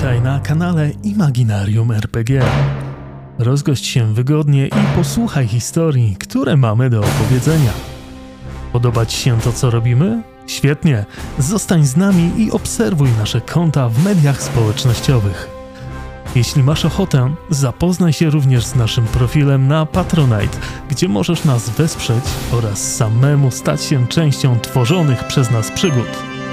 Witaj na kanale Imaginarium RPG. Rozgość się wygodnie i posłuchaj historii, które mamy do opowiedzenia. Podoba Ci się to, co robimy? Świetnie! Zostań z nami i obserwuj nasze konta w mediach społecznościowych. Jeśli masz ochotę, zapoznaj się również z naszym profilem na Patronite, gdzie możesz nas wesprzeć oraz samemu stać się częścią tworzonych przez nas przygód.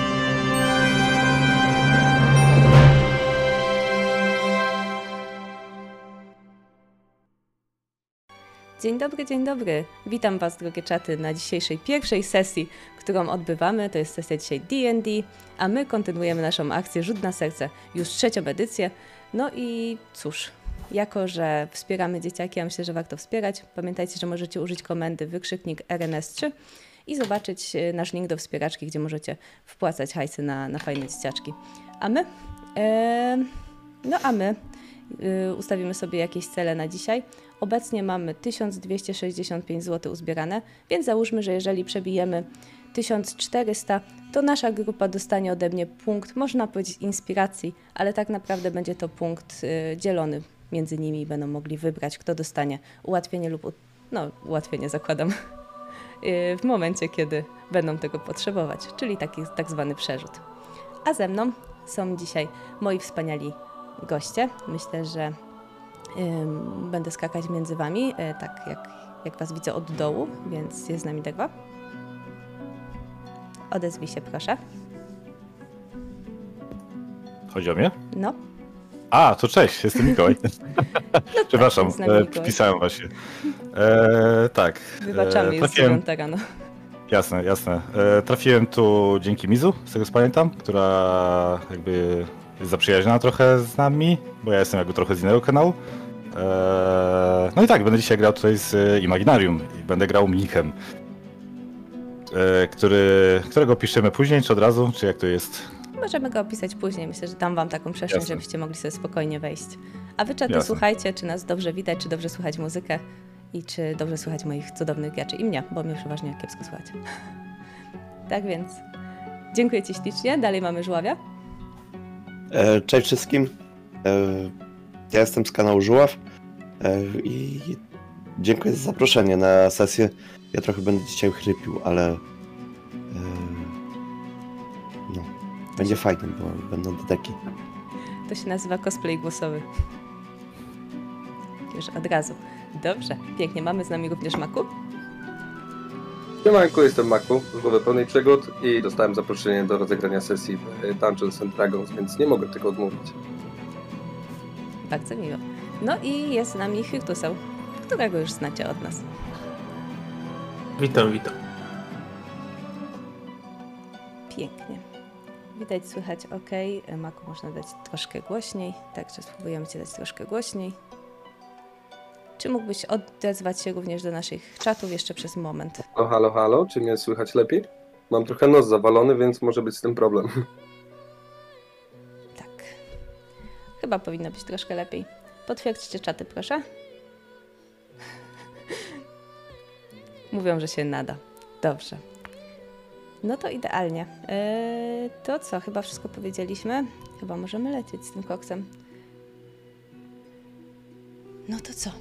Dzień dobry. Witam Was, drogie czaty, na dzisiejszej pierwszej sesji, którą odbywamy. To jest sesja dzisiaj D&D, a my kontynuujemy naszą akcję Rzut na serce, już 3. edycję. No i cóż, jako że wspieramy dzieciaki, ja myślę, że warto wspierać. Pamiętajcie, że możecie użyć komendy wykrzyknik RNS3 i zobaczyć nasz link do wspieraczki, gdzie możecie wpłacać hajsy na fajne dzieciaczki. A my ustawimy sobie jakieś cele na dzisiaj. Obecnie mamy 1265 zł uzbierane, więc załóżmy, że jeżeli przebijemy 1400, to nasza grupa dostanie ode mnie punkt, można powiedzieć inspiracji, ale tak naprawdę będzie to punkt dzielony między nimi i będą mogli wybrać, kto dostanie ułatwienie lub, ułatwienie zakładam, w momencie, kiedy będą tego potrzebować, czyli taki tak zwany przerzut. A ze mną są dzisiaj moi wspaniali goście. Myślę, że będę skakać między Wami, tak jak Was widzę od dołu, więc jest z nami Degwa. Odezwij się, proszę. Chodzi o mnie? No. A, to cześć, jestem Mikołaj. Przepraszam, wpisałem właśnie. Tak. Wybaczamy, jest 9 rano. Jasne. Trafiłem tu dzięki Mizu, z tego co pamiętam, która jakby jest zaprzyjaźniona trochę z nami, bo ja jestem jakby trochę z innego kanału. No i tak, będę dzisiaj grał tutaj z Imaginarium i będę grał mnichem, którego piszemy później, czy od razu, czy jak to jest? Możemy go opisać później, myślę, że dam Wam taką przestrzeń, żebyście mogli sobie spokojnie wejść. A Wy czaty słuchajcie, czy nas dobrze widać, czy dobrze słychać muzykę i czy dobrze słychać moich cudownych graczy i mnie, bo mnie przeważnie kiepsko słychać. Tak więc, dziękuję Ci ślicznie, dalej mamy Żuławia. Cześć wszystkim, ja jestem z kanału Żuław i dziękuję za zaproszenie na sesję. Ja trochę będę dzisiaj chrypił, ale będzie fajnie, bo będą dodeki. To się nazywa cosplay głosowy. Już od razu. Dobrze, pięknie. Mamy z nami również Maku. Siemanko, jestem Maku z Głowy Pełnej Przygód i dostałem zaproszenie do rozegrania sesji Dungeons & Dragons, więc nie mogę tego odmówić. Bardzo miło. No i jest z nami Hirtuseł, którego już znacie od nas. Witam. Pięknie. Widać, słychać ok. Maku można dać troszkę głośniej, także spróbujemy Cię dać troszkę głośniej. Czy mógłbyś odezwać się również do naszych czatów jeszcze przez moment? Halo, czy mnie słychać lepiej? Mam trochę nos zawalony, więc może być z tym problem. Tak. Chyba powinno być troszkę lepiej. Potwierdźcie czaty, proszę. Mówią, że się nada. Dobrze. No to idealnie. To co? Chyba wszystko powiedzieliśmy? Chyba możemy lecieć z tym koksem. No to co?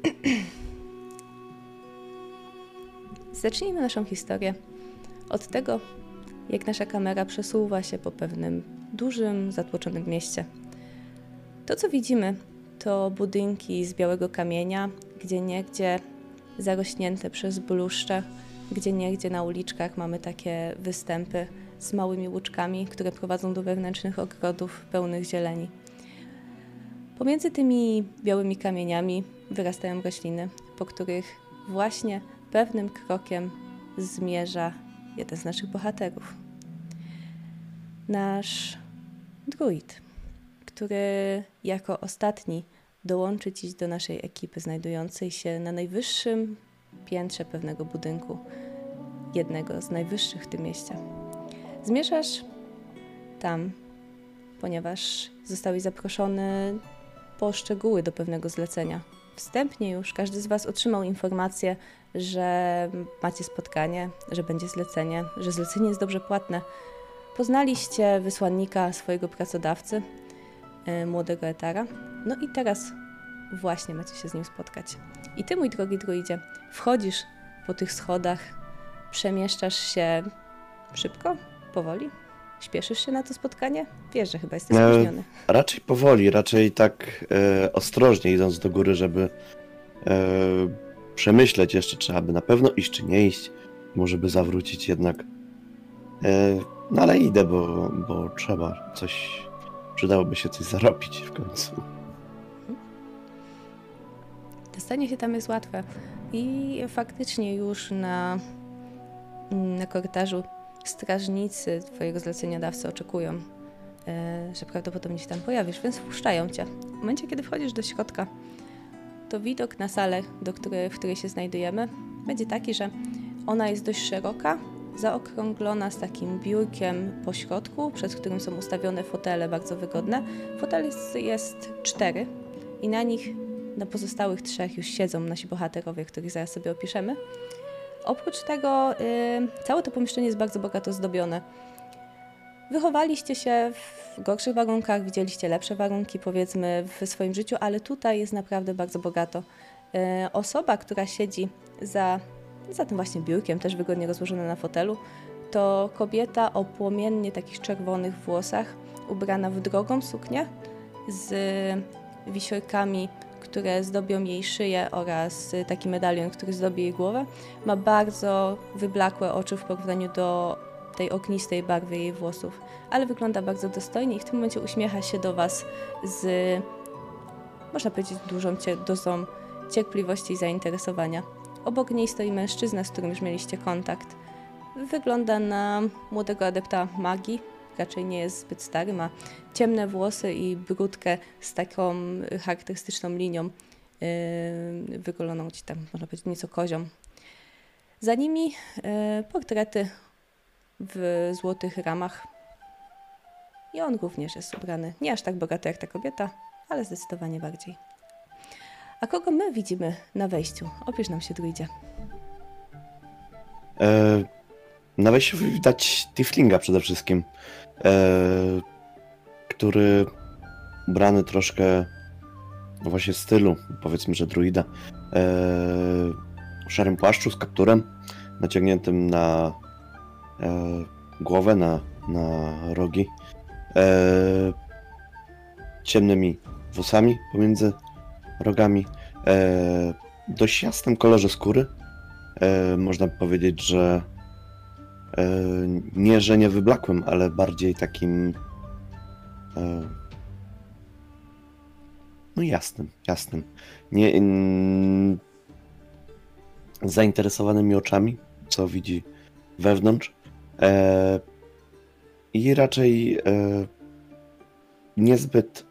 Zacznijmy naszą historię od tego, jak nasza kamera przesuwa się po pewnym dużym, zatłoczonym mieście. To, co widzimy, to budynki z białego kamienia, gdzieniegdzie zarośnięte przez bluszcze, gdzieniegdzie na uliczkach mamy takie występy z małymi łuczkami, które prowadzą do wewnętrznych ogrodów pełnych zieleni. Pomiędzy tymi białymi kamieniami wyrastają rośliny, po których właśnie pewnym krokiem zmierza jeden z naszych bohaterów. Nasz druid, który jako ostatni dołączy dziś do naszej ekipy znajdującej się na najwyższym piętrze pewnego budynku, jednego z najwyższych w tym mieście. Zmierzasz tam, ponieważ zostałeś zaproszony po szczegóły do pewnego zlecenia. Wstępnie już każdy z Was otrzymał informację, że macie spotkanie, że będzie zlecenie, że zlecenie jest dobrze płatne. Poznaliście wysłannika swojego pracodawcy, młodego Etara. No i teraz właśnie macie się z nim spotkać. I ty, mój drogi druidzie, wchodzisz po tych schodach, przemieszczasz się szybko, powoli? Śpieszysz się na to spotkanie? Wiesz, że chyba jesteś spóźniony. Raczej powoli, raczej tak ostrożnie idąc do góry, żeby przemyśleć jeszcze, czy aby na pewno iść, czy nie iść. Może by zawrócić jednak. No ale idę, bo trzeba coś, przydałoby się coś zarobić w końcu. Dostanie się tam jest łatwe i faktycznie już na korytarzu strażnicy twojego zleceniodawcy oczekują, że prawdopodobnie się tam pojawisz, więc wpuszczają cię. W momencie, kiedy wchodzisz do środka, to widok na salę, w której się znajdujemy, będzie taki, że ona jest dość szeroka, zaokrąglona z takim biurkiem po środku, przed którym są ustawione fotele bardzo wygodne. Fotel jest 4 i na pozostałych 3 już siedzą nasi bohaterowie, których zaraz sobie opiszemy. Oprócz tego całe to pomieszczenie jest bardzo bogato zdobione. Wychowaliście się w gorszych warunkach, widzieliście lepsze warunki, powiedzmy, w swoim życiu, ale tutaj jest naprawdę bardzo bogato. Osoba, która siedzi za tym właśnie biurkiem, też wygodnie rozłożona na fotelu, to kobieta o płomiennie takich czerwonych włosach, ubrana w drogą suknię z wisiorkami, które zdobią jej szyję oraz taki medalion, który zdobi jej głowę. Ma bardzo wyblakłe oczy w porównaniu do tej ognistej barwy jej włosów, ale wygląda bardzo dostojnie i w tym momencie uśmiecha się do was z, można powiedzieć, dużą dozą cierpliwości i zainteresowania. Obok niej stoi mężczyzna, z którym już mieliście kontakt. Wygląda na młodego adepta magii, raczej nie jest zbyt stary, ma ciemne włosy i brudkę z taką charakterystyczną linią wygoloną ci tam, można powiedzieć, nieco kozią. Za nimi portrety w złotych ramach i on również jest ubrany, nie aż tak bogato jak ta kobieta, ale zdecydowanie bardziej. A kogo my widzimy na wejściu? Opisz nam się, druidzie. Na wejściu widać Tieflinga przede wszystkim, który ubrany troszkę no właśnie w stylu, powiedzmy, że druida, w szarym płaszczu z kapturem naciągniętym na głowę, na rogi, ciemnymi włosami pomiędzy rogami, dość jasnym kolorze skóry. Można by powiedzieć, że nie wyblakłym, ale bardziej takim no jasnym. Nie, zainteresowanymi oczami, co widzi wewnątrz, i raczej niezbyt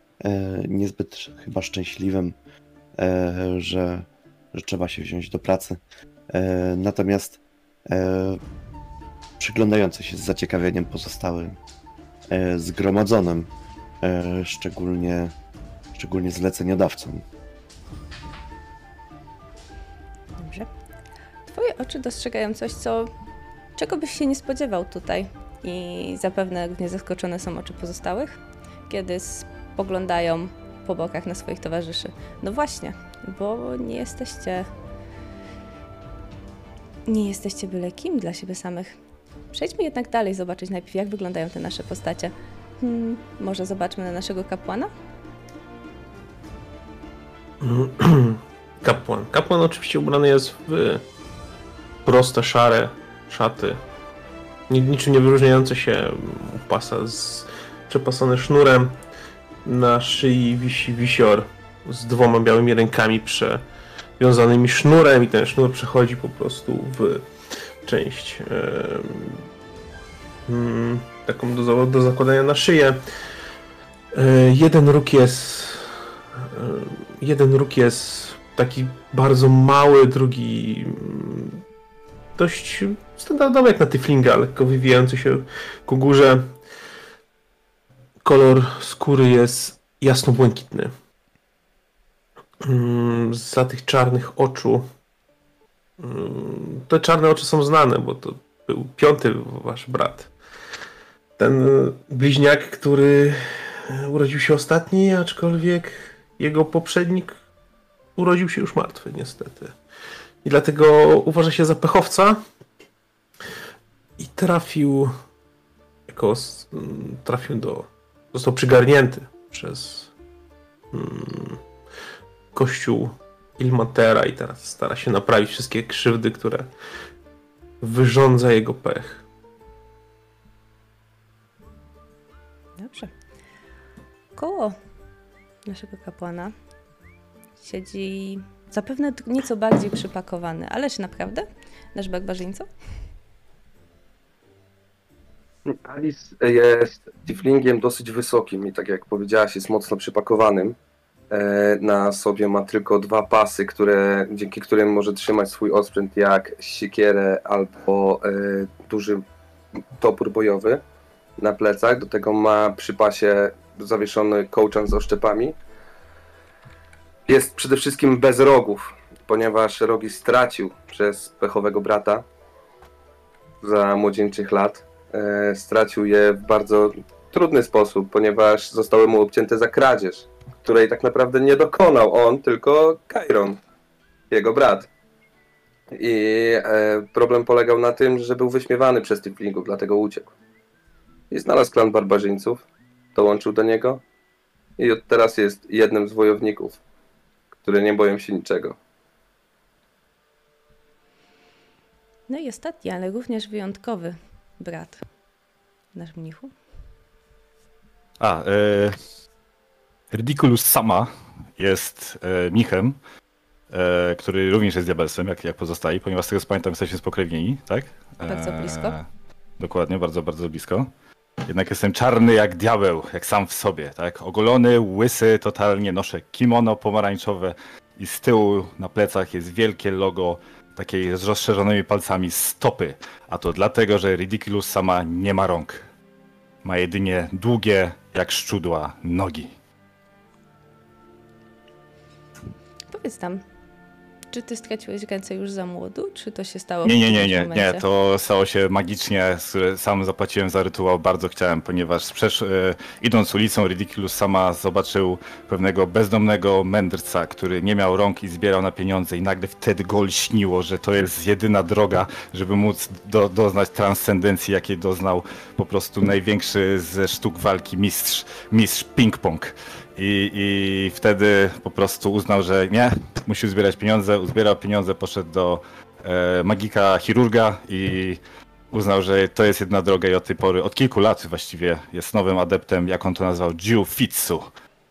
chyba szczęśliwym, że trzeba się wziąć do pracy. Natomiast przyglądający się z zaciekawieniem pozostałym zgromadzonym, szczególnie zleceniodawcom. Dobrze. Twoje oczy dostrzegają coś, czego byś się nie spodziewał tutaj i zapewne równie zaskoczone są oczy pozostałych, kiedy spoglądają po bokach na swoich towarzyszy. No właśnie, bo nie jesteście byle kim dla siebie samych. Przejdźmy jednak dalej, zobaczyć najpierw, jak wyglądają te nasze postacie. Może zobaczmy na naszego kapłana? Kapłan oczywiście ubrany jest w proste, szare szaty, niczym nie wyróżniające się u pasa, przepasane sznurem. Na szyi wisi wisior z 2 białymi rękami przewiązanymi sznurem i ten sznur przechodzi po prostu w część taką do zakładania na szyję. Jeden róg jest taki bardzo mały, drugi dość standardowy jak na Tieflinga, lekko wywijający się ku górze. Kolor skóry jest jasno-błękitny. Za tych czarnych oczu, te czarne oczy są znane, bo to był 5. wasz brat. Ten bliźniak, który urodził się ostatni, aczkolwiek jego poprzednik urodził się już martwy, niestety. I dlatego uważa się za pechowca i został przygarnięty przez kościół Ilmatera i teraz stara się naprawić wszystkie krzywdy, które wyrządza jego pech. Dobrze. Koło naszego kapłana siedzi zapewne nieco bardziej przypakowany. Ależ naprawdę? Nasz barbarzyńco? Alice jest tieflingiem dosyć wysokim i tak jak powiedziałaś, jest mocno przypakowanym. Na sobie ma tylko 2 pasy, dzięki którym może trzymać swój osprzęt, jak siekierę albo duży topór bojowy na plecach. Do tego ma przy pasie zawieszony kołczan z oszczepami. Jest przede wszystkim bez rogów, ponieważ rogi stracił przez pechowego brata za młodzieńczych lat. Stracił je w bardzo trudny sposób, ponieważ zostały mu obcięte za kradzież, której tak naprawdę nie dokonał on, tylko Chiron, jego brat. I problem polegał na tym, że był wyśmiewany przez tieflingów, dlatego uciekł. I znalazł klan barbarzyńców, dołączył do niego i od teraz jest jednym z wojowników, które nie boją się niczego. No i ostatni, ale również wyjątkowy brat. Nasz mnichu. Ridiculous Sama jest mnichem, który również jest diabelsem, jak pozostali, ponieważ z tego co pamiętam jesteśmy spokrewnieni, tak? Bardzo blisko. Dokładnie, bardzo, bardzo blisko. Jednak jestem czarny jak diabeł, jak sam w sobie, tak? Ogolony, łysy, totalnie noszę kimono pomarańczowe i z tyłu na plecach jest wielkie logo takiej z rozszerzonymi palcami stopy. A to dlatego, że Ridiculous Sama nie ma rąk. Ma jedynie długie, jak szczudła, nogi. Powiedz nam, czy ty straciłeś ręce już za młodu, czy to się stało Nie, to stało się magicznie, sam zapłaciłem za rytuał, bardzo chciałem, ponieważ idąc ulicą Ridiculous Sama zobaczył pewnego bezdomnego mędrca, który nie miał rąk i zbierał na pieniądze i nagle wtedy go lśniło, że to jest jedyna droga, żeby móc doznać transcendencji, jakiej doznał po prostu największy ze sztuk walki mistrz ping-pong. I wtedy po prostu uznał, że nie, musi zbierać pieniądze, uzbierał pieniądze, poszedł do magika chirurga i uznał, że to jest jedna droga i od tej pory, od kilku lat właściwie jest nowym adeptem, jak on to nazwał, jiu-fitsu.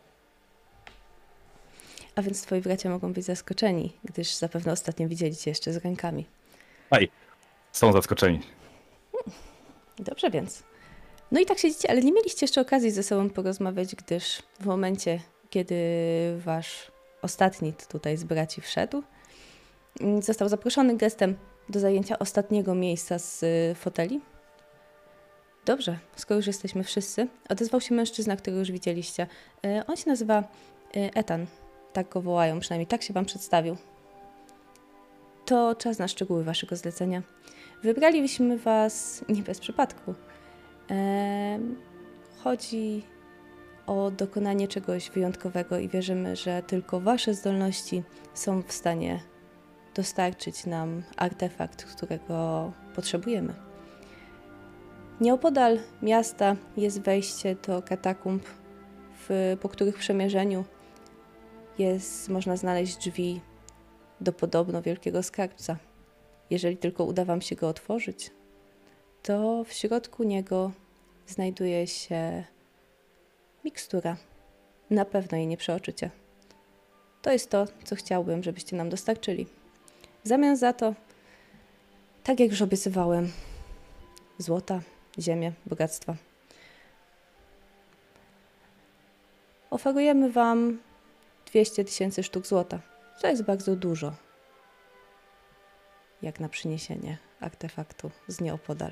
A więc twoi bracia mogą być zaskoczeni, gdyż zapewne ostatnio widzieli cię jeszcze z rękami. Są zaskoczeni. Dobrze więc. No i tak siedzicie, ale nie mieliście jeszcze okazji ze sobą porozmawiać, gdyż w momencie, kiedy wasz ostatni tutaj z braci wszedł, został zaproszony gestem do zajęcia ostatniego miejsca z foteli. Dobrze, skoro już jesteśmy wszyscy, odezwał się mężczyzna, którego już widzieliście. On się nazywa Ethan, tak go wołają, przynajmniej tak się wam przedstawił. To czas na szczegóły waszego zlecenia. Wybraliśmy was nie bez przypadku. Chodzi o dokonanie czegoś wyjątkowego i wierzymy, że tylko wasze zdolności są w stanie dostarczyć nam artefakt, którego potrzebujemy. Nieopodal miasta jest wejście do katakumb, po których przemierzeniu można znaleźć drzwi do podobno wielkiego skarbca. Jeżeli tylko uda wam się go otworzyć, to w środku niego znajduje się mikstura. Na pewno jej nie przeoczycie. To jest to, co chciałbym, żebyście nam dostarczyli. W zamian za to, tak jak już obiecywałem, złota, ziemię, bogactwa. Oferujemy wam 200 000 sztuk złota. To jest bardzo dużo, jak na przyniesienie artefaktu z nieopodal.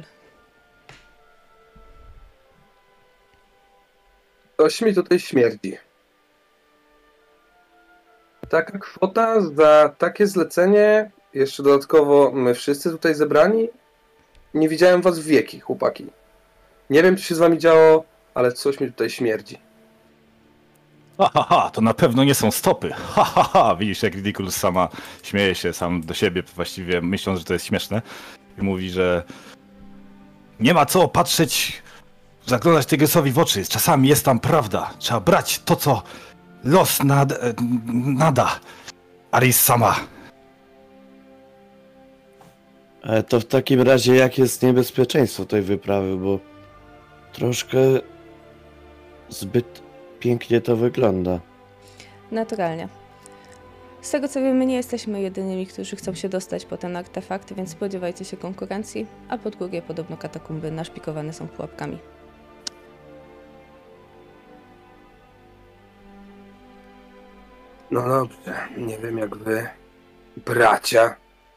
Coś mi tutaj śmierdzi. Taka kwota za takie zlecenie, jeszcze dodatkowo my wszyscy tutaj zebrani, nie widziałem was w wieki, chłopaki. Nie wiem, co się z wami działo, ale coś mi tutaj śmierdzi. Ha, ha, ha, to na pewno nie są stopy. Ha, ha, ha. Widzisz, jak Ridiculous sama śmieje się sam do siebie, właściwie myśląc, że to jest śmieszne. I mówi, że nie ma co patrzeć, zaglądać Tygrysowi w oczy. Czasami jest tam prawda. Trzeba brać to, co los nada. Aris sama. To w takim razie jakie jest niebezpieczeństwo tej wyprawy, bo troszkę zbyt pięknie to wygląda. Naturalnie. Z tego co wiemy, nie jesteśmy jedynymi, którzy chcą się dostać po ten artefakt, więc spodziewajcie się konkurencji, a pod górę podobno katakumby naszpikowane są pułapkami. No dobrze, nie wiem jak wy, bracia,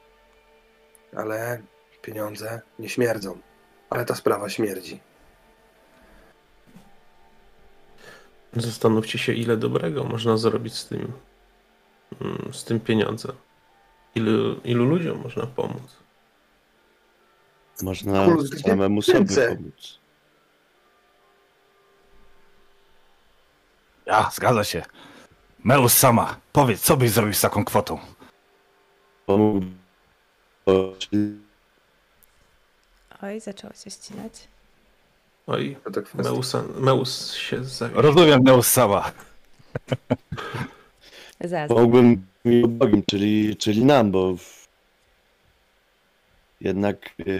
ale pieniądze nie śmierdzą. Ale ta sprawa śmierdzi. Zastanówcie się, ile dobrego można zrobić z tym pieniądzem. Ilu ludziom można pomóc. Można Kurde, samemu sobie ręce. pomóc. Ja, zgadza się. Meus sama, powiedz, co byś zrobił z taką kwotą? Pomógł. Oj, zaczęło się ścinać. Oj, To tak kwestia. Meus się zawiesił. Rozumiem, Meus sama. Zaraz. Pomógłbym mi ubogim, czyli nam, bo jednak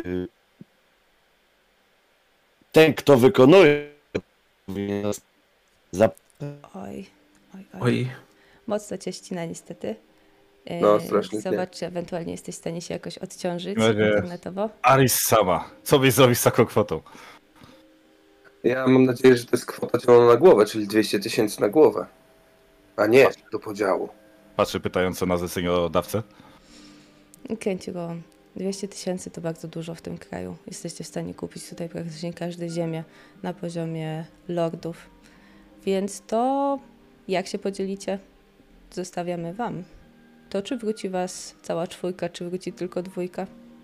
ten, kto wykonuje, powinien nas Oj. Oj, Mocno cię ścina niestety. No, strasznie. Zobacz, czy ewentualnie jesteś w stanie się jakoś odciążyć No nie. internetowo. Aris sama, co byś zrobił z taką kwotą? Ja mam nadzieję, że to jest kwota dzielona na głowę, czyli 200 000 na głowę. A nie do podziału. Patrzę pytająco na zleceniodawcę. Kręci go. 200 000 to bardzo dużo w tym kraju. Jesteście w stanie kupić tutaj praktycznie każde ziemię na poziomie lordów. Więc to, jak się podzielicie, zostawiamy wam. To czy wróci was cała czwórka, czy wróci tylko dwójka?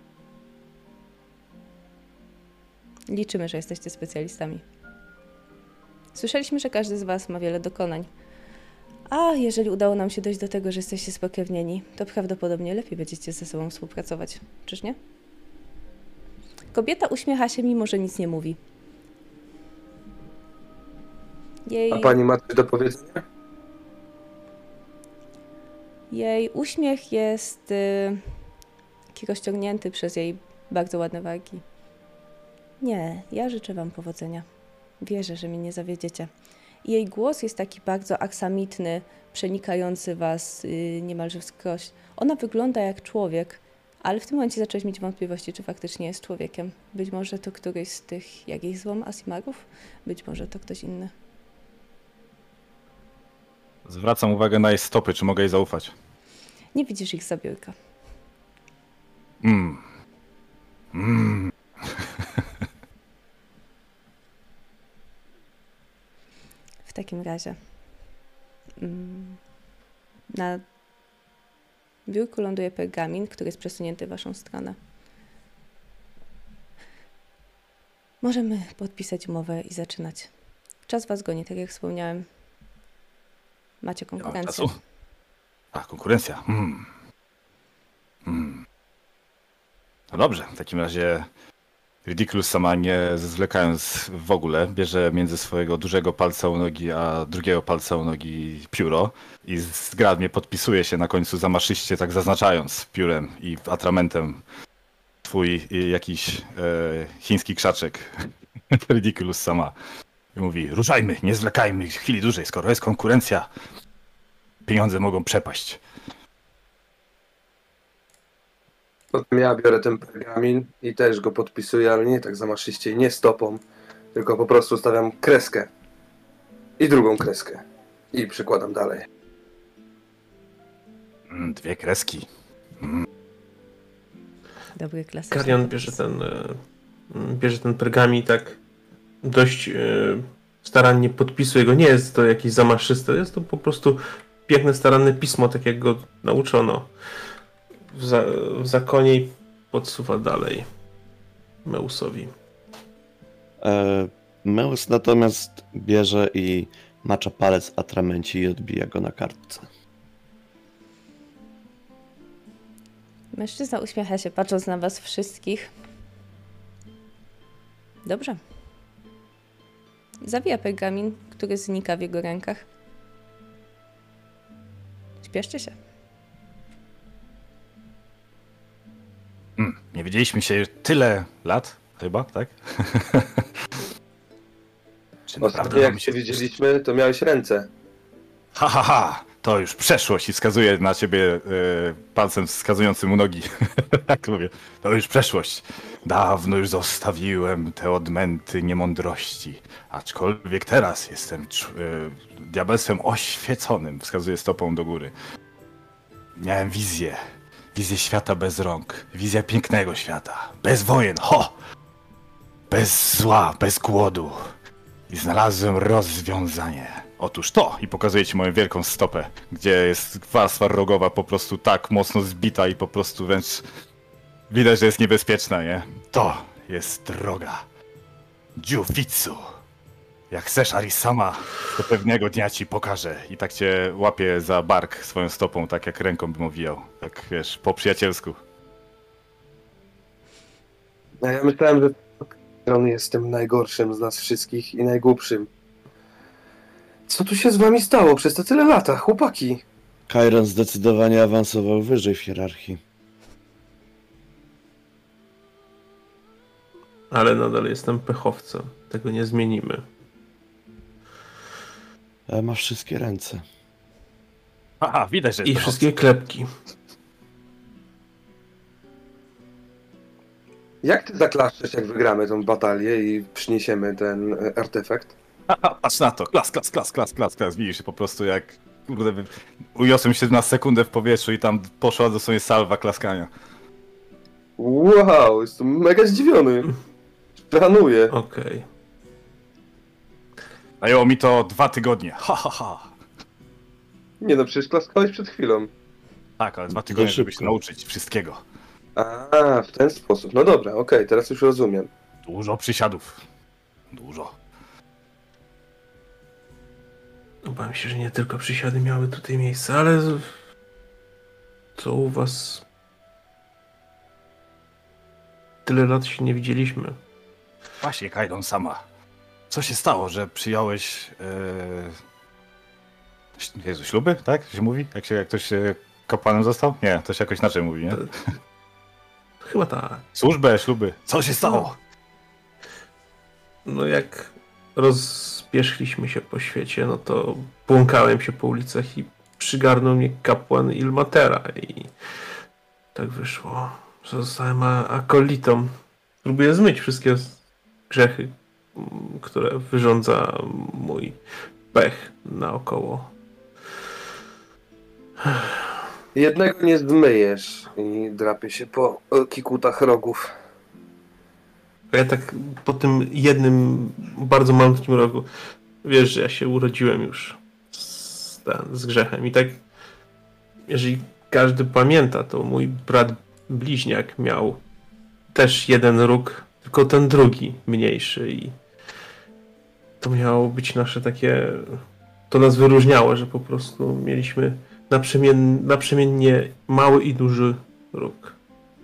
Liczymy, że jesteście specjalistami. Słyszeliśmy, że każdy z was ma wiele dokonań. A jeżeli udało nam się dojść do tego, że jesteście spokrewnieni, to prawdopodobnie lepiej będziecie ze sobą współpracować. Czyż nie? Kobieta uśmiecha się, mimo że nic nie mówi. A pani ma coś do powiedzenia? Jej uśmiech jest taki rozciągnięty przez jej bardzo ładne wargi. Nie, ja życzę wam powodzenia. Wierzę, że mnie nie zawiedziecie. I jej głos jest taki bardzo aksamitny, przenikający was niemalże wskroś. Ona wygląda jak człowiek, ale w tym momencie zacząłeś mieć wątpliwości, czy faktycznie jest człowiekiem. Być może to któryś z tych, jak ich złą, Asimarów? Być może to ktoś inny. Zwracam uwagę na jej stopy, czy mogę jej zaufać? Nie widzisz ich za biurka. W takim razie na biurku ląduje pergamin, który jest przesunięty w waszą stronę. Możemy podpisać umowę i zaczynać. Czas was goni, tak jak wspomniałem. Macie konkurencję. Czasu? A, konkurencja. No dobrze, w takim razie Ridiculous sama, nie zwlekając w ogóle, bierze między swojego dużego palca u nogi a drugiego palca u nogi pióro i zgrabnie podpisuje się na końcu zamaszyście, tak zaznaczając piórem i atramentem twój jakiś chiński krzaczek. Ridiculous sama. I mówi, ruszajmy, nie zwlekajmy chwili dłużej, skoro jest konkurencja, pieniądze mogą przepaść. Potem ja biorę ten pergamin i też go podpisuję, ale nie tak zamaszyście i nie stopą, tylko po prostu stawiam kreskę i drugą kreskę i przykładam dalej. Dwie kreski. Dobry, klasyczny. Karian bierze ten pergamin i tak dość starannie podpisuje go. Nie jest to jakieś zamaszyste, jest to po prostu piękne, staranne pismo, tak jak go nauczono w zakonie i podsuwa dalej Meusowi. Meus natomiast bierze i macza palec atramencie i odbija go na kartce. Mężczyzna uśmiecha się, patrząc na was wszystkich. Dobrze. Zawija pergamin, który znika w jego rękach. Śpieszcie się. Nie widzieliśmy się już tyle lat, chyba, tak? Czy naprawdę Ostatnio jak mamy się widzieliśmy, to miałeś ręce. Ha, ha, ha! To już przeszłość i wskazuje na ciebie palcem wskazującym u nogi. Tak mówię. To już przeszłość. Dawno już zostawiłem te odmęty niemądrości. Aczkolwiek teraz jestem diabelstwem oświeconym. Wskazuje stopą do góry. Miałem wizję. Wizję świata bez rąk. Wizję pięknego świata. Bez wojen. Ho! Bez zła, bez głodu. I znalazłem rozwiązanie. Otóż to! I pokazuję ci moją wielką stopę, gdzie jest warstwa rogowa po prostu tak mocno zbita i po prostu wręcz widać, że jest niebezpieczna, nie? To jest droga Jiu-Jitsu. Jak chcesz, Arisama, to pewnego dnia ci pokażę. I tak cię łapię za bark swoją stopą, tak jak ręką bym owijał. Tak, wiesz, po przyjacielsku. A ja myślałem, że on jest tym najgorszym z nas wszystkich i najgłupszym. Co tu się z wami stało przez te tyle lata, chłopaki? Chiron zdecydowanie awansował wyżej w hierarchii. Ale nadal jestem pechowcem. Tego nie zmienimy. Ale ma wszystkie ręce. Aha, widać, że I jest wszystkie klepki. Jak ty zaklaszczesz, jak wygramy tą batalię i przyniesiemy ten artefakt? Aha, patrz na to, klas. Widzisz po prostu jak, kurde, uniosłem się na sekundę w powietrzu i tam poszła dosłownie salwa klaskania. Wow, jestem mega zdziwiony. Planuję. Okej. Zajęło mi to 2 tygodnie, ha. Nie no, przecież klaskałeś przed chwilą. Tak, ale 2 tygodnie, żeby się szybko. nauczyć wszystkiego. A, w ten sposób. No dobra, okej, teraz już rozumiem. Dużo przysiadów. Dużo. Obawiam się, że nie tylko przysiady miały tutaj miejsce, ale co u was? Tyle lat się nie widzieliśmy. Właśnie, Kairon sama. Co się stało, że przyjąłeś... Jezu, śluby, tak? Się mówi? Jak ktoś kapłanem został? Nie, to się jakoś inaczej mówi, nie? Chyba tak. Służbę, śluby. Co się stało? No jak rozpierzchliśmy się po świecie, no to błąkałem się po ulicach i przygarnął mnie kapłan Ilmatera i tak wyszło, że zostałem akolitą. Próbuję zmyć wszystkie grzechy, które wyrządza mój pech naokoło. Jednego nie zmyjesz i drapie się po kikutach rogów. A ja tak po tym jednym bardzo malutkim rogu, wiesz, że ja się urodziłem już z grzechem i tak, jeżeli każdy pamięta, to mój brat bliźniak miał też jeden róg, tylko ten drugi mniejszy i to miało być nasze takie, to nas wyróżniało, że po prostu mieliśmy naprzemiennie mały i duży róg.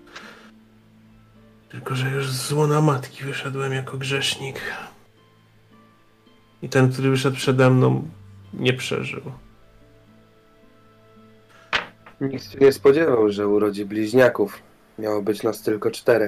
Tylko że już z łona matki wyszedłem jako grzesznik. I ten, który wyszedł przede mną, nie przeżył. Nikt się nie spodziewał, że urodzi bliźniaków. Miało być nas tylko 4.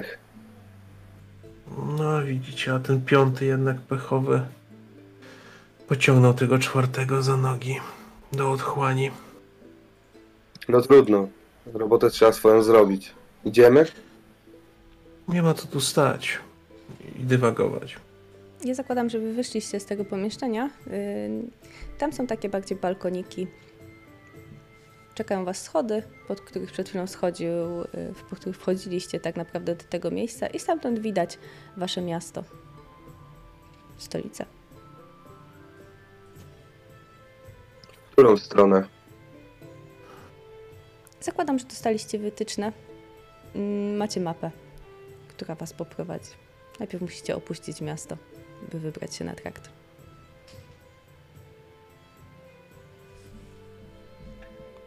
No widzicie, a ten 5 jednak pechowy pociągnął tego 4 za nogi do otchłani. No trudno. Robotę trzeba swoją zrobić. Idziemy? Nie ma co tu stać i dywagować. Ja zakładam, że wy wyszliście z tego pomieszczenia. Tam są takie bardziej balkoniki. Czekają was schody, pod których przed chwilą po których wchodziliście tak naprawdę do tego miejsca i stamtąd widać wasze miasto. Stolicę. W którą stronę? Zakładam, że dostaliście wytyczne. Macie mapę, która was poprowadzi. Najpierw musicie opuścić miasto, by wybrać się na trakt.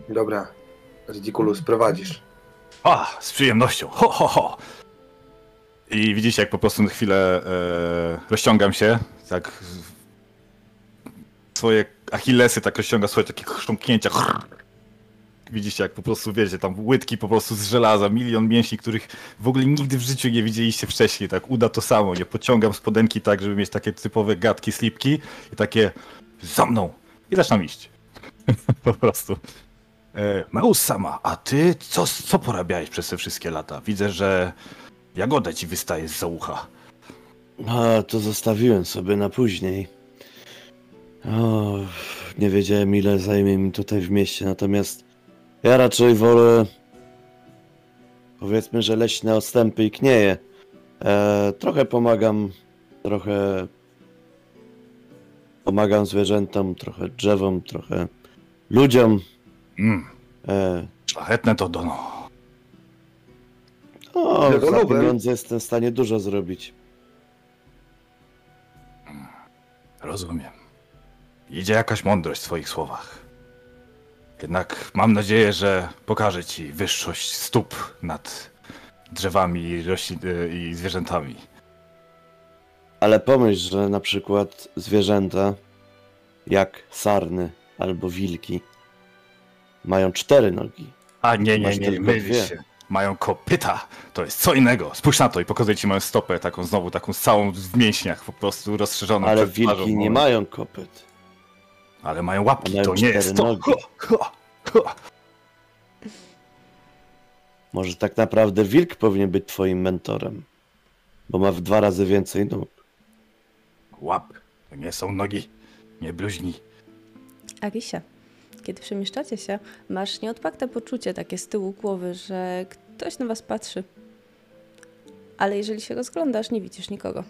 Dobra, Ridiculus, prowadzisz. Z przyjemnością. Ho, ho, ho. I widzicie, jak po prostu na chwilę rozciągam się, tak swoje achillesy tak rozciąga, słuchaj, takie chrząknięcia. Widzicie, jak po prostu, wiecie, tam łydki po prostu z żelaza, milion mięśni, których w ogóle nigdy w życiu nie widzieliście wcześniej, tak, uda to samo, nie, pociągam spodenki tak, żeby mieć takie typowe gadki, slipki i takie za mną i zaczynam iść. Po prostu. Meus sama, a ty co porabiałeś przez te wszystkie lata? Widzę, że jagoda ci wystaje zza ucha. A, to zostawiłem sobie na później. O, nie wiedziałem, ile zajmie mi tutaj w mieście, natomiast ja raczej wolę, powiedzmy, że leśne odstępy i knieje. Trochę pomagam zwierzętom, trochę drzewom, trochę ludziom. Szlachetne to dono. Za pieniądze jestem w stanie dużo zrobić. Rozumiem. Idzie jakaś mądrość w twoich słowach. Jednak mam nadzieję, że pokażę ci wyższość stóp nad drzewami i zwierzętami. Ale pomyśl, że na przykład zwierzęta, jak sarny albo wilki, mają 4 nogi. A nie, Masz tylko mylisz 2. się. Mają kopyta. To jest co innego. Spójrz na to i pokazuję ci moją stopę, taką znowu, taką całą w mięśniach, po prostu rozszerzoną. Ale przed twarzą wilki nie moją. mają kopyt. Ale mają łapki, Mają to nie 4 jest to. nogi. Może tak naprawdę wilk powinien być twoim mentorem, bo ma w 2 razy więcej nóg. Łap. To nie są nogi. Nie bluźnij. Arisia, kiedy przemieszczacie się, masz nieodparte poczucie takie z tyłu głowy, że ktoś na was patrzy. Ale jeżeli się rozglądasz, nie widzisz nikogo.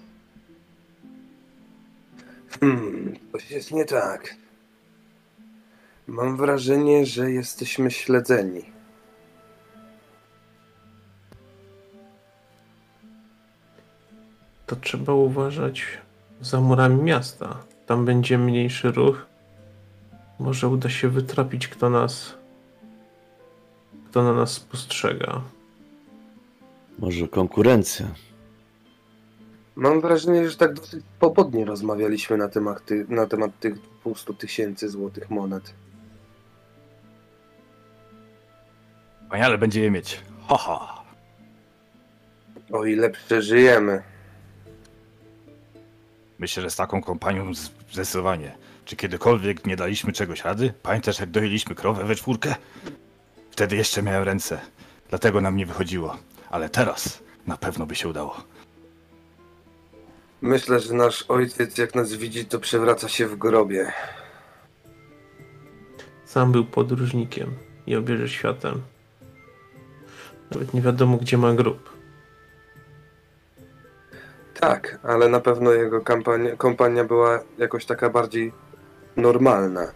Coś jest nie tak. Mam wrażenie, że jesteśmy śledzeni. To trzeba uważać za murami miasta. Tam będzie mniejszy ruch. Może uda się wytropić, kto na nas spostrzega. Może konkurencja. Mam wrażenie, że tak dosyć swobodnie rozmawialiśmy na temat tych 200 000 złotych monet. Wspaniale będzie je mieć. Haha. O ile przeżyjemy. Myślę, że z taką kompanią zdecydowanie. Czy kiedykolwiek nie daliśmy czegoś rady? Pamiętasz, jak doiliśmy krowę we 4? Wtedy jeszcze miałem ręce. Dlatego nam nie wychodziło. Ale teraz na pewno by się udało. Myślę, że nasz ojciec, jak nas widzi, to przewraca się w grobie. Sam był podróżnikiem i obierze światem. Nawet nie wiadomo, gdzie ma grób. Tak, ale na pewno jego kompania była jakoś taka bardziej normalna.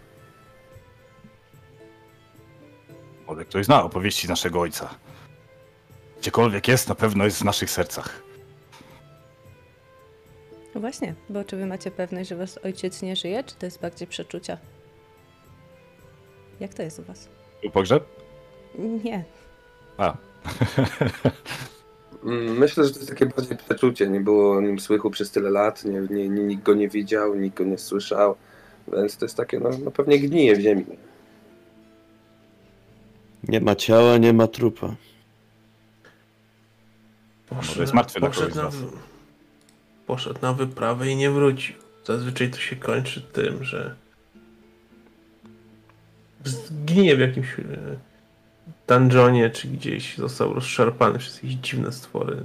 Może ktoś zna opowieści naszego ojca. Gdziekolwiek jest, na pewno jest w naszych sercach. No właśnie, bo czy wy macie pewność, że wasz ojciec nie żyje, czy to jest bardziej przeczucia? Jak to jest u was? Był pogrzeb? Nie. A. Myślę, że to jest takie bardziej przeczucie. Nie było o nim słychu przez tyle lat, nikt go nie widział, nikt go nie słyszał, więc to jest takie, no pewnie gnije w ziemi. Nie ma ciała, nie ma trupa. Może jest martwy na kogoś z was. Poszedł na wyprawę i nie wrócił. Zazwyczaj to się kończy tym, że zginie w jakimś dungeonie, czy gdzieś został rozszarpany przez jakieś dziwne stwory.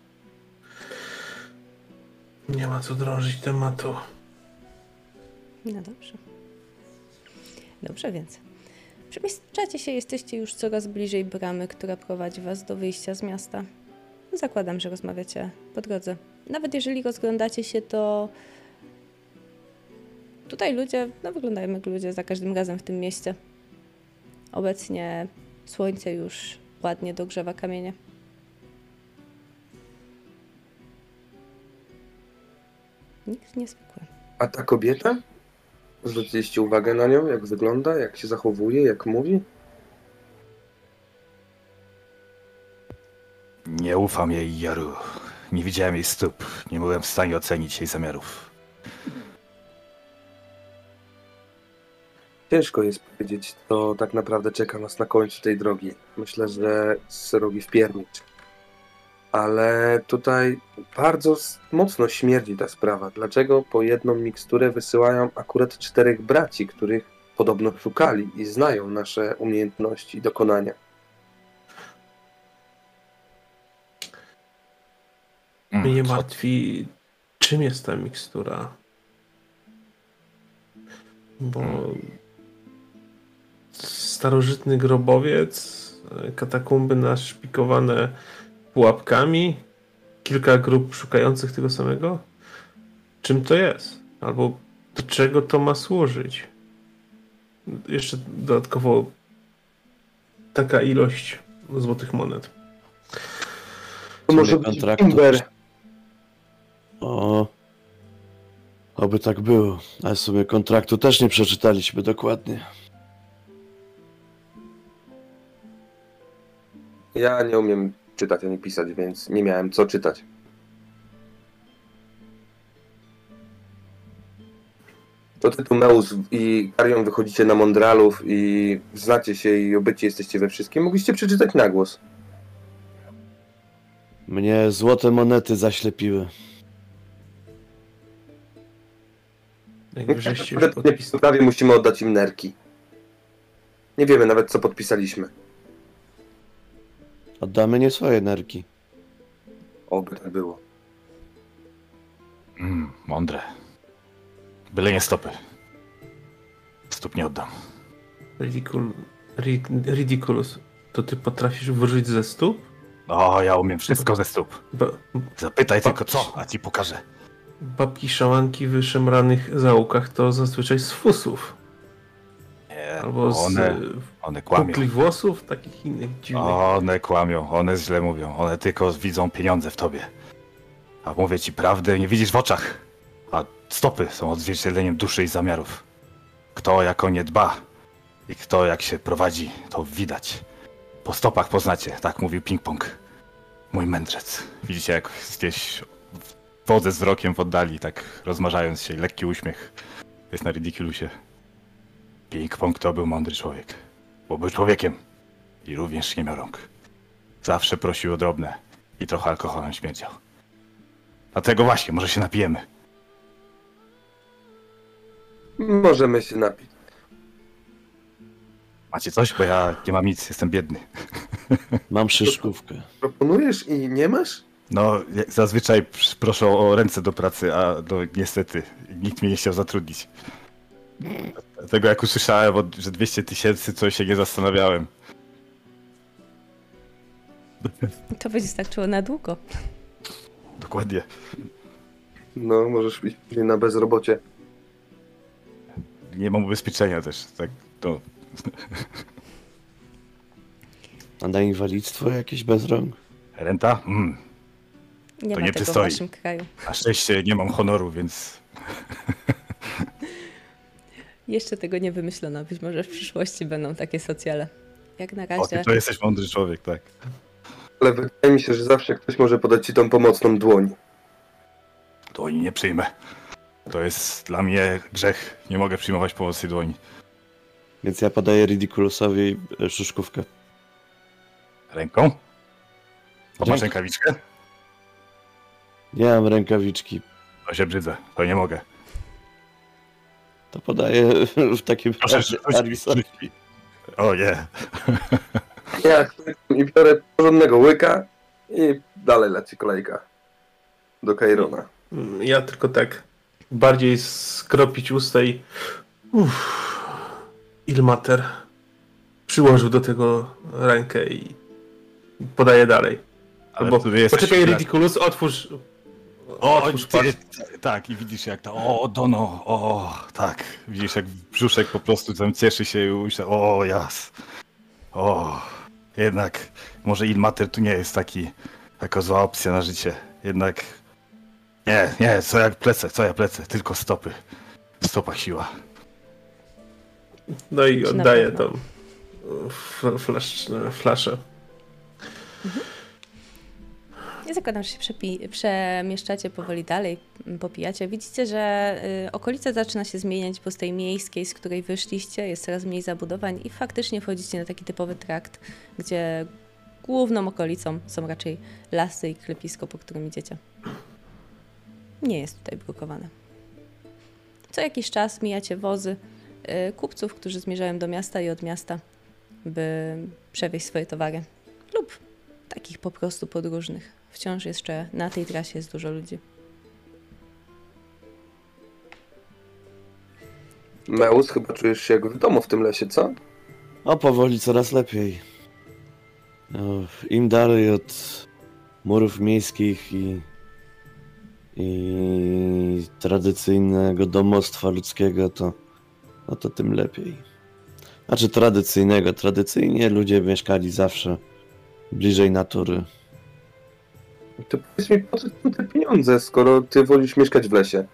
Nie ma co drążyć tematu. No dobrze. Dobrze, więc przemieszczacie się, jesteście już coraz bliżej bramy, która prowadzi was do wyjścia z miasta. Zakładam, że rozmawiacie po drodze. Nawet jeżeli rozglądacie się, to tutaj ludzie, wyglądają jak ludzie za każdym razem w tym mieście. Obecnie słońce już ładnie dogrzewa kamienie. Nikt niezwykły. A ta kobieta? Zwróciliście uwagę na nią? Jak wygląda? Jak się zachowuje? Jak mówi? Nie ufam jej, Jaru. Nie widziałem jej stóp. Nie byłem w stanie ocenić jej zamiarów. Ciężko jest powiedzieć, co tak naprawdę czeka nas na końcu tej drogi. Myślę, że srogi wpiernicz. Ale tutaj bardzo mocno śmierdzi ta sprawa. Dlaczego po jedną miksturę wysyłają akurat 4 braci, których podobno szukali i znają nasze umiejętności i dokonania? Mnie martwi, czym jest ta mikstura. Bo starożytny grobowiec, katakumby naszpikowane pułapkami, kilka grup szukających tego samego. Czym to jest? Albo do czego to ma służyć? Jeszcze dodatkowo taka ilość złotych monet. To może być Timber. Oby tak było. Ale sobie kontraktu też nie przeczytaliśmy dokładnie. Ja nie umiem czytać ani pisać, więc nie miałem co czytać. To ty tu, Meus i Karion, wychodzicie na Mondralów i znacie się i obyci jesteście we wszystkim. Mogliście przeczytać na głos. Mnie złote monety zaślepiły. Jakbyście W sprawie musimy oddać im nerki. Nie wiemy nawet, co podpisaliśmy. Oddamy nie swoje nerki. Oby tak było. Mądre. Byle nie stopy. Stóp nie oddam. Ridiculous. To ty potrafisz wróżyć ze stóp? O, ja umiem wszystko ze stóp. Zapytaj tylko co, a ci pokażę. Babki szałanki w szemranych zaułkach to zazwyczaj z fusów. Nie, Albo one kłamią. pukli włosów, takich innych dziwnych. One kłamią, one źle mówią. One tylko widzą pieniądze w tobie. A mówię ci prawdę, nie widzisz w oczach. A stopy są odzwierciedleniem duszy i zamiarów. Kto jak o nie dba i kto jak się prowadzi, to widać. Po stopach poznacie, tak mówił Ping-Pong. Mój mędrzec. Widzicie, jak gdzieś wodzę z wzrokiem w oddali, tak rozmarzając się, lekki uśmiech jest na Ridiculusie. Ping-Pong to był mądry człowiek, bo był człowiekiem i również nie miał rąk. Zawsze prosił o drobne i trochę alkoholem śmierdział. Dlatego właśnie, może się napijemy. Możemy się napić. Macie coś? Bo ja nie mam nic, jestem biedny. Mam szyszkówkę. Proponujesz i nie masz? No, zazwyczaj proszę o ręce do pracy, a no niestety nikt mnie nie chciał zatrudnić. Dlatego jak usłyszałem, że 200 000, to się nie zastanawiałem. To będzie starczyło na długo. Dokładnie. No, możesz iść później na bezrobocie. Nie mam ubezpieczenia też, tak to... A na inwalidztwo jakieś bez rąk? Renta? Nie To ma nie tego przystoi. w naszym kraju. Na szczęście nie mam honoru, więc... Jeszcze tego nie wymyślono. Być może w przyszłości będą takie socjale. Jak na O, razie. ty to jesteś mądry człowiek, tak. Ale wydaje mi się, że zawsze ktoś może podać ci tą pomocną dłoń. To oni nie przyjmę. To jest dla mnie grzech. Nie mogę przyjmować pomocy dłoni. Więc ja podaję Ridiculusowi szyszkówkę. Ręką? Bo masz Dzięki. rękawiczkę? Nie mam rękawiczki. To się brzydzę, to nie mogę. To podaję w takim Proszę, razie Arisowi. O nie. Ja i biorę porządnego łyka i dalej leci kolejka do Kairona. Ja tylko tak bardziej skropić usta i... Ilmater przyłożył do tego rękę i podaje dalej. Ale Albo tu jesteś poczekaj, chwilę. Ridiculous, otwórz tak, i widzisz jak to, o Dono, o tak, widzisz jak brzuszek po prostu tam cieszy się i myślę, o jas, o, jednak może Ilmater tu nie jest taka zła opcja na życie, jednak nie, co ja plecę, tylko stopy, w stopach siła. No i Czy na oddaję pewno? tą flaszę. Ja zakładam, że się przemieszczacie powoli dalej, popijacie. Widzicie, że okolica zaczyna się zmieniać, bo z tej miejskiej, z której wyszliście, jest coraz mniej zabudowań i faktycznie wchodzicie na taki typowy trakt, gdzie główną okolicą są raczej lasy i klepisko, po którym idziecie. Nie jest tutaj brukowane. Co jakiś czas mijacie wozy kupców, którzy zmierzają do miasta i od miasta, by przewieźć swoje towary. Lub takich po prostu podróżnych. Wciąż jeszcze na tej trasie jest dużo ludzi. Meus, chyba czujesz się jak w domu w tym lesie, co? O, powoli coraz lepiej. No, im dalej od murów miejskich i tradycyjnego domostwa ludzkiego, to tym lepiej. Znaczy tradycyjnego. Tradycyjnie ludzie mieszkali zawsze bliżej natury. To powiedz mi, po co są te pieniądze, skoro ty wolisz mieszkać w lesie?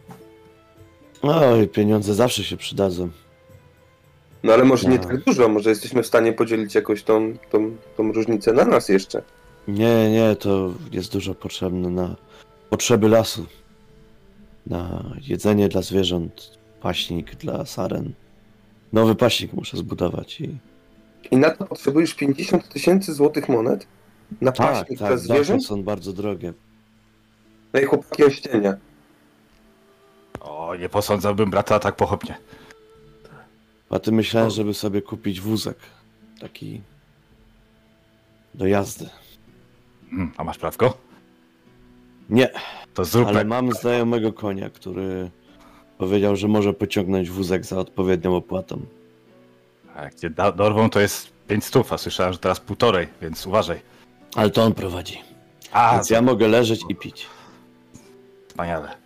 Oj, pieniądze zawsze się przydadzą. No ale może nie No. tak dużo, może jesteśmy w stanie podzielić jakoś tą różnicę na nas jeszcze. Nie, to jest dużo potrzebne na potrzeby lasu. Na jedzenie dla zwierząt, paśnik dla saren. Nowy paśnik muszę zbudować I na to potrzebujesz 50 000 złotych monet? Na paśnik dla tak, zwierząt? są bardzo drogie. No i chłopaki ościenia. O, nie posądzałbym brata tak pochopnie. A ty myślałem, żeby sobie kupić wózek. Taki do jazdy. A masz prawko? Nie, To zrób ale tak. mam znajomego konia, który powiedział, że może pociągnąć wózek za odpowiednią opłatą. A jak cię dorwą, to jest 500, a słyszałem, że teraz 1,5, więc uważaj. Ale to on prowadzi. A, Więc ja mogę leżeć i pić. wspaniale.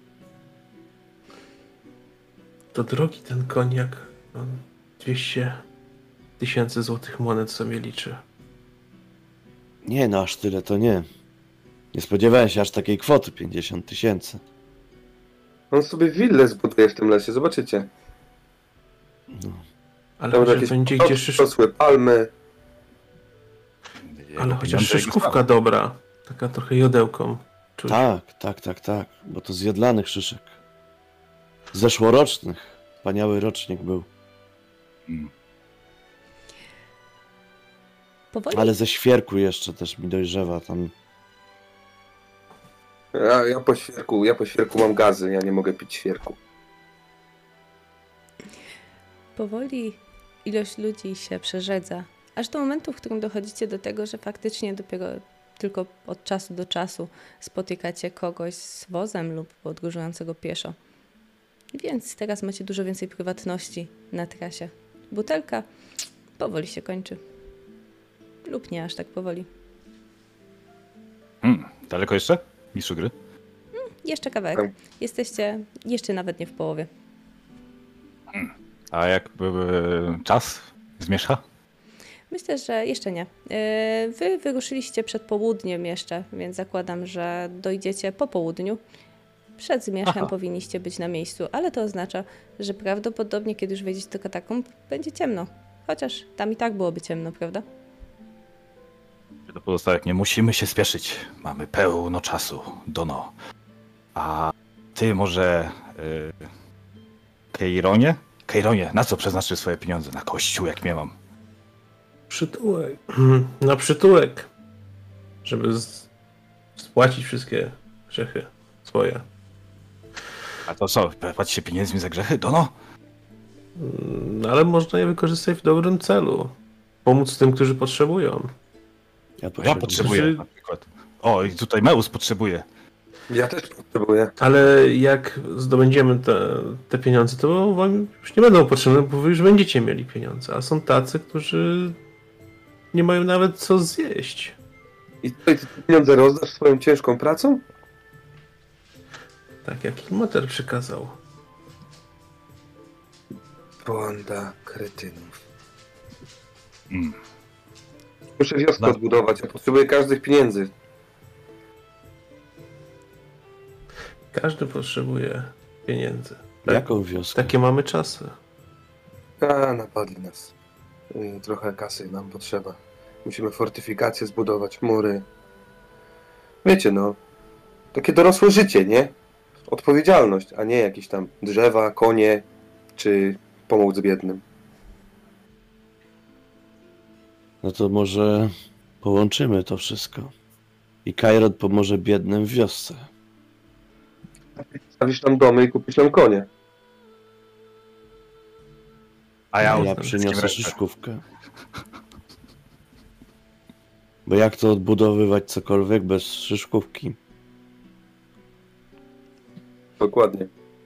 To drogi ten koniak. On 200 000 złotych monet sobie liczy. Nie, no aż tyle to nie. Nie spodziewałem się aż takiej kwoty, 50 000. On sobie willę zbuduje w tym lesie, zobaczycie. No. Ale Tam chociaż jakieś będzie gdzie rosłe palmy. Ale chociaż Pieniądze i szyszkówka sprawa. dobra. Taka trochę jodełką. Czuć. Tak, bo to z jedlanych szyszek. Zeszłorocznych. Wspaniały rocznik był. Powoli Ale ze świerku jeszcze też mi dojrzewa tam. Ja po świerku mam gazy, ja nie mogę pić świerku. Powoli ilość ludzi się przerzedza, aż do momentu, w którym dochodzicie do tego, że faktycznie dopiero tylko od czasu do czasu spotykacie kogoś z wozem lub podróżującego pieszo. Więc teraz macie dużo więcej prywatności na trasie. Butelka powoli się kończy. Lub nie aż tak powoli. Daleko jeszcze? Mistrzu gry? Jeszcze kawałek. Jesteście jeszcze nawet nie w połowie. A jak czas zmierzcha? Myślę, że jeszcze nie. Wy wyruszyliście przed południem jeszcze, więc zakładam, że dojdziecie po południu. Przed zmierzchem powinniście być na miejscu, ale to oznacza, że prawdopodobnie kiedy już wejdziecie do katakumb, będzie ciemno. Chociaż tam i tak byłoby ciemno, prawda? Do pozostałych nie musimy się spieszyć. Mamy pełno czasu. Dono. A ty może... Keironie? Keironie, na co przeznaczysz swoje pieniądze? Na kościół, jak mnie mam. Przytułek. Na przytułek. Żeby spłacić wszystkie grzechy swoje. A to co, płaci się pieniędzmi za grzechy? Dono? Ale można je wykorzystać w dobrym celu. Pomóc tym, którzy potrzebują. Ja potrzebuję na przykład. O, i tutaj Meus potrzebuje. Ja też potrzebuję. Ale jak zdobędziemy te pieniądze, to wam już nie będą potrzebne, bo wy już będziecie mieli pieniądze. A są tacy, którzy nie mają nawet co zjeść. I ty te pieniądze rozdasz swoją ciężką pracą? Tak jak Ilmater przykazał. Błąda kretynów. Mm. Muszę wioskę odbudować, ja potrzebuję każdych pieniędzy. Każdy potrzebuje pieniędzy. Tak, Jaką wioskę? takie mamy czasy. Napadli nas. Trochę kasy nam potrzeba. Musimy fortyfikacje zbudować, mury. wiecie, no, takie dorosłe życie, nie? Odpowiedzialność, a nie jakieś tam drzewa, konie, czy pomoc biednym. No to może połączymy to wszystko. I Kairot pomoże biednym w wiosce. Stawisz nam domy i kupisz nam konie. A ja, A ja wszystkim przyniosę ręce. szyszkówkę. Bo jak to odbudowywać cokolwiek bez szyszkówki? Dokładnie.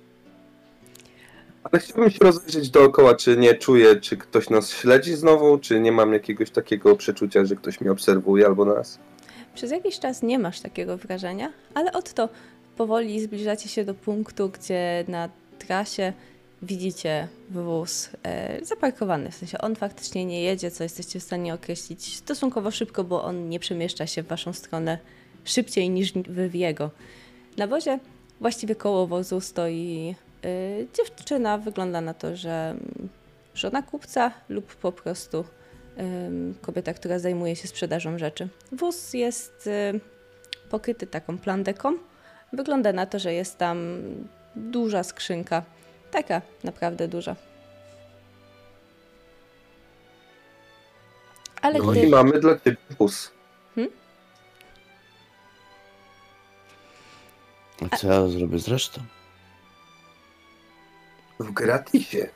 Ale chciałbym się rozejrzeć dookoła, czy nie czuję, czy ktoś nas śledzi znowu, czy nie mam jakiegoś takiego przeczucia, że ktoś mnie obserwuje albo nas. Przez jakiś czas nie masz takiego wrażenia, ale oto powoli zbliżacie się do punktu, gdzie na trasie widzicie wóz zaparkowany. W sensie on faktycznie nie jedzie, co jesteście w stanie określić stosunkowo szybko, bo on nie przemieszcza się w waszą stronę szybciej niż wy w jego. Na wozie, właściwie koło wozu stoi dziewczyna. Wygląda na to, że żona kupca lub po prostu kobieta, która zajmuje się sprzedażą rzeczy. Wóz jest pokryty taką plandeką. Wygląda na to, że jest tam duża skrzynka. Taka naprawdę duża. Ale No gdy... i mamy dla ciebie wóz. A co ja zrobię z resztą? W gratisie.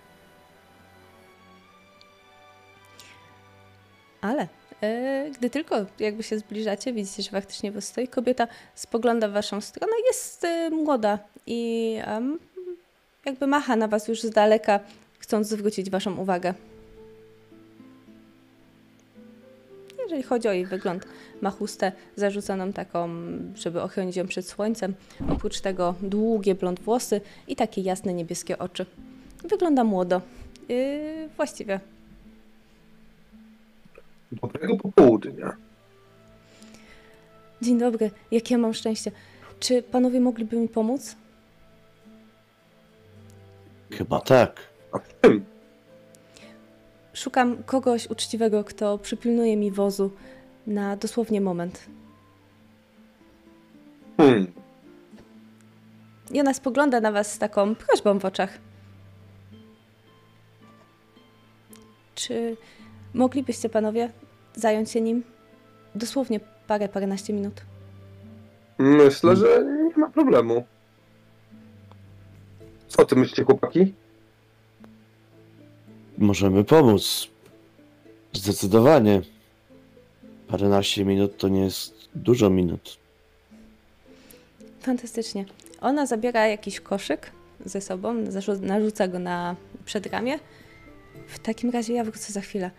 Ale gdy tylko jakby się zbliżacie, widzicie, że faktycznie was stoi. Kobieta spogląda w waszą stronę, jest młoda i jakby macha na was już z daleka, chcąc zwrócić waszą uwagę. Jeżeli chodzi o jej wygląd, ma chustę zarzuconą taką, żeby ochronić ją przed słońcem. Oprócz tego długie blond włosy i takie jasne niebieskie oczy. Wygląda młodo. Właściwie. Dobrego popołudnia. Dzień dobry, jakie mam szczęście. Czy panowie mogliby mi pomóc? Chyba tak. A w czym? Szukam kogoś uczciwego, kto przypilnuje mi wozu na dosłownie moment. I ona spogląda na was z taką prośbą w oczach. Czy moglibyście panowie zająć się nim dosłownie paręnaście minut? Myślę, że nie ma problemu. Co ty myślicie, chłopaki? Możemy pomóc. Zdecydowanie. Paręnaście minut to nie jest dużo minut. Fantastycznie. Ona zabiera jakiś koszyk ze sobą, narzuca go na przedramię. W takim razie ja wrócę za chwilę.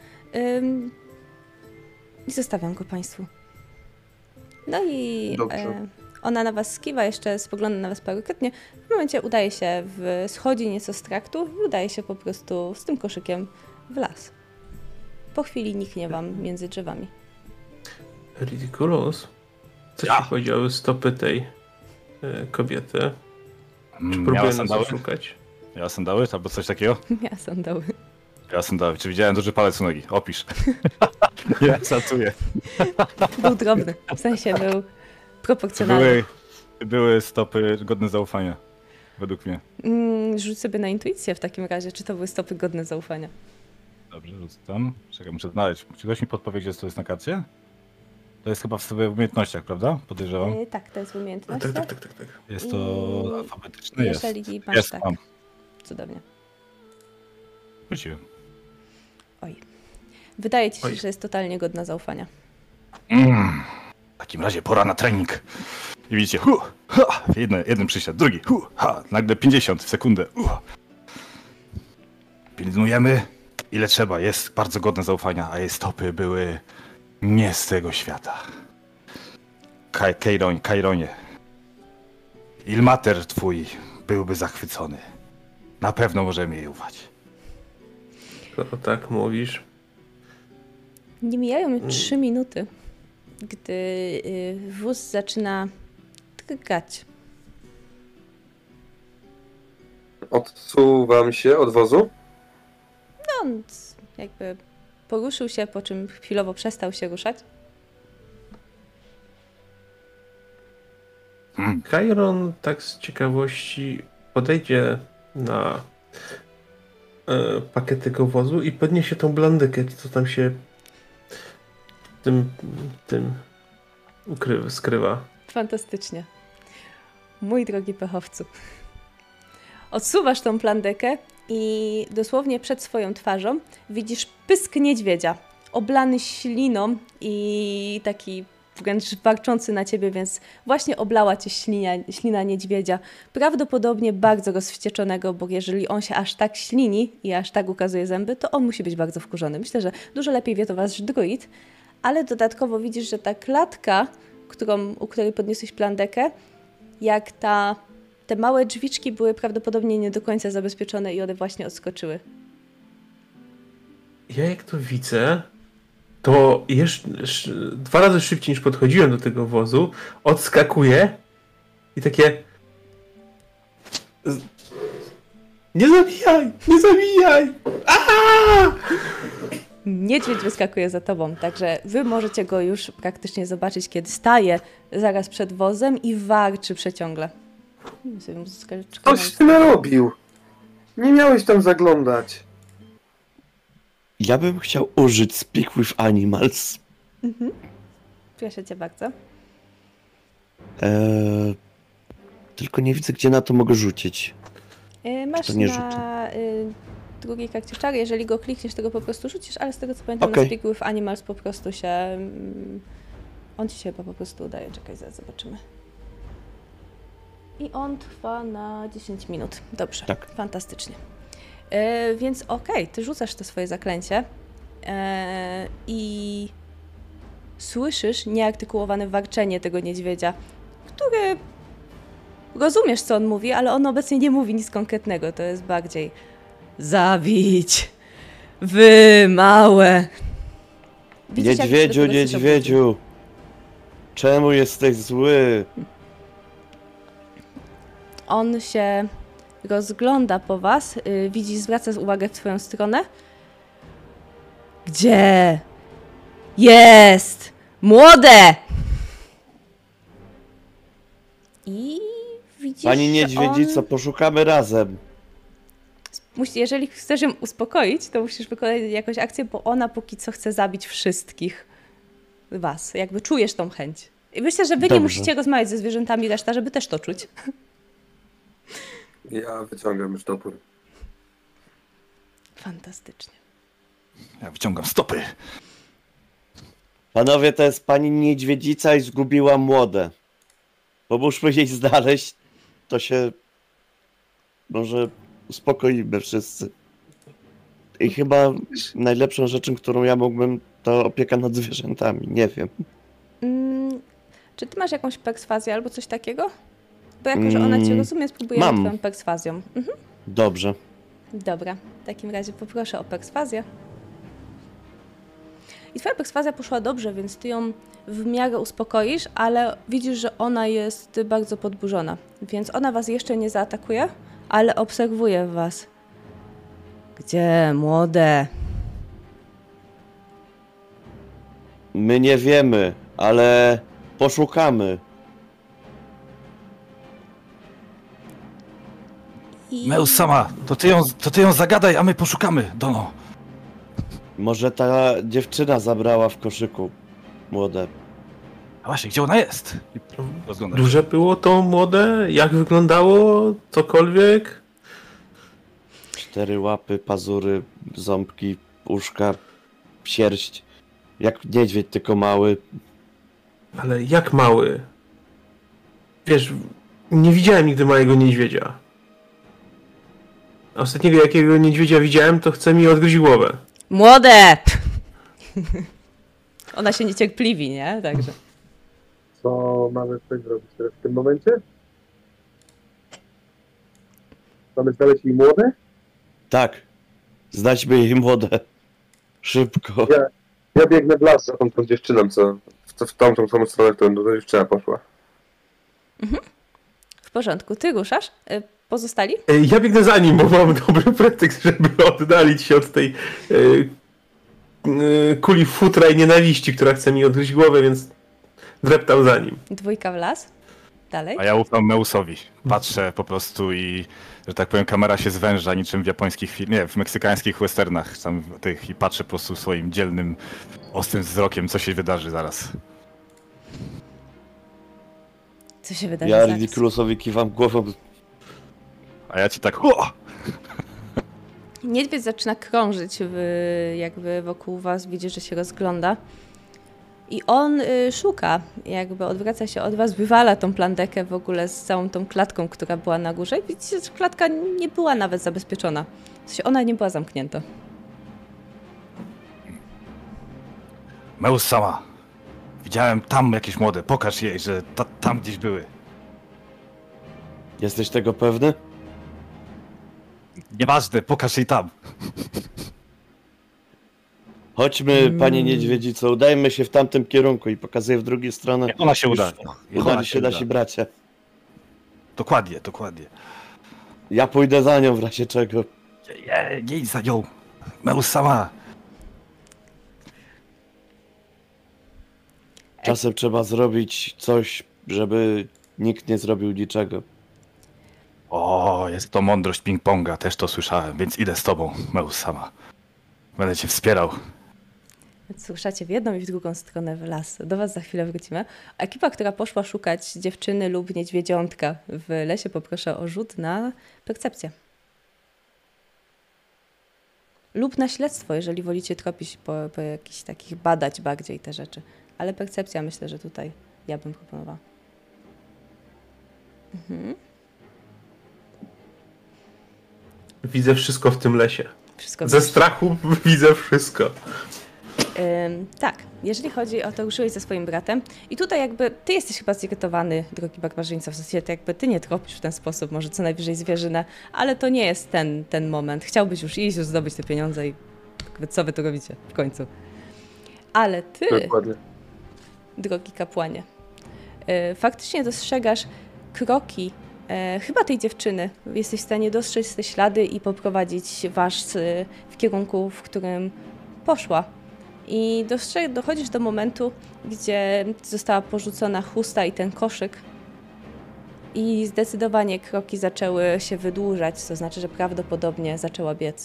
I zostawiam go państwu. No i ona na was skiwa, jeszcze spogląda na was parokrotnie. W tym momencie udaje się, schodzi nieco z traktu i udaje się po prostu z tym koszykiem w las. Po chwili niknie wam między drzewami. Ridiculous. Co się powiedziały stopy tej kobiety? Czy próbuje nas sandały? oszukać? Miała sandały albo coś takiego? Miała sandały. Miała sandały. Czy widziałem duży palec u nogi? Opisz. Nie, żartuję. Był drobny, w sensie był proporcjonalny. Były stopy godne zaufania. Według mnie. Rzuć sobie na intuicję w takim razie, czy to były stopy godne zaufania. Dobrze, rzucę tam. Czekaj, muszę znaleźć. Czy ktoś mi podpowie, co to jest na karcie? To jest chyba w sobie umiejętnościach, prawda? Podejrzewam. Tak, to jest umiejętność. Tak. Jest to alfabetyczne? Jest. Jeżeli masz Jest tak. tam. Cudownie. Wróciłem. Oj. Wydaje ci się, Oj. że jest totalnie godna zaufania. W takim razie pora na trening. I widzicie, jeden przysiad, drugi, nagle 50 w sekundę. Pilnujemy ile trzeba, jest bardzo godne zaufania, a jej stopy były nie z tego świata. Kaironie. Ilmater twój byłby zachwycony. Na pewno możemy jej ufać. Skoro tak mówisz. Nie mijają 3 minuty, gdy wóz zaczyna drgać. Odsuwam się od wozu. On jakby poruszył się, po czym chwilowo przestał się ruszać. Chiron tak z ciekawości podejdzie na pakiet tego wozu i podniesie tą blandykę, co tam się tym skrywa. Fantastycznie. Mój drogi pechowcu. Odsuwasz tą plandekę i dosłownie przed swoją twarzą widzisz pysk niedźwiedzia, oblany śliną i taki wręcz warczący na ciebie, więc właśnie oblała cię ślina niedźwiedzia. Prawdopodobnie bardzo rozwścieczonego, bo jeżeli on się aż tak ślini i aż tak ukazuje zęby, to on musi być bardzo wkurzony. Myślę, że dużo lepiej wie to wasz druid, ale dodatkowo widzisz, że ta klatka, u której podniosłeś plandekę, jak te małe drzwiczki były prawdopodobnie nie do końca zabezpieczone i one właśnie odskoczyły. Ja jak to widzę, to jeszcze 2 razy szybciej niż podchodziłem do tego wozu, odskakuję i takie nie zabijaj! Nie zabijaj! Aaaa! Niedźwiedź wyskakuje za tobą, także wy możecie go już praktycznie zobaczyć, kiedy staje zaraz przed wozem i warczy przeciągle. Coś ty narobił! Nie miałeś tam zaglądać. Ja bym chciał użyć Speak with Animals. Proszę cię bardzo. Tylko nie widzę, gdzie na to mogę rzucić. Masz to nie na drugiej karcie czary, jeżeli go klikniesz, to go po prostu rzucisz, ale z tego co pamiętam Okej. na Speak with Animals po prostu się... On ci się chyba po prostu udaje. Czekaj, zaraz zobaczymy. I on trwa na 10 minut. Dobrze, Tak. fantastycznie. Więc okej, ty rzucasz to swoje zaklęcie i słyszysz nieartykułowane warczenie tego niedźwiedzia, który rozumiesz, co on mówi, ale on obecnie nie mówi nic konkretnego. To jest bardziej zabić, wy małe. Widzisz, jak się dopiero coś Niedźwiedziu! Czemu jesteś zły? On się rozgląda po was, widzi, zwraca uwagę w twoją stronę. Gdzie jest młode? I widzisz, Pani że niedźwiedzico, poszukamy razem. jeżeli chcesz ją uspokoić, to musisz wykonać jakąś akcję, bo ona póki co chce zabić wszystkich was. Jakby czujesz tą chęć. I myślę, że wy nie Dobrze. musicie rozmawiać ze zwierzętami reszta, żeby też to czuć. Ja wyciągam już topór. Fantastycznie. Ja wyciągam stopy. Panowie, to jest pani niedźwiedzica i zgubiła młode. Pomóżmy jej znaleźć, to się może uspokoimy wszyscy. I chyba najlepszą rzeczą, którą ja mógłbym, to opieka nad zwierzętami. Nie wiem. Czy ty masz jakąś perswazję albo coś takiego? Bo jako, że ona cię rozumie, spróbujemy mam. twoją perswazją. Dobrze. Dobra, w takim razie poproszę o perswazję. I twoja perswazja poszła dobrze, więc ty ją w miarę uspokoisz, ale widzisz, że ona jest bardzo podburzona. Więc ona was jeszcze nie zaatakuje, ale obserwuje was. Gdzie młode? My nie wiemy, ale poszukamy. I... Meus sama, to ty ją zagadaj, a my poszukamy, Dono. Może ta dziewczyna zabrała w koszyku młode. A właśnie, gdzie ona jest? Rozglądam się. Duże było to młode? Jak wyglądało? Cokolwiek? 4 łapy, pazury, ząbki, uszka, sierść. Jak niedźwiedź, tylko mały. Ale jak mały? Wiesz, nie widziałem nigdy małego niedźwiedzia. Ostatniego jakiego niedźwiedzia widziałem, to chce mi odgryźć głowę. Młode! Ona się niecierpliwi, nie? Także. Co mamy coś zrobić teraz w tym momencie? Mamy znaleźć jej młode? Tak. Znajdźmy jej młode. Szybko. Ja biegnę w las za tą dziewczyną, co w tamtą samą stronę, którą ta dziewczyna poszła. W porządku, ty ruszasz? Pozostali? Ja biegnę za nim, bo mam dobry pretekst, żeby oddalić się od tej kuli futra i nienawiści, która chce mi odgryźć głowę, więc dreptam za nim. Dwójka w las. Dalej. A ja ufam Meusowi. Patrzę po prostu i, że tak powiem, kamera się zwęża niczym w japońskich filmach, nie, w meksykańskich westernach tam tych i patrzę po prostu swoim dzielnym, ostrym wzrokiem, co się wydarzy zaraz. Co się wydarzy Ja zaraz? Ridiculusowi kiwam głową. A ja ci tak, o! Niedźwiedź zaczyna krążyć jakby wokół was, widzisz, że się rozgląda. I on szuka, jakby odwraca się od was, wywala tą plandekę w ogóle z całą tą klatką, która była na górze. I widzicie, że klatka nie była nawet zabezpieczona. W sensie ona nie była zamknięta. Meus sama. Widziałem tam jakieś młode, pokaż jej, że tam gdzieś były. Jesteś tego pewny? Nieważne, pokaż jej tam. Chodźmy, panie niedźwiedzico, udajmy się w tamtym kierunku i pokazuję w drugą stronę. Niech ona się Już uda. Niech Udali ona się nasi bracia. Dokładnie, dokładnie. Ja pójdę za nią w razie czego. Nie idź za nią. Meus sama. Czasem trzeba zrobić coś, żeby nikt nie zrobił niczego. O, jest to mądrość ping-ponga, też to słyszałem, więc idę z tobą, Meus sama. Będę cię wspierał. Ruszacie w jedną i w drugą stronę w las. Do was za chwilę wrócimy. Ekipa, która poszła szukać dziewczyny lub niedźwiedziątka w lesie, poproszę o rzut na percepcję. Lub na śledztwo, jeżeli wolicie tropić po jakichś takich, badać bardziej te rzeczy. Ale percepcja myślę, że tutaj ja bym proponowała. Widzę wszystko w tym lesie. Wszystko Ze wiesz. strachu widzę wszystko. Tak, jeżeli chodzi o to, ruszyłeś ze swoim bratem i tutaj jakby ty jesteś chyba zirytowany, drogi barbarzyńco, w sensie to jakby ty nie tropisz w ten sposób, może co najwyżej zwierzynę, ale to nie jest ten moment. Chciałbyś już iść, już zdobyć te pieniądze i jakby co wy tu robicie w końcu. Ale ty, Dokładnie. drogi kapłanie, faktycznie dostrzegasz kroki chyba tej dziewczyny. Jesteś w stanie dostrzec te ślady i poprowadzić was w kierunku, w którym poszła. I dochodzisz do momentu, gdzie została porzucona chusta i ten koszyk. I zdecydowanie kroki zaczęły się wydłużać, to znaczy, że prawdopodobnie zaczęła biec.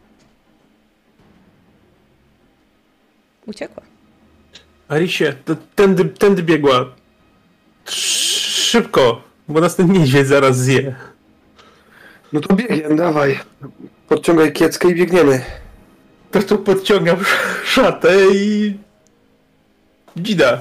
Uciekła. Arisie, tędy biegła. Szybko, bo nas ten niedźwiedź zaraz zje. No to biegiem, dawaj. Podciągaj kieckę i biegniemy. To podciągam szatę i... dzida.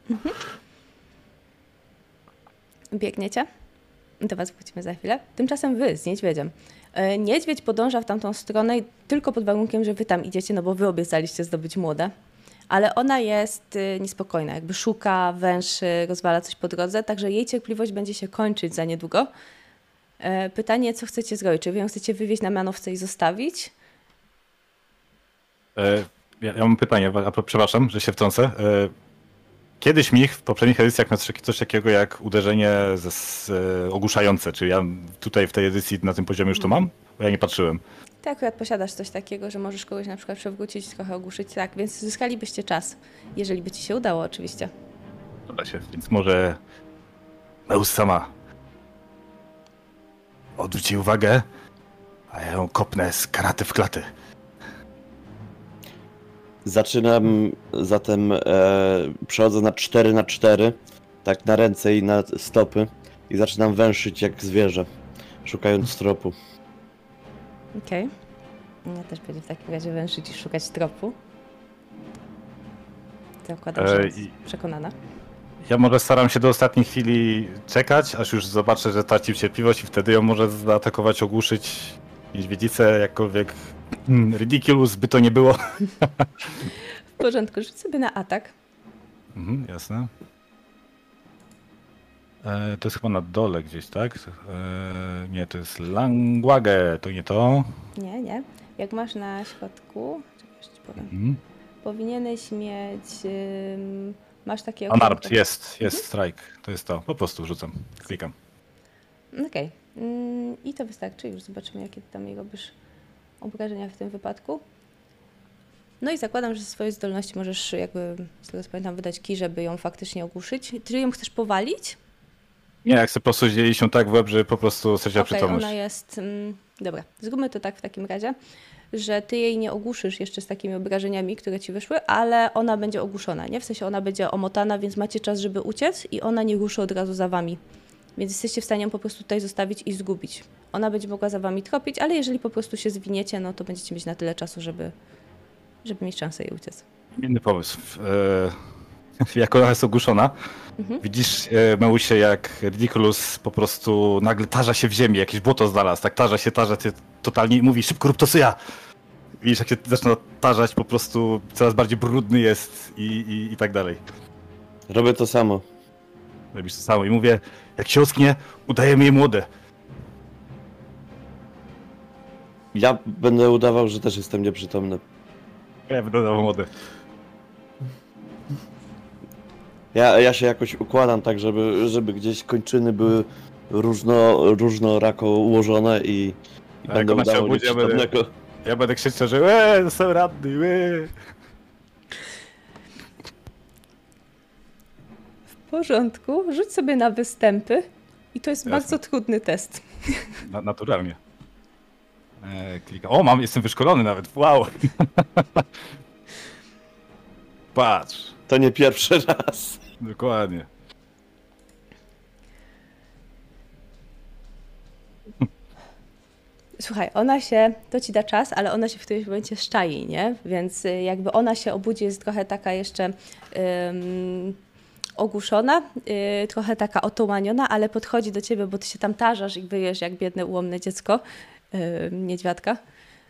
Biegniecie? Do was wrócimy za chwilę. Tymczasem wy z niedźwiedziem. Niedźwiedź podąża w tamtą stronę tylko pod warunkiem, że wy tam idziecie, no bo wy obiecaliście zdobyć młode. Ale ona jest niespokojna, jakby szuka, węszy, rozwala coś po drodze, także jej cierpliwość będzie się kończyć za niedługo. Pytanie, co chcecie zrobić? Czy wy ją chcecie wywieźć na mianowce i zostawić? Ja mam pytanie, przepraszam, że się wtrącę. Kiedyś mi w poprzednich edycjach miał coś takiego jak uderzenie ogłuszające. Czy ja tutaj w tej edycji na tym poziomie już to mam? Bo ja nie patrzyłem. Ty akurat posiadasz coś takiego, że możesz kogoś na przykład przewrócić, trochę ogłuszyć, tak, więc zyskalibyście czas, jeżeli by ci się udało oczywiście. Uda się, więc może Meus sama odwróć jej uwagę, a ja ją kopnę z karaty w klatę. Zaczynam zatem, przechodzę na 4x4, tak na ręce i na stopy i zaczynam węszyć jak zwierzę, szukając tropu. Okej. Ja też będę w takim razie węszyć i szukać tropu. Zakładam, że jest przekonana. Ja może staram się do ostatniej chwili czekać, aż już zobaczę, że traci cierpliwość i wtedy ją może zaatakować, ogłuszyć niedźwiedzicę, jakkolwiek ridiculous by to nie było. W porządku, rzuć sobie na atak. Jasne. To jest chyba na dole gdzieś, tak? Nie, to jest Langwage, to nie to. Nie. Jak masz na środku, czekaj, jeszcze ci powiem. Powinieneś mieć, masz takie... Unarmed, jest strike, to jest to. Po prostu rzucam, klikam. Okej. I to wystarczy, już zobaczymy, jakie tam jej robisz obrażenia w tym wypadku. No i zakładam, że ze swojej zdolności możesz jakby, z tego co pamiętam, wydać kij, żeby ją faktycznie ogłuszyć. Czy ją chcesz powalić? Nie, jak sobie po prostu zdzieli się tak w łeb, że po prostu straciła Okej, przytomność. ona jest... dobra, zróbmy to tak w takim razie, że ty jej nie ogłuszysz jeszcze z takimi obrażeniami, które ci wyszły, ale ona będzie ogłuszona, nie? W sensie ona będzie omotana, więc macie czas, żeby uciec i ona nie ruszy od razu za wami. Więc jesteście w stanie ją po prostu tutaj zostawić i zgubić. Ona będzie mogła za wami tropić, ale jeżeli po prostu się zwiniecie, no to będziecie mieć na tyle czasu, żeby mieć szansę jej uciec. Inny pomysł. Jak ona jest ogłuszona, widzisz, Meusie, jak Ridiculous po prostu nagle tarza się w ziemi, jakieś błoto znalazł, tak tarza, ty totalnie i mówi, szybko rób to co ja. Widzisz, jak się zaczyna tarzać, po prostu coraz bardziej brudny jest i tak dalej. Robię to samo. Robisz to samo i mówię, jak się ocknie, udajemy jej młode. Ja będę udawał, że też jestem nieprzytomny. Ja będę dawał młode. Ja się jakoś układam tak, żeby gdzieś kończyny były różnorako ułożone i Jak będę ona się udawał obudzi, nieprzytomnego. ja będę krzyczał, że jestem radny, W porządku, rzuć sobie na występy i to jest Jasne. bardzo trudny test. Naturalnie. Klikam. O, jestem wyszkolony nawet, wow. Patrz, To nie pierwszy raz. dokładnie. Słuchaj, to ci da czas, ale ona się w którymś momencie szczai, nie? Więc jakby ona się obudzi, jest trochę taka jeszcze ogłuszona, trochę taka otumaniona, ale podchodzi do ciebie, bo ty się tam tarzasz i wyjesz jak biedne, ułomne dziecko niedźwiadka.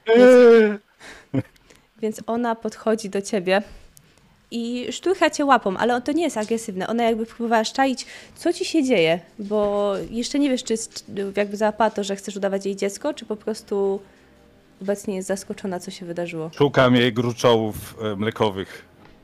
Więc ona podchodzi do ciebie i szturcha cię łapą, ale to nie jest agresywne. Ona jakby próbowała szczaić, co ci się dzieje, bo jeszcze nie wiesz, czy jakby załapała to, że chcesz udawać jej dziecko, czy po prostu obecnie jest zaskoczona, co się wydarzyło. Szukam jej gruczołów mlekowych.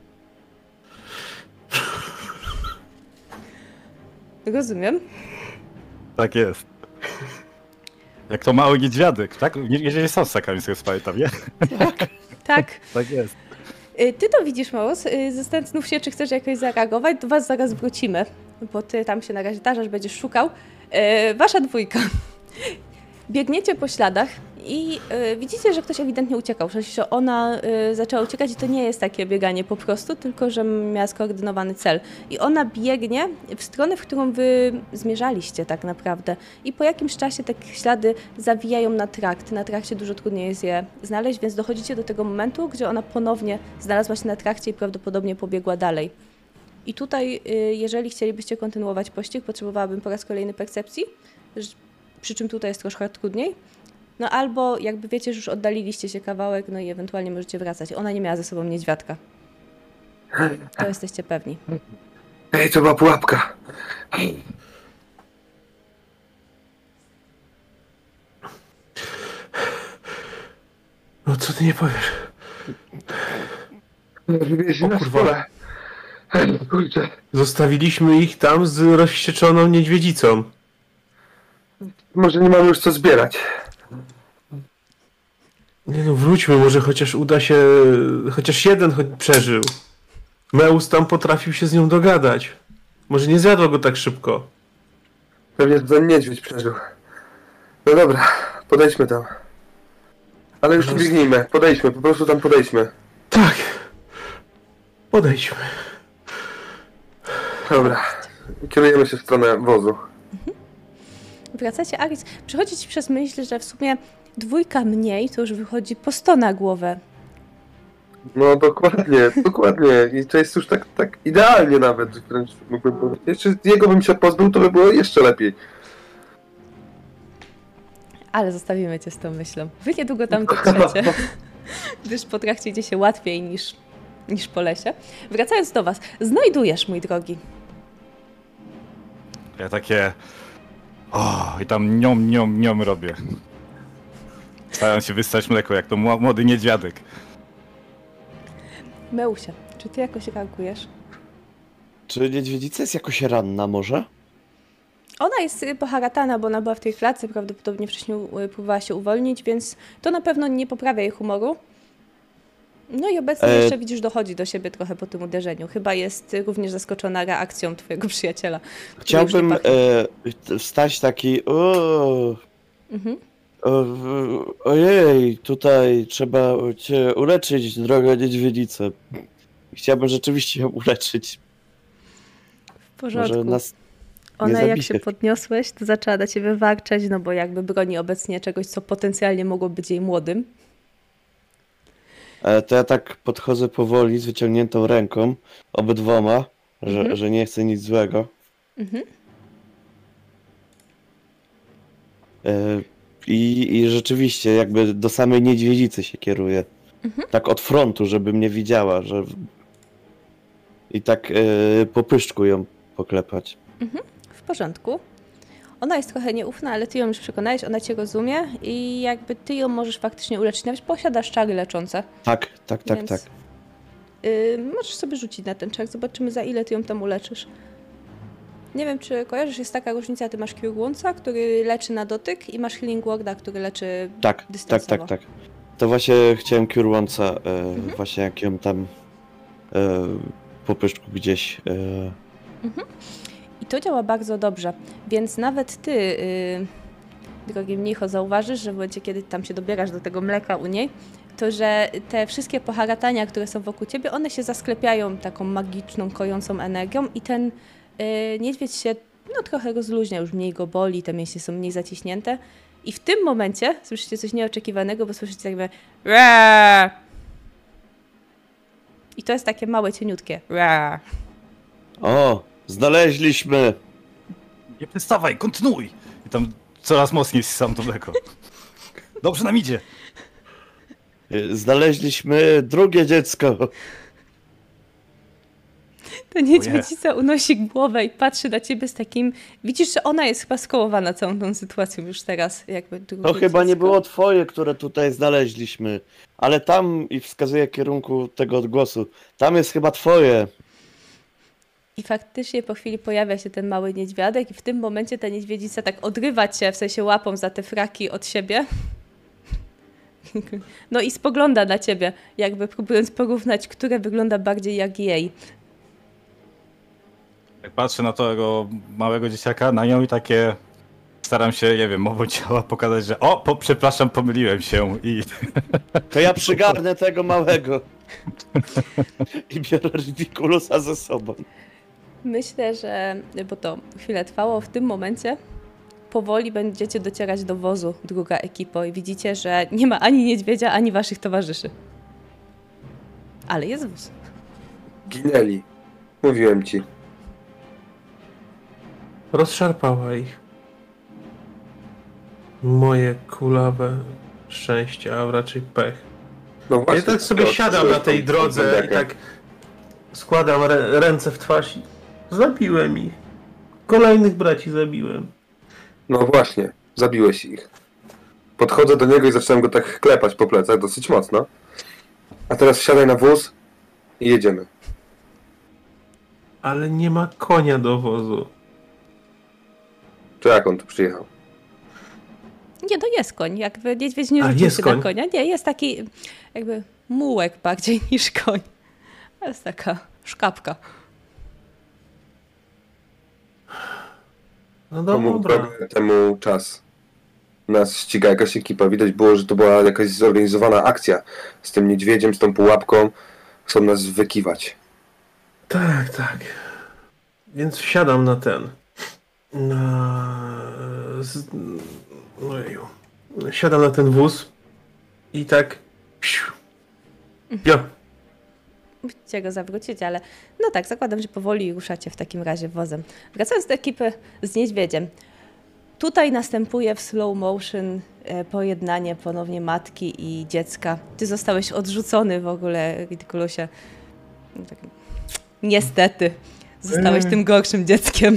Rozumiem. Tak jest. Jak to mały niedźwiadek, tak? Nie są ssakami, z tego co pamiętam, nie? Tak. Tak jest. Ty to widzisz, Maus. Zastanów się, czy chcesz jakoś zareagować. Do was zaraz wrócimy, bo ty tam się na razie tarzasz, będziesz szukał. Wasza dwójka. Biegniecie po śladach i widzicie, że ktoś ewidentnie uciekał. W sensie, że ona zaczęła uciekać i to nie jest takie bieganie po prostu, tylko że miała skoordynowany cel. I ona biegnie w stronę, w którą wy zmierzaliście tak naprawdę. I po jakimś czasie te ślady zawijają na trakt. Na trakcie dużo trudniej jest je znaleźć, więc dochodzicie do tego momentu, gdzie ona ponownie znalazła się na trakcie i prawdopodobnie pobiegła dalej. I tutaj, jeżeli chcielibyście kontynuować pościg, potrzebowałabym po raz kolejny percepcji, przy czym tutaj jest troszkę trudniej. No albo jakby wiecie, że już oddaliliście się kawałek, no i ewentualnie możecie wracać. Ona nie miała ze sobą niedźwiadka. To jesteście pewni. Ej, to była pułapka. No co ty nie powiesz? O kurwa. Kurczę. Zostawiliśmy ich tam z rozścieczoną niedźwiedzicą. Może nie mamy już co zbierać. Nie no, wróćmy, może chociaż uda się... Chociaż jeden przeżył. Meus tam potrafił się z nią dogadać. Może nie zjadła go tak szybko. Pewnie ten niedźwiedź przeżył. No dobra, podejdźmy tam. Ale już nie biegnijmy, podejdźmy, po prostu tam podejdźmy. Tak. Podejdźmy. Dobra, kierujemy się w stronę wozu. Wracacie, Alice. Przychodzi ci przez myśl, że w sumie dwójka mniej to już wychodzi po 100 na głowę. No dokładnie, dokładnie. I to jest już tak idealnie nawet, wręcz mógłbym powiedzieć. Jeszcze jego bym się pozbył, to by było jeszcze lepiej. Ale zostawimy cię z tą myślą. Wy niedługo tam dotrzecie, gdyż po trakcie idzie się łatwiej niż po lesie. Wracając do was, znajdujesz, mój drogi. Ja takie... O, i tam niom robię. Staram się wystać mleko, jak to młody niedźwiadek. Meusie, czy ty jakoś reagujesz? Czy niedźwiedzica jest jakoś ranna może? Ona jest poharatana, bo ona była w tej klatce, prawdopodobnie wcześniej próbowała się uwolnić, więc to na pewno nie poprawia jej humoru. No i obecnie jeszcze widzisz, dochodzi do siebie trochę po tym uderzeniu. Chyba jest również zaskoczona reakcją twojego przyjaciela. Chciałbym wstać taki... Mhm. Ojej, tutaj trzeba cię uleczyć, droga niedźwiedzica. Chciałbym rzeczywiście ją uleczyć. W porządku. Może nas Ona nie jak się zabije. podniosłeś, to zaczęła na ciebie warczeć, no bo jakby broni obecnie czegoś, co potencjalnie mogło być jej młodym. To ja tak podchodzę powoli z wyciągniętą ręką, obydwoma, że nie chcę nic złego. Mhm. I rzeczywiście jakby do samej niedźwiedzicy się kieruję. Tak od frontu, żeby mnie widziała, że... I tak po pyszczku ją poklepać. W porządku. Ona jest trochę nieufna, ale ty ją już przekonałeś, ona cię rozumie i jakby ty ją możesz faktycznie uleczyć. Nawet posiadasz czary leczące. Tak. Więc- Możesz sobie rzucić na ten czar, zobaczymy za ile ty ją tam uleczysz. Nie wiem, czy kojarzysz, jest taka różnica, ty masz Cure Woundsa, który leczy na dotyk i masz Healing Worda, który leczy dystansowo. Tak. To właśnie chciałem Cure Woundsa, właśnie jak ją tam po pyszczku gdzieś... I to działa bardzo dobrze, więc nawet ty, drogi mnicho, zauważysz, że w momencie, kiedy tam się dobierasz do tego mleka u niej, to że te wszystkie poharatania, które są wokół ciebie, one się zasklepiają taką magiczną, kojącą energią i ten niedźwiedź się trochę rozluźnia, już mniej go boli, te mięśnie są mniej zaciśnięte i w tym momencie słyszycie coś nieoczekiwanego, bo słyszycie jakby Raa! I to jest takie małe, cieniutkie Raa! O, znaleźliśmy! Nie przestawaj, kontynuuj! I tam coraz mocniej sam to mleko. Dobrze nam idzie. Znaleźliśmy drugie dziecko! To niedźwiedzica unosi głowę i patrzy na ciebie z takim... Widzisz, że ona jest chyba skołowana całą tą sytuacją już teraz. Jakby To chyba nie było twoje, które tutaj znaleźliśmy. Ale tam, i wskazuje kierunku tego odgłosu, tam jest chyba twoje. I faktycznie po chwili pojawia się ten mały niedźwiadek i w tym momencie ta niedźwiedzica tak odrywa cię, w sensie łapą za te fraki od siebie. No i spogląda na ciebie, jakby próbując porównać, które wygląda bardziej jak jej. Jak patrzę na tego małego dzieciaka, na nią i takie... Staram się, nie wiem, mową ciała pokazać, że przepraszam, pomyliłem się i... To ja przygarnę tego małego. I biorę Ridiculusa ze sobą. Myślę, że, bo to chwilę trwało, w tym momencie powoli będziecie docierać do wozu, druga ekipa, i widzicie, że nie ma ani niedźwiedzia, ani waszych towarzyszy. Ale jest wóz. Ginęli. Mówiłem ci. Rozszarpała ich. Moje kulawe szczęście, a raczej pech. No właśnie. Ja tak sobie siadam na tej drodze i tak składam ręce w twarz i zabiłem ich. Kolejnych braci zabiłem. No właśnie, zabiłeś ich. Podchodzę do niego i zaczynam go tak klepać po plecach dosyć mocno. A teraz wsiadaj na wóz i jedziemy. Ale nie ma konia do wozu. To jak on tu przyjechał? Nie, to jest koń. Jakby niedźwiedź nie A, rzucił jest się koń. na konia. Nie, jest taki jakby mułek bardziej niż koń. To jest taka szkapka. No Komu dobra. ukradłem temu czas? Nas ściga jakaś ekipa. Widać było, że to była jakaś zorganizowana akcja z tym niedźwiedziem, z tą pułapką. Chcą nas wykiwać. Tak. Więc wsiadam na ten. Ojeju. Siadam na ten wóz i tak. Jo. Musicie go zawrócić, ale no tak, zakładam, że powoli ruszacie w takim razie wozem. Wracając do ekipy z niedźwiedziem. Tutaj następuje w slow motion pojednanie ponownie matki i dziecka. Ty zostałeś odrzucony w ogóle, Ridiculusie. Tak, niestety, zostałeś tym gorszym dzieckiem.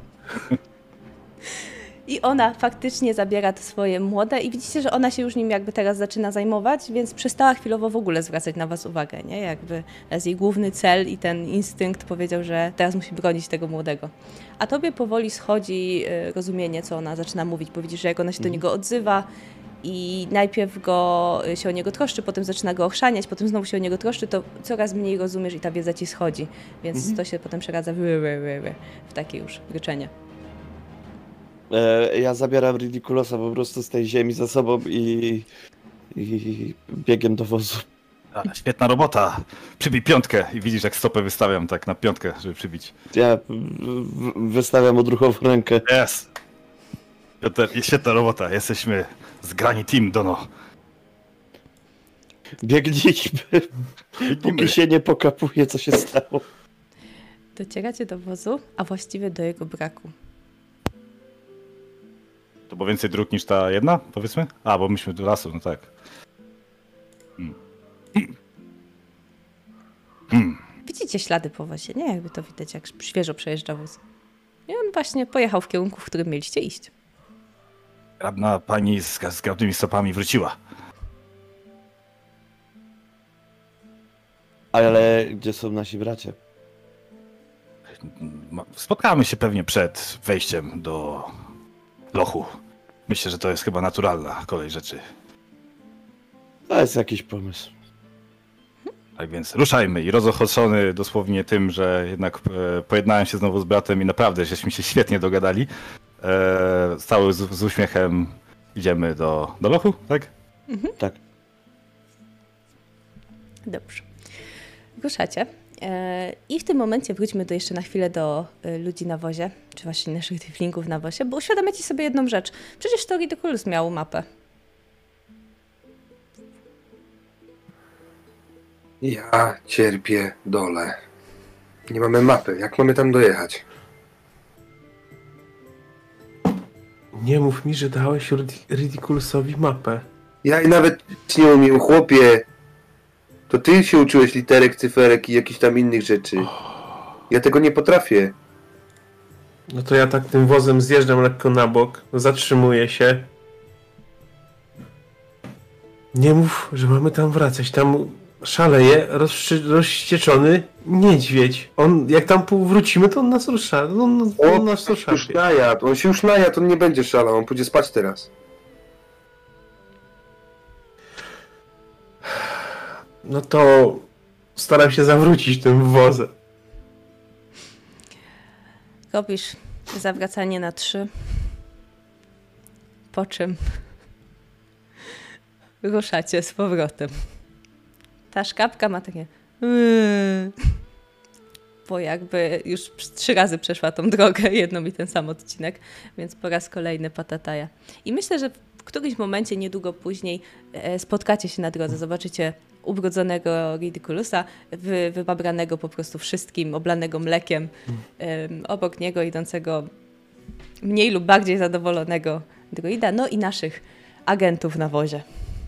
I ona faktycznie zabiera te swoje młode i widzicie, że ona się już nim jakby teraz zaczyna zajmować, więc przestała chwilowo w ogóle zwracać na was uwagę, nie? Jakby jest jej główny cel i ten instynkt powiedział, że teraz musi bronić tego młodego. A tobie powoli schodzi rozumienie, co ona zaczyna mówić, bo widzisz, że jak ona się do niego odzywa i najpierw go się o niego troszczy, potem zaczyna go ochrzaniać, potem znowu się o niego troszczy, to coraz mniej rozumiesz i ta wiedza ci schodzi. Więc to się potem przeradza w takie już ryczenie. Ja zabieram Ridiculosa po prostu z tej ziemi za sobą i biegiem do wozu. Świetna robota. Przybij piątkę i widzisz, jak stopę wystawiam tak na piątkę, żeby przybić. Ja wystawiam odruchową rękę. Jest! Piotr, świetna robota. Jesteśmy zgrani team, Dono. Biegliśmy, póki się nie pokapuje, co się stało. Docieracie do wozu, a właściwie do jego braku. To było więcej dróg niż ta jedna, powiedzmy? A, bo myśmy do lasu, no tak. Widzicie ślady po wozie, nie? Jakby to widać, jak świeżo przejeżdża wóz. I on właśnie pojechał w kierunku, w którym mieliście iść. Radna pani z zgrabnymi stopami wróciła. Ale gdzie są nasi bracia? Spotkamy się pewnie przed wejściem do lochu. Myślę, że to jest chyba naturalna kolej rzeczy. To jest jakiś pomysł. Tak więc ruszajmy i rozochocony dosłownie tym, że jednak pojednałem się znowu z bratem i naprawdę żeśmy się świetnie dogadali. Cały z uśmiechem idziemy do lochu, tak? Tak. Dobrze. Ruszacie. I w tym momencie wróćmy jeszcze na chwilę do ludzi na wozie, czy właśnie naszych tieflingów na wozie, bo uświadamiacie sobie jedną rzecz. Przecież to Ridiculous miał mapę. Ja cierpię dole. Nie mamy mapy. Jak mamy tam dojechać? Nie mów mi, że dałeś Ridiculusowi mapę. Ja i nawet nie umiem, chłopie. To ty się uczyłeś literek, cyferek i jakichś tam innych rzeczy. Ja tego nie potrafię. No to ja tak tym wozem zjeżdżam lekko na bok, zatrzymuję się. Nie mów, że mamy tam wracać. Tam szaleje rozścieczony niedźwiedź. On, jak tam wrócimy, to on nas rusza. On nas Już ruszapie. najadł. On się już najadł, on nie będzie szalał, on pójdzie spać teraz. No to staram się zawrócić tym wozem. Robisz zawracanie na 3. Po czym ruszacie z powrotem. Ta szkapka ma takie bo jakby już 3 razy przeszła tą drogę, jedną i ten sam odcinek, więc po raz kolejny patataja. I myślę, że w którymś momencie, niedługo później spotkacie się na drodze, zobaczycie ubrudzonego Ridiculusa, wybabranego po prostu wszystkim, oblanego mlekiem, obok niego idącego mniej lub bardziej zadowolonego druida, no i naszych agentów na wozie.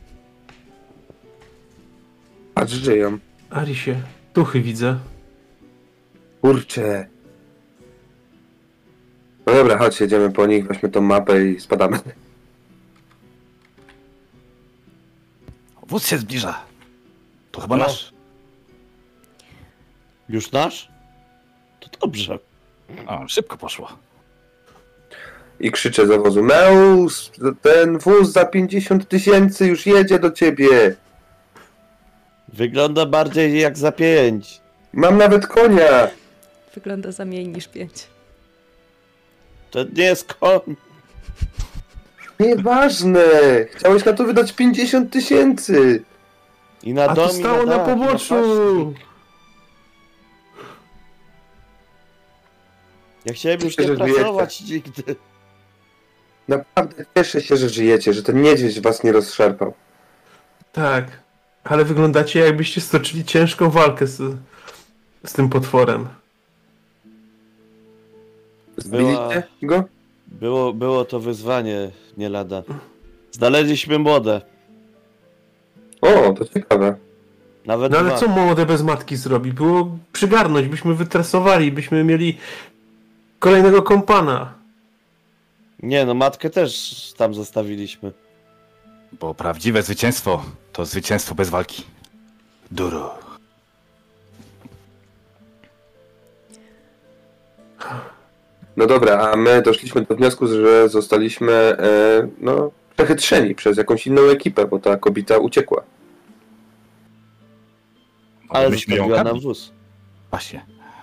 Patrz, żyją. Arisie, duchy widzę. Kurczę. No dobra, chodź, jedziemy po nich, weźmy tą mapę i spadamy. Wóz się zbliża. To chyba No. nasz. Już nasz? To dobrze. O, szybko poszło. I krzyczę za wozu. Meus, ten wóz za 50 000 już jedzie do ciebie. Wygląda bardziej jak za 5. Mam nawet konia. Wygląda za mniej niż 5. To nie jest koń. Nieważne. Chciałeś na to wydać 50 000. I na A dom, to i stało na dach, poboczu. paczki. Ja chciałem już nie Cieszę, że pracować nigdy. Naprawdę cieszę się, że żyjecie, że ten niedźwiedź was nie rozszarpał. Tak, ale wyglądacie, jakbyście stoczyli ciężką walkę z tym potworem. Zbiliście go? Było to wyzwanie, nie lada. Znaleźliśmy młode. O, to ciekawe. Nawet No ale 2. co młode bez matki zrobi? Było przygarnąć, byśmy wytresowali, byśmy mieli kolejnego kompana. Nie no, matkę też tam zostawiliśmy. Bo prawdziwe zwycięstwo to zwycięstwo bez walki. Duru. No dobra, a my doszliśmy do wniosku, że zostaliśmy przechytrzeni przez jakąś inną ekipę, bo ta kobieta uciekła. Ale Myśmy ją zostawiła nam okradli. wóz. Właśnie.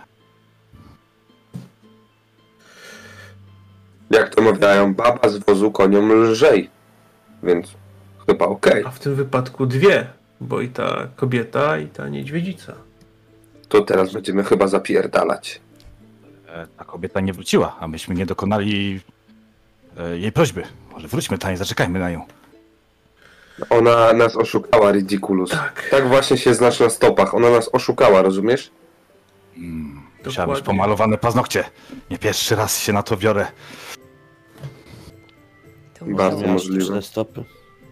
Jak to mawiają, baba z wozu koniom lżej. Więc chyba okej. A w tym wypadku dwie, bo i ta kobieta, i ta niedźwiedzica. To teraz będziemy chyba zapierdalać. Ta kobieta nie wróciła, a myśmy nie dokonali jej prośby. Może wróćmy tam i zaczekajmy na nią. Ona nas oszukała, Ridiculous. Tak właśnie się znasz na stopach. Ona nas oszukała, rozumiesz? Musiała mieć Dokładnie. pomalowane paznokcie. Nie pierwszy raz się na to biorę. To Bardzo może- Miała możliwe. sztuczne stopy.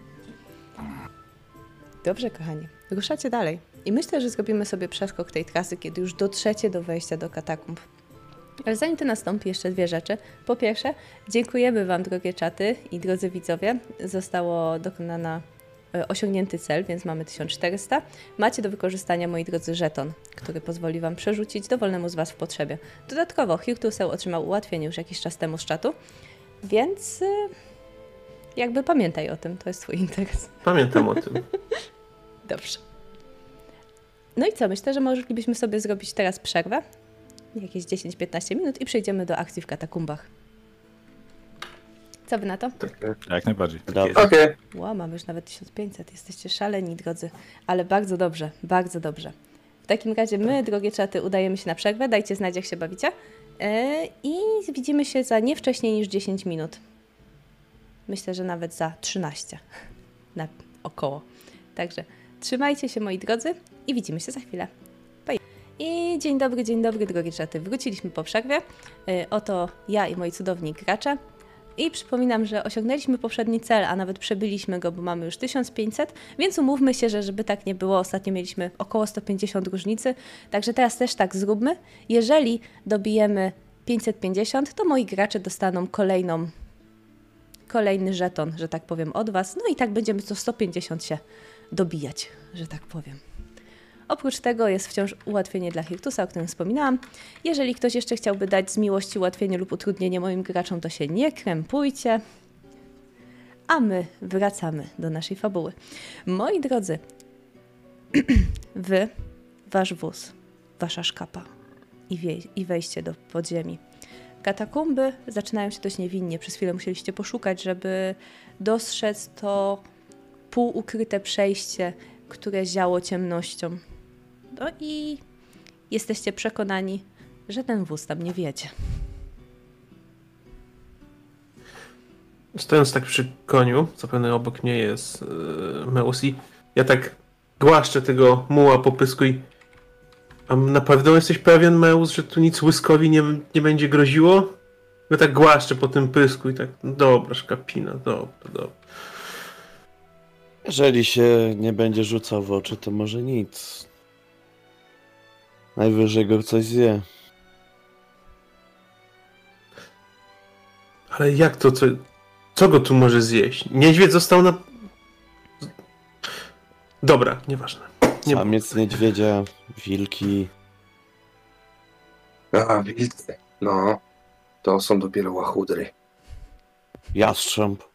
Dobrze, kochani. Ruszacie dalej. I myślę, że zrobimy sobie przeskok tej trasy, kiedy już dotrzecie do wejścia do katakumb. Ale zanim to nastąpi, jeszcze dwie rzeczy. Po pierwsze, dziękujemy Wam, drogie czaty i drodzy widzowie. Zostało osiągnięty cel, więc mamy 1400. Macie do wykorzystania, moi drodzy, żeton, który pozwoli Wam przerzucić dowolnemu z Was w potrzebie. Dodatkowo Hirtusel otrzymał ułatwienie już jakiś czas temu z czatu, więc jakby pamiętaj o tym, to jest Twój interes. Pamiętam o tym. Dobrze. No i co? Myślę, że moglibyśmy sobie zrobić teraz przerwę. Jakieś 10-15 minut i przejdziemy do akcji w katakumbach. Co wy na to? Jak najbardziej. Dobrze. Okej. Wow, mamy już nawet 1500. Jesteście szaleni, drodzy. Ale bardzo dobrze, bardzo dobrze. W takim razie my, drogie czaty, udajemy się na przerwę. Dajcie znać, jak się bawicie. I widzimy się za nie wcześniej niż 10 minut. Myślę, że nawet za 13. Na około. Także trzymajcie się, moi drodzy, i widzimy się za chwilę. Bye. I dzień dobry, drogie czaty. Wróciliśmy po przerwie. Oto ja i moi cudowni gracze. I przypominam, że osiągnęliśmy poprzedni cel, a nawet przebyliśmy go, bo mamy już 1500, więc umówmy się, że żeby tak nie było, ostatnio mieliśmy około 150 różnicy, także teraz też tak zróbmy. Jeżeli dobijemy 550, to moi gracze dostaną kolejny żeton, że tak powiem, od Was, no i tak będziemy co 150 się dobijać, że tak powiem. Oprócz tego jest wciąż ułatwienie dla Hirtusa, o którym wspominałam. Jeżeli ktoś jeszcze chciałby dać z miłości ułatwienie lub utrudnienie moim graczom, to się nie krępujcie. A my wracamy do naszej fabuły. Moi drodzy, wy, wasz wóz, wasza szkapa i wejście do podziemi. Katakumby zaczynają się dość niewinnie. Przez chwilę musieliście poszukać, żeby dostrzec to półukryte przejście, które ziało ciemnością. No i jesteście przekonani, że ten wóz tam nie wiedzie. Stojąc tak przy koniu, zapewne obok mnie jest Meusi, ja tak głaszczę tego muła po pysku i... A na pewno jesteś pewien, Meus, że tu nic łyskowi nie będzie groziło? Ja tak głaszczę po tym pysku i tak, dobra, szkapina, dobra. Jeżeli się nie będzie rzucał w oczy, to może nic. Najwyżej go coś zje. Ale jak to, co go tu może zjeść? Niedźwiedź został na... Dobra, nieważne. Nie Samiec niedźwiedzia, wilki. A, widzę. No, to są dopiero łachudry. Jastrząb.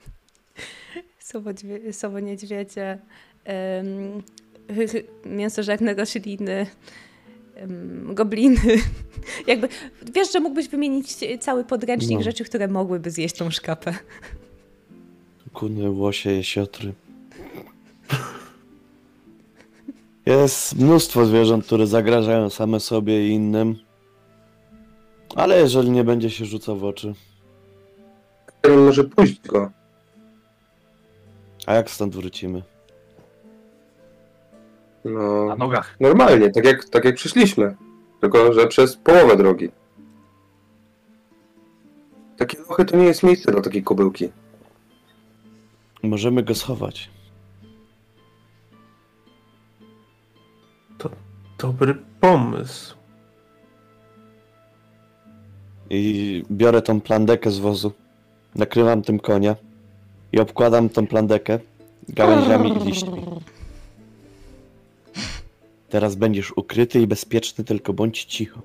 Sowo niedźwiedzie, mięsożerne rośliny, gobliny. Jakby, wiesz, że mógłbyś wymienić cały podręcznik No. rzeczy, które mogłyby zjeść tą szkapę. Kuny, łosie, jesiotry. Jest mnóstwo zwierząt, które zagrażają same sobie i innym. Ale jeżeli nie będzie się rzucał w oczy. Może pójść go. A jak stąd wrócimy? No, Na nogach. normalnie, tak jak przyszliśmy. Tylko, że przez połowę drogi. Takie lochy to nie jest miejsce dla takiej kobyłki. Możemy go schować. To dobry pomysł. I biorę tą plandekę z wozu. Nakrywam tym konia. I obkładam tą plandekę gałęziami i liśćmi. Teraz będziesz ukryty i bezpieczny, tylko bądź cicho.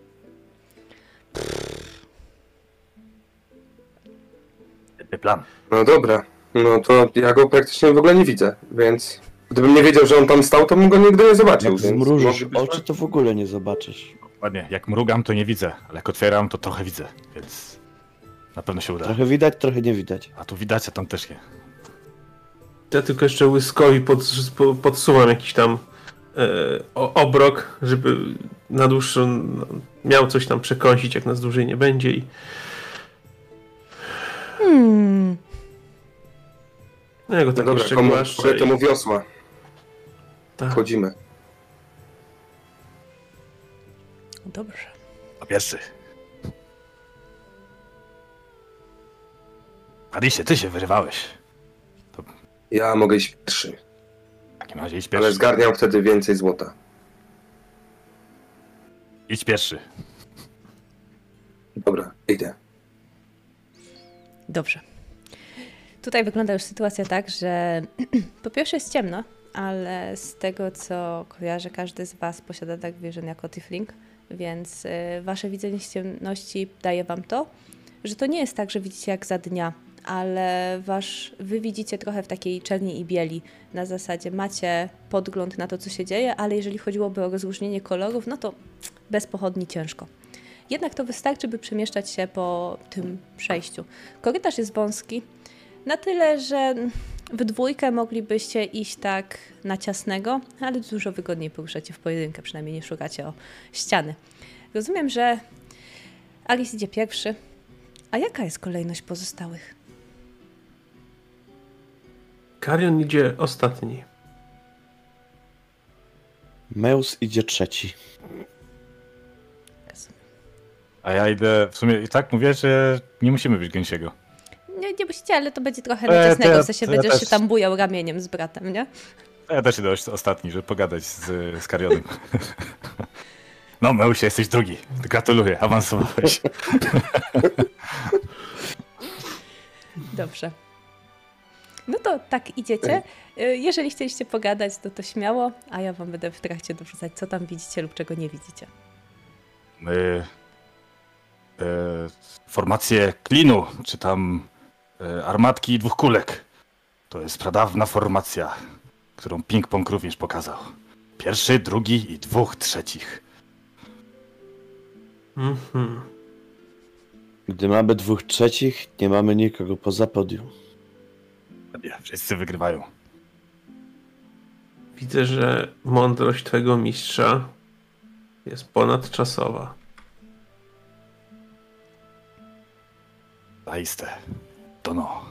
Plan. No dobra, No to ja go praktycznie w ogóle nie widzę, więc gdybym nie wiedział, że on tam stał, to bym go nigdy nie zobaczył. Jak więc zmrużysz moglibyśmy- oczy, to w ogóle nie zobaczysz. Ładnie, jak mrugam, to nie widzę, ale jak otwieram, to trochę widzę, więc na pewno się uda. Trochę widać, trochę nie widać. A tu widać, a tam też nie. Ja tylko jeszcze Łyskowi podsuwam jakiś tam obrok, żeby na dłuższą miał coś tam przekąsić, jak nas dłużej nie będzie i no ja go No tak dobra, jeszcze komu głaszczę i... temu wiosła. Tak. Wchodzimy. Dobrze. A pierwszy. Alisie, ty się wyrywałeś. Ja mogę iść pierwszy, W takim razie idź ale pierwszy. zgarniam wtedy więcej złota. Idź pierwszy. Dobra, idę. Dobrze. Tutaj wygląda już sytuacja tak, że po pierwsze jest ciemno, ale z tego co kojarzę, każdy z Was posiada Dark Vision jako Tiefling, więc Wasze widzenie z ciemności daje Wam to, że to nie jest tak, że widzicie jak za dnia, ale Wy widzicie trochę w takiej czerni i bieli. Na zasadzie macie podgląd na to, co się dzieje, ale jeżeli chodziłoby o rozróżnienie kolorów, no to bez pochodni ciężko. Jednak to wystarczy, by przemieszczać się po tym przejściu. Korytarz jest wąski, na tyle, że w dwójkę moglibyście iść tak na ciasnego, ale dużo wygodniej poruszacie w pojedynkę, przynajmniej nie szukacie o ściany. Rozumiem, że Alice idzie pierwszy. A jaka jest kolejność pozostałych? Karion idzie ostatni. Meus idzie trzeci. A ja idę, w sumie i tak mówię, że nie musimy być gęsiego. Nie musicie, ale to będzie trochę na ciasnego, w sensie to ja będziesz się też. tam bujał ramieniem z bratem, nie? Ja też idę ostatni, żeby pogadać z Karionem. No, Meusie, jesteś drugi. Gratuluję, awansowałeś. Dobrze. No to tak idziecie. Jeżeli chcieliście pogadać, to śmiało, a ja wam będę w trakcie dorzucać, co tam widzicie lub czego nie widzicie. Formację klinu, czy tam armatki i 2 kulek. To jest pradawna formacja, którą ping-pong również pokazał. Pierwszy, drugi i 2 trzecich. Mhm. Gdy mamy 2 trzecich, nie mamy nikogo poza podium. Nie, wszyscy wygrywają. Widzę, że mądrość twojego mistrza jest ponadczasowa. Zaiste. To no.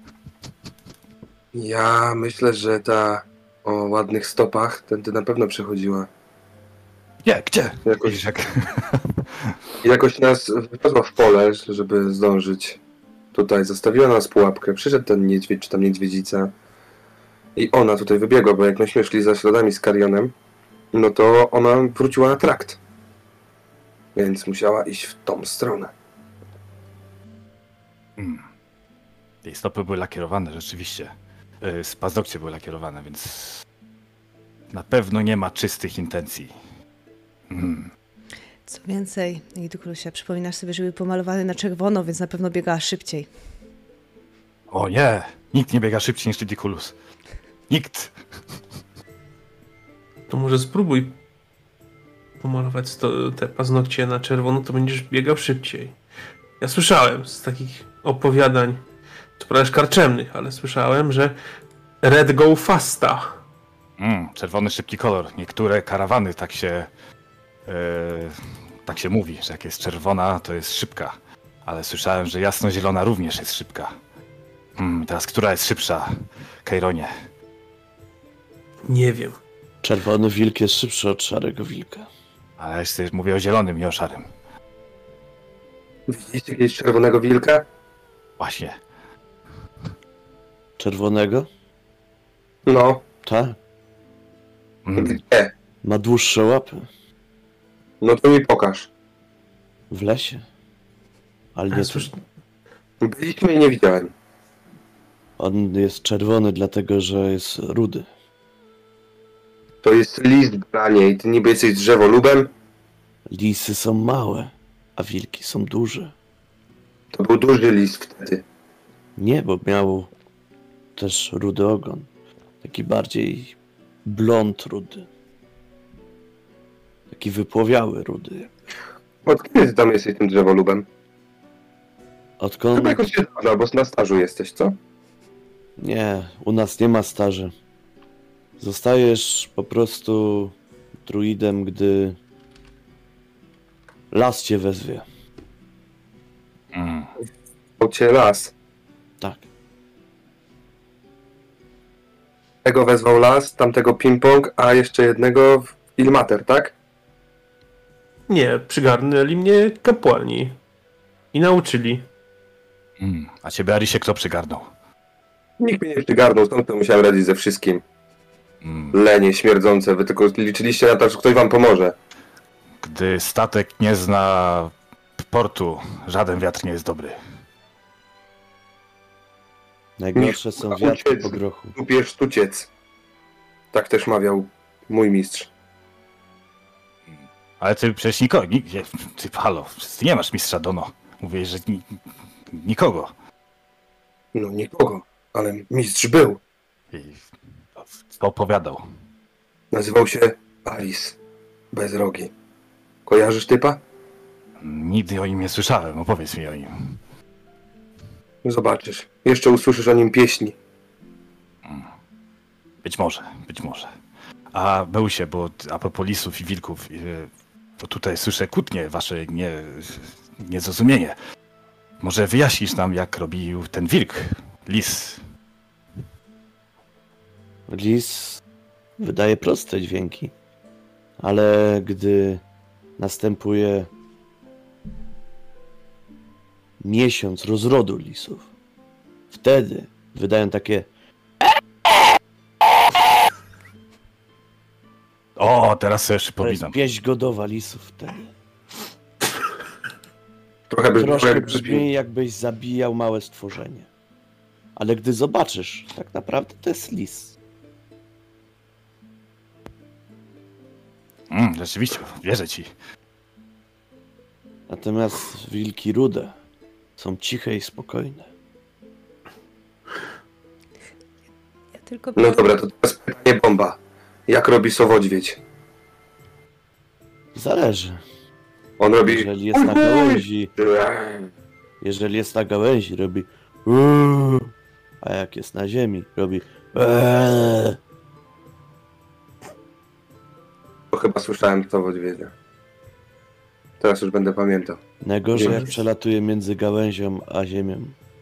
Ja myślę, że ta o ładnych stopach tędy na pewno przechodziła. Nie, gdzie? Jakoś- Widzisz, jak... Jakoś nas wywiozła w pole, żeby zdążyć. Tutaj zostawiła nas pułapkę. Przyszedł ten niedźwiedź, czy tam niedźwiedzica. I ona tutaj wybiegła, bo jak myśmy szli za śladami z Karionem, no to ona wróciła na trakt. Więc musiała iść w tą stronę. Jej stopy były lakierowane, rzeczywiście. Z paznokcie były lakierowane, więc na pewno nie ma czystych intencji. Co więcej, Iduklusie, przypominasz sobie, że był pomalowany na czerwono, więc na pewno biegała szybciej. O nie! Nikt nie biega szybciej niż Ridiculous. Nikt! To może spróbuj pomalować te paznokcie na czerwono, to będziesz biegał szybciej. Ja słyszałem z takich opowiadań, co prawda karczemnych, ale słyszałem, że red go fasta. Czerwony szybki kolor. Niektóre karawany tak się mówi, że jak jest czerwona, to jest szybka. Ale słyszałem, że jasnozielona również jest szybka. Teraz która jest szybsza, Kaironie? Nie wiem. Czerwony wilk jest szybszy od szarego wilka. Ale jeszcze mówię o zielonym, nie o szarym. Widzicie jakiegoś czerwonego wilka? Właśnie. Czerwonego? No, Tak. gdzie? Ma dłuższe łapy. No to mi pokaż. W lesie. Ale nie tu. Byliśmy i nie widziałem. On jest czerwony dlatego, że jest rudy. To jest list, branie, i ty niby jesteś drzewolubem? Lisy są małe, a wilki są duże. To był duży list wtedy. Nie, bo miał też rudy ogon. Taki bardziej blond rudy. Taki wypłowiały rudy. Od kiedy ty tam jesteś tym drzewolubem? Odkąd... Chyba jakoś się zdarza, albo na stażu jesteś, co? Nie, u nas nie ma staży. Zostajesz po prostu druidem, gdy las cię wezwie. Bo cię las. Tak. Tego wezwał las, tamtego ping-pong, a jeszcze jednego w Ilmater, tak? Nie, przygarnęli mnie kapłani. I nauczyli. A ciebie, Arisie, kto przygarnął? Nikt mnie nie przygarnął, stąd to musiałem radzić ze wszystkim. Lenie, śmierdzące, wy tylko liczyliście na to, że ktoś wam pomoże. Gdy statek nie zna portu, żaden wiatr nie jest dobry. Najgorsze są wiatry po grochu. Lubisz tuciec. Tak też mawiał mój mistrz. Ale ty przecież nikogo... Ty, halo, ty nie masz mistrza Dono. Mówię, że nikogo. No nikogo, ale mistrz był. I to opowiadał. Nazywał się Alice. Bez rogi. Kojarzysz typa? Nigdy o nim nie słyszałem, opowiedz mi o nim. Zobaczysz. Jeszcze usłyszysz o nim pieśni. Być może, być może. A Beusie, bo a propos lisów i wilków, bo tutaj słyszę kłótnie, wasze niezrozumienie. Może wyjaśnisz nam, jak robił ten wilk, lis? Lis wydaje proste dźwięki, ale gdy następuje miesiąc rozrodu lisów, wtedy wydają takie... O, teraz sobie To jest przypominam. pieśń godowa lisów wtedy. Trochę brzmi, jakbyś zabijał małe stworzenie. Ale gdy zobaczysz, tak naprawdę to jest lis. Rzeczywiście, wierzę ci. Natomiast wilki rude są ciche i spokojne. Ja tylko No dobra, to teraz pytanie bomba. Jak robi sowodźwiedź? Zależy. On robi... Jeżeli jest na gałęzi, robi a jak jest na ziemi, robi To chyba słyszałem sowodźwiedzia. Teraz już będę pamiętał. Najgorzej jak Jest. przelatuje między gałęzią a ziemią.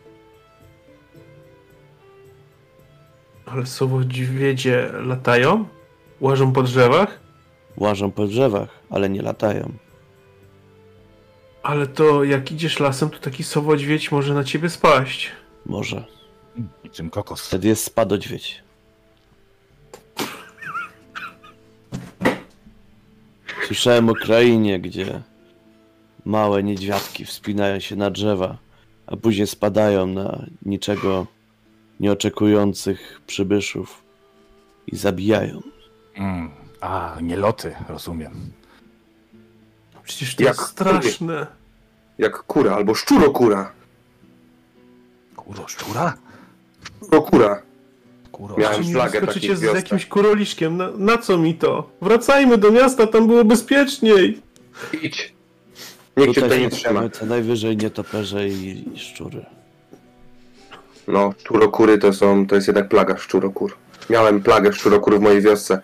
Ale sowodźwiedzie latają? Łażą po drzewach? Łażą po drzewach, ale nie latają. Ale to jak idziesz lasem, to taki sowodźwiedź może na ciebie spaść. Może. Niczym kokos. Wtedy jest spadodźwiedź. Słyszałem o krainie, gdzie małe niedźwiadki wspinają się na drzewa, a później spadają na niczego nieoczekujących przybyszów i zabijają. A, nieloty, rozumiem. Przecież to Jak jest straszne. Jak kura, albo szczurokura. Kuro, szczura? Szczurokura. Kuro, Miałem Czy mi flagę wyskoczycie takich z wiosek. jakimś kuroliszkiem? Na co mi to? Wracajmy do miasta, tam było bezpieczniej. Idź. Nikt cię tutaj nie trzyma. spotkamy co najwyżej nietoperze i szczury. No, szczurokury to jest jednak plaga szczurokur. Miałem plagę szczurokur w mojej wiosce.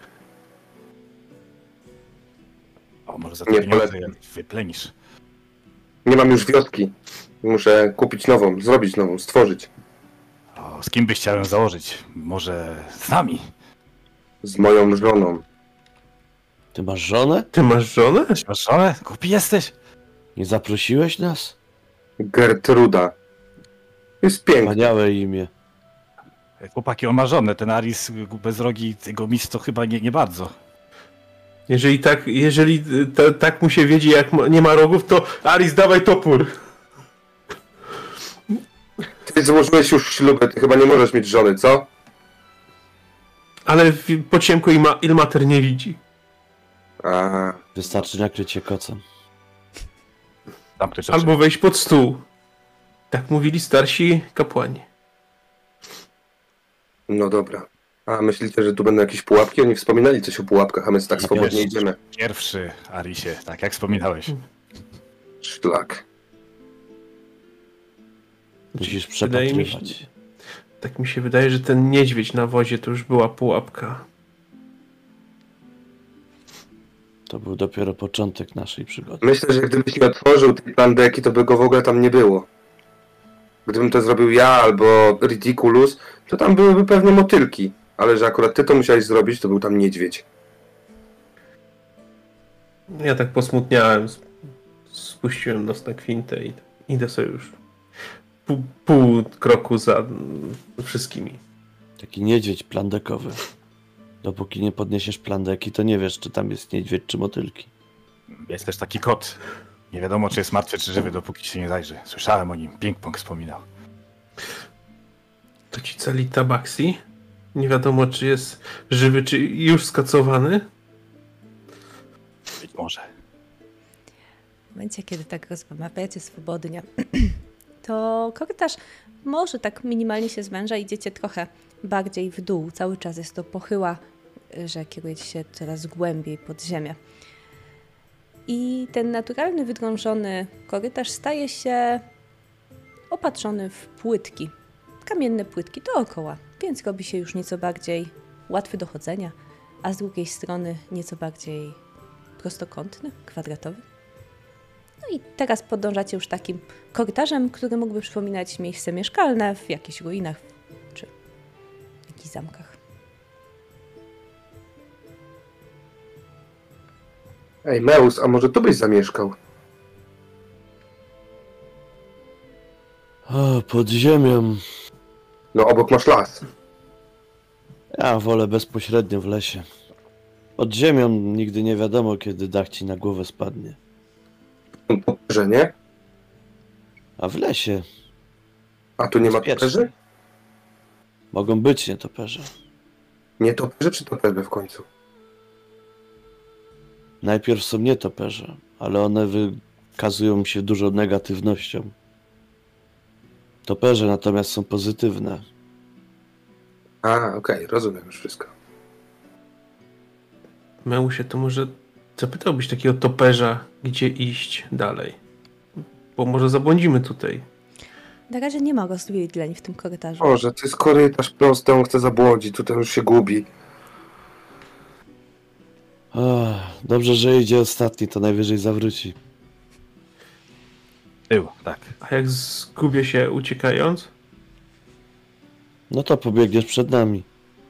O, może za Nie to pieniądze polecam. wyplenisz. Nie mam już wioski. Muszę kupić nową, zrobić nową, stworzyć. O, z kim byś chciał ją założyć? Może z nami? Z moją żoną. Ty masz żonę? Ty masz żonę? Masz żonę? Głupi jesteś? Nie zaprosiłeś nas? Gertruda. Jest piękna. Wspaniałe imię. Chłopaki, on ma żonę. Ten Aris bez rogi, jego mistrz to chyba nie bardzo. Jeżeli tak mu się wiedzie, jak nie ma rogów, to Aris, dawaj topór. Ty złożyłeś już ślubę, ty chyba nie możesz mieć żony, co? Ale po ciemku Ilmater nie widzi. A, Wystarczy nakryć się kocem. Tam ktoś Albo wejść pod stół. Tak mówili starsi kapłani. No dobra. A myślicie, że tu będą jakieś pułapki? Oni wspominali coś o pułapkach, a my tak swobodnie idziemy. Pierwszy, Arisie, tak jak wspominałeś. Szlak. Musisz Wydaje mi przepatrywać. się, tak mi się wydaje, że ten niedźwiedź na wozie to już była pułapka. To był dopiero początek naszej przygody. Myślę, że gdybyś nie otworzył tej plandeki, to by go w ogóle tam nie było. Gdybym to zrobił ja albo Ridiculous, to tam byłyby pewnie motylki. Ale że akurat ty to musiałeś zrobić, to był tam niedźwiedź. Ja tak posmutniałem, spuściłem nos na kwintę i idę sobie już pół kroku za wszystkimi. Taki niedźwiedź plandekowy. Dopóki nie podniesiesz plandeki, to nie wiesz, czy tam jest niedźwiedź, czy motylki. Jest też taki kot. Nie wiadomo, czy jest martwy, czy żywy, dopóki się nie zajrzy. Słyszałem o nim, ping-pong wspominał. To ci cali tabaksi? Nie wiadomo, czy jest żywy, czy już skacowany? Być może. W momencie, kiedy tak rozmawiacie swobodnie, to korytarz może tak minimalnie się zwęża, idziecie trochę bardziej w dół. Cały czas jest to pochyła, że kierujecie się coraz głębiej pod ziemię. I ten naturalny, wydrążony korytarz staje się opatrzony w płytki, kamienne płytki dookoła, więc robi się już nieco bardziej łatwy do chodzenia, a z drugiej strony nieco bardziej prostokątny, kwadratowy. No i teraz podążacie już takim korytarzem, który mógłby przypominać miejsce mieszkalne w jakichś ruinach czy w jakichś zamkach. Ej, Meus, a może tu byś zamieszkał? O, pod ziemią. No, obok masz las. Ja wolę bezpośrednio w lesie. Pod ziemią nigdy nie wiadomo, kiedy dach ci na głowę spadnie. Toperze, nie? A w lesie A tu nie ma Bezpiecznie. toperzy? mogą być nietoperze. Nie toperze czy toperze w końcu? Najpierw są nietoperze, ale one wykazują się dużą negatywnością. Toperze natomiast są pozytywne. A, okej, rozumiem już wszystko. Meusie, to może zapytałbyś takiego toperza, gdzie iść dalej? Bo może zabłądzimy tutaj. Na razie nie ma rozwidleń w tym korytarzu. Boże, to jest korytarz prosty, on chce zabłądzić, tutaj już się gubi. O, dobrze, że idzie ostatni, to najwyżej zawróci. Tył, tak. A jak zgubię się uciekając? No to pobiegniesz przed nami.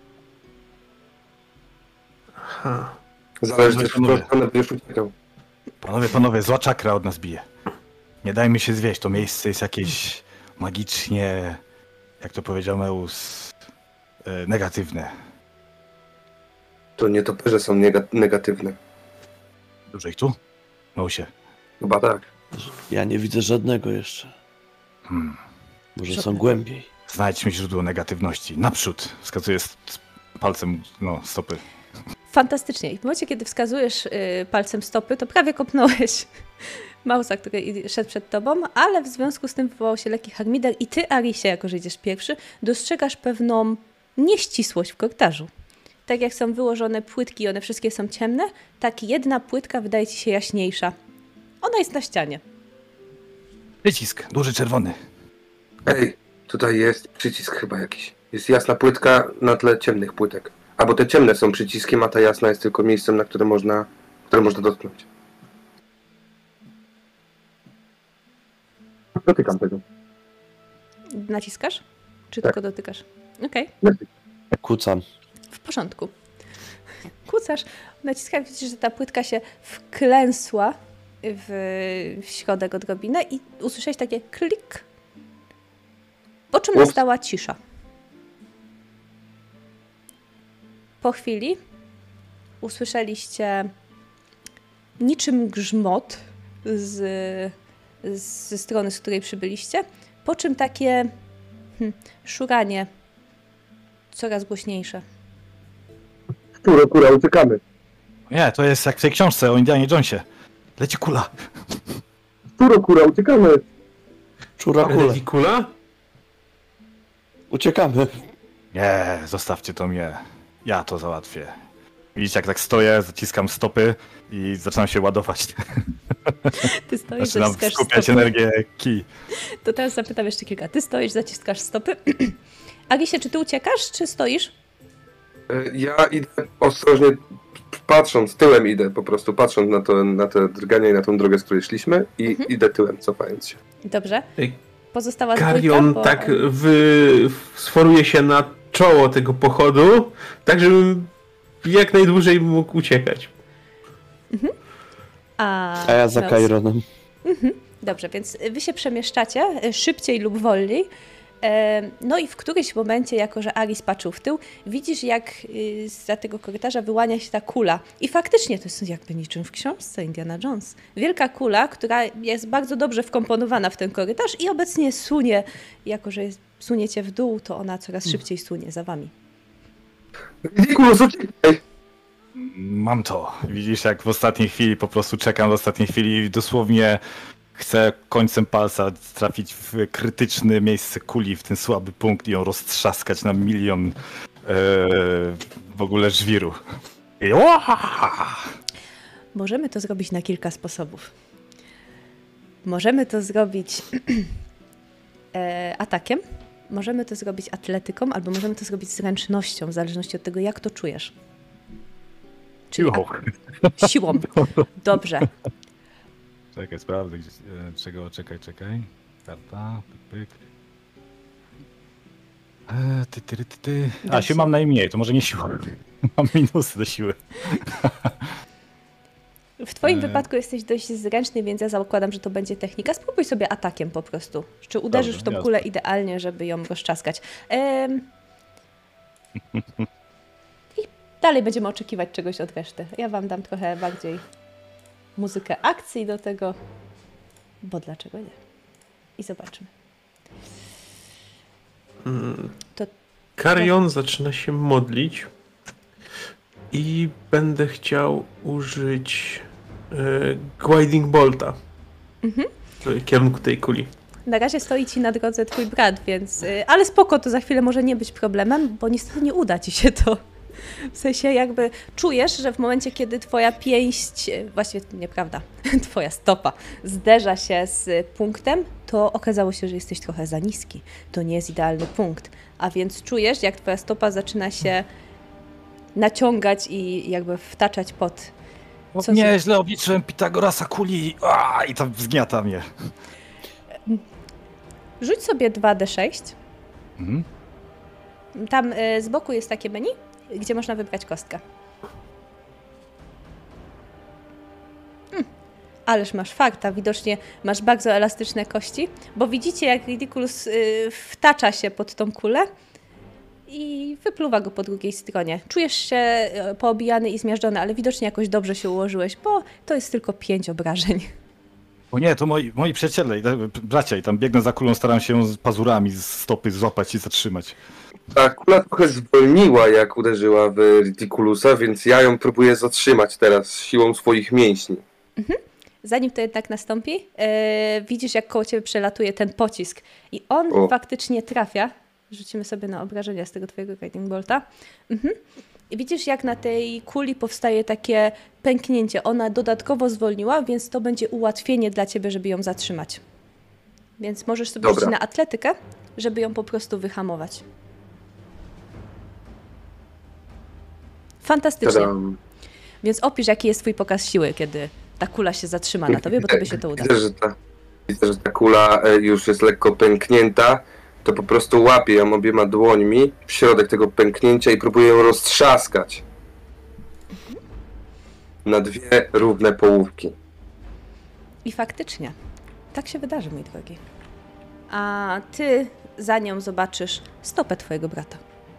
Aha. Zależy, Panowie, w którą panowie. stronę będziesz uciekał. Panowie, zła czakra od nas bije. Nie dajmy się zwieść, to miejsce jest jakieś magicznie, jak to powiedział Meus, negatywne. To nie toperze są negatywne. Dużo ich tu? Meusie. Chyba tak. Ja nie widzę żadnego jeszcze. Może są Żadnego. głębiej. Znajdźmy źródło negatywności. Naprzód. Wskazuję palcem stopy. Fantastycznie. I w momencie, kiedy wskazujesz palcem stopy, to prawie kopnąłeś Mausa, który szedł przed tobą, ale w związku z tym wywołał się lekki harmider i ty, Arisie, jako że idziesz pierwszy, dostrzegasz pewną nieścisłość w korytarzu. Tak jak są wyłożone płytki, one wszystkie są ciemne, tak jedna płytka wydaje ci się jaśniejsza. Ona jest na ścianie. Przycisk, duży czerwony. Ej, tutaj jest przycisk chyba jakiś. Jest jasna płytka na tle ciemnych płytek. Albo te ciemne są przyciskiem, a ta jasna jest tylko miejscem, na które można dotknąć. Dotykam tego. Naciskasz? Czy Tak. tylko dotykasz? Okej. Kucam. W porządku. Kucasz, naciskasz, widzisz, że ta płytka się wklęsła w środek odrobinę i usłyszałeś takie klik, po czym Ups. nastała cisza. Po chwili usłyszeliście niczym grzmot ze strony, z której przybyliście, po czym takie szuranie coraz głośniejsze. Kura, uciekamy. Nie, to jest jak w tej książce o Indianie Jonesie. Leci kula. Kura, uciekamy. Czura kule. Redikula? Uciekamy. Nie, zostawcie to mnie. Ja to załatwię. Widzicie, jak tak stoję, zaciskam stopy i zaczynam się ładować. Ty stoisz, Zaczynam zaciskasz skupiać stopy. energię kij. To teraz zapytam jeszcze kilka. Ty stoisz, zaciskasz stopy. Alisie, czy ty uciekasz, czy stoisz? Ja idę ostrożnie, patrząc, tyłem idę po prostu, patrząc na te drganie i na tą drogę, z której szliśmy i idę tyłem, cofając się. Dobrze. Ej, Pozostała Karion dwójka, tak sforuje się na czoło tego pochodu, tak żebym jak najdłużej mógł uciekać. A A ja za Meus? Kaironem. Dobrze, więc wy się przemieszczacie szybciej lub wolniej. No i w którymś momencie, jako że Alice patrzył w tył, widzisz, jak za tego korytarza wyłania się ta kula. I faktycznie to jest jakby niczym w książce Indiana Jones. Wielka kula, która jest bardzo dobrze wkomponowana w ten korytarz i obecnie sunie, jako że sunie cię w dół, to ona coraz szybciej sunie za wami. Ridiculous, uciekaj! Mam to. Widzisz, jak w ostatniej chwili po prostu czekam w ostatniej chwili i dosłownie chcę końcem palca trafić w krytyczne miejsce kuli, w ten słaby punkt i ją roztrzaskać na milion w ogóle żwiru. I Możemy to zrobić na kilka sposobów. Możemy to zrobić atakiem, możemy to zrobić atletyką, albo możemy to zrobić zręcznością, w zależności od tego, jak to czujesz. Czyli siłą. Dobrze. Czekaj, sprawdzę, czego, czekaj. Karta, pyk. A, siły mam najmniej, to może nie siła. Mam minusy do siły. W twoim wypadku jesteś dość zręczny, więc ja zakładam, że to będzie technika. Spróbuj sobie atakiem po prostu. Czy uderzysz Dobrze, w tą jasne. kulę idealnie, żeby ją rozczaskać. I dalej będziemy oczekiwać czegoś od reszty. Ja wam dam trochę bardziej muzykę akcji do tego, bo dlaczego nie? I zobaczmy. To Karion zaczyna się modlić i będę chciał użyć Guiding Bolta w kierunku tej kuli. na razie stoi ci na drodze twój brat, więc... Ale spoko, to za chwilę może nie być problemem, bo niestety nie uda ci się to. W sensie jakby czujesz, że w momencie, kiedy twoja pięść, właściwie nieprawda, twoja stopa zderza się z punktem, to okazało się, że jesteś trochę za niski. To nie jest idealny punkt. A więc czujesz, jak twoja stopa zaczyna się naciągać i jakby wtaczać pod... Co Nie, źle obliczyłem Pitagorasa kuli i tam zgniata mnie. Rzuć sobie 2d6. Mhm. Tam z boku jest takie menu, gdzie można wybrać kostkę. Ależ masz farta, widocznie masz bardzo elastyczne kości, bo widzicie, jak Ridiculous wtacza się pod tą kulę i wypluwa go po drugiej stronie. Czujesz się poobijany i zmiażdżony, ale widocznie jakoś dobrze się ułożyłeś, bo to jest tylko 5 obrażeń. O nie, to moi przyjaciele, bracia i tam biegnę za kulą, staram się ją z pazurami z stopy złapać i zatrzymać. Ta kula trochę zwolniła, jak uderzyła w Ridiculusa, więc ja ją próbuję zatrzymać teraz siłą swoich mięśni. Zanim to jednak nastąpi, widzisz, jak koło ciebie przelatuje ten pocisk i on faktycznie trafia. Rzucimy sobie na obrażenia z tego twojego Guiding Bolta. I widzisz, jak na tej kuli powstaje takie pęknięcie. Ona dodatkowo zwolniła, więc to będzie ułatwienie dla ciebie, żeby ją zatrzymać. Więc możesz sobie rzucić na atletykę, żeby ją po prostu wyhamować. Fantastycznie. Tadam. Więc opisz, jaki jest twój pokaz siły, kiedy ta kula się zatrzyma na tobie, bo tobie się to uda. Widzę, że ta kula już jest lekko pęknięta, to po prostu łapię ją obiema dłońmi w środek tego pęknięcia i próbuję ją roztrzaskać na 2 równe połówki. I faktycznie, tak się wydarzy, mój drogi. A ty za nią zobaczysz stopę twojego brata.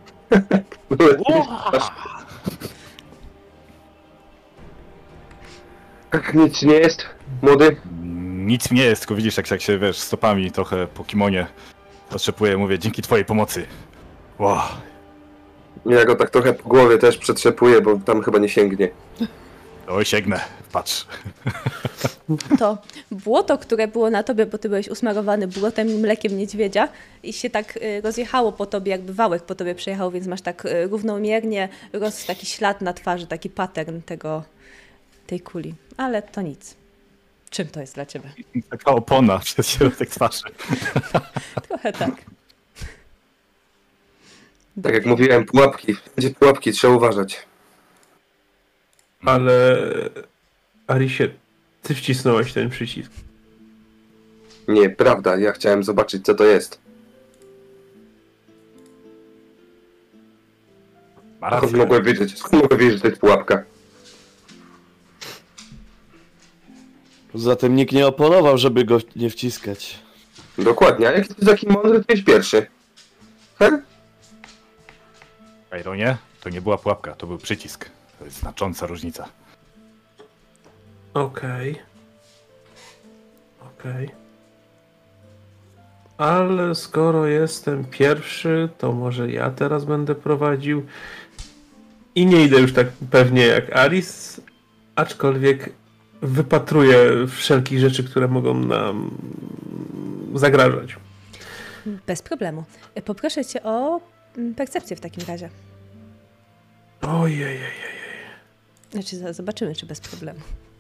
Tak, nic nie jest, młody? Nic mi nie jest, tylko widzisz, jak się, wiesz, stopami trochę po kimonie otrzepuję, mówię, dzięki twojej pomocy. Wow. Ja go tak trochę po głowie też przetrzepuję, bo tam chyba nie sięgnie. Oj, sięgnę. Patrz. To błoto, które było na tobie, bo ty byłeś usmarowany błotem i mlekiem niedźwiedzia i się tak rozjechało po tobie, jakby wałek po tobie przejechał, więc masz tak równomiernie taki ślad na twarzy, taki pattern tej kuli. Ale to nic. Czym to jest dla ciebie? Taka opona przez środek twarzy. Trochę tak. Tak jak mówiłem, pułapki. Będzie pułapki, trzeba uważać. Ale... Arisie, ty wcisnąłeś ten przycisk. Nie, prawda, ja chciałem zobaczyć, co to jest. Ma Skąd rację. mogłem wiedzieć, że to jest pułapka? Poza tym nikt nie oponował, żeby go nie wciskać. Dokładnie, a jak jesteś taki mądry, to jest pierwszy. He? Kaironie, to nie była pułapka, to był przycisk. To jest znacząca różnica. Okej. Ale skoro jestem pierwszy, to może ja teraz będę prowadził. I nie idę już tak pewnie jak Alice, aczkolwiek wypatruję wszelkich rzeczy, które mogą nam zagrażać. Bez problemu. Poproszę cię o percepcję w takim razie. Ojej. Znaczy, zobaczymy, czy bez problemu.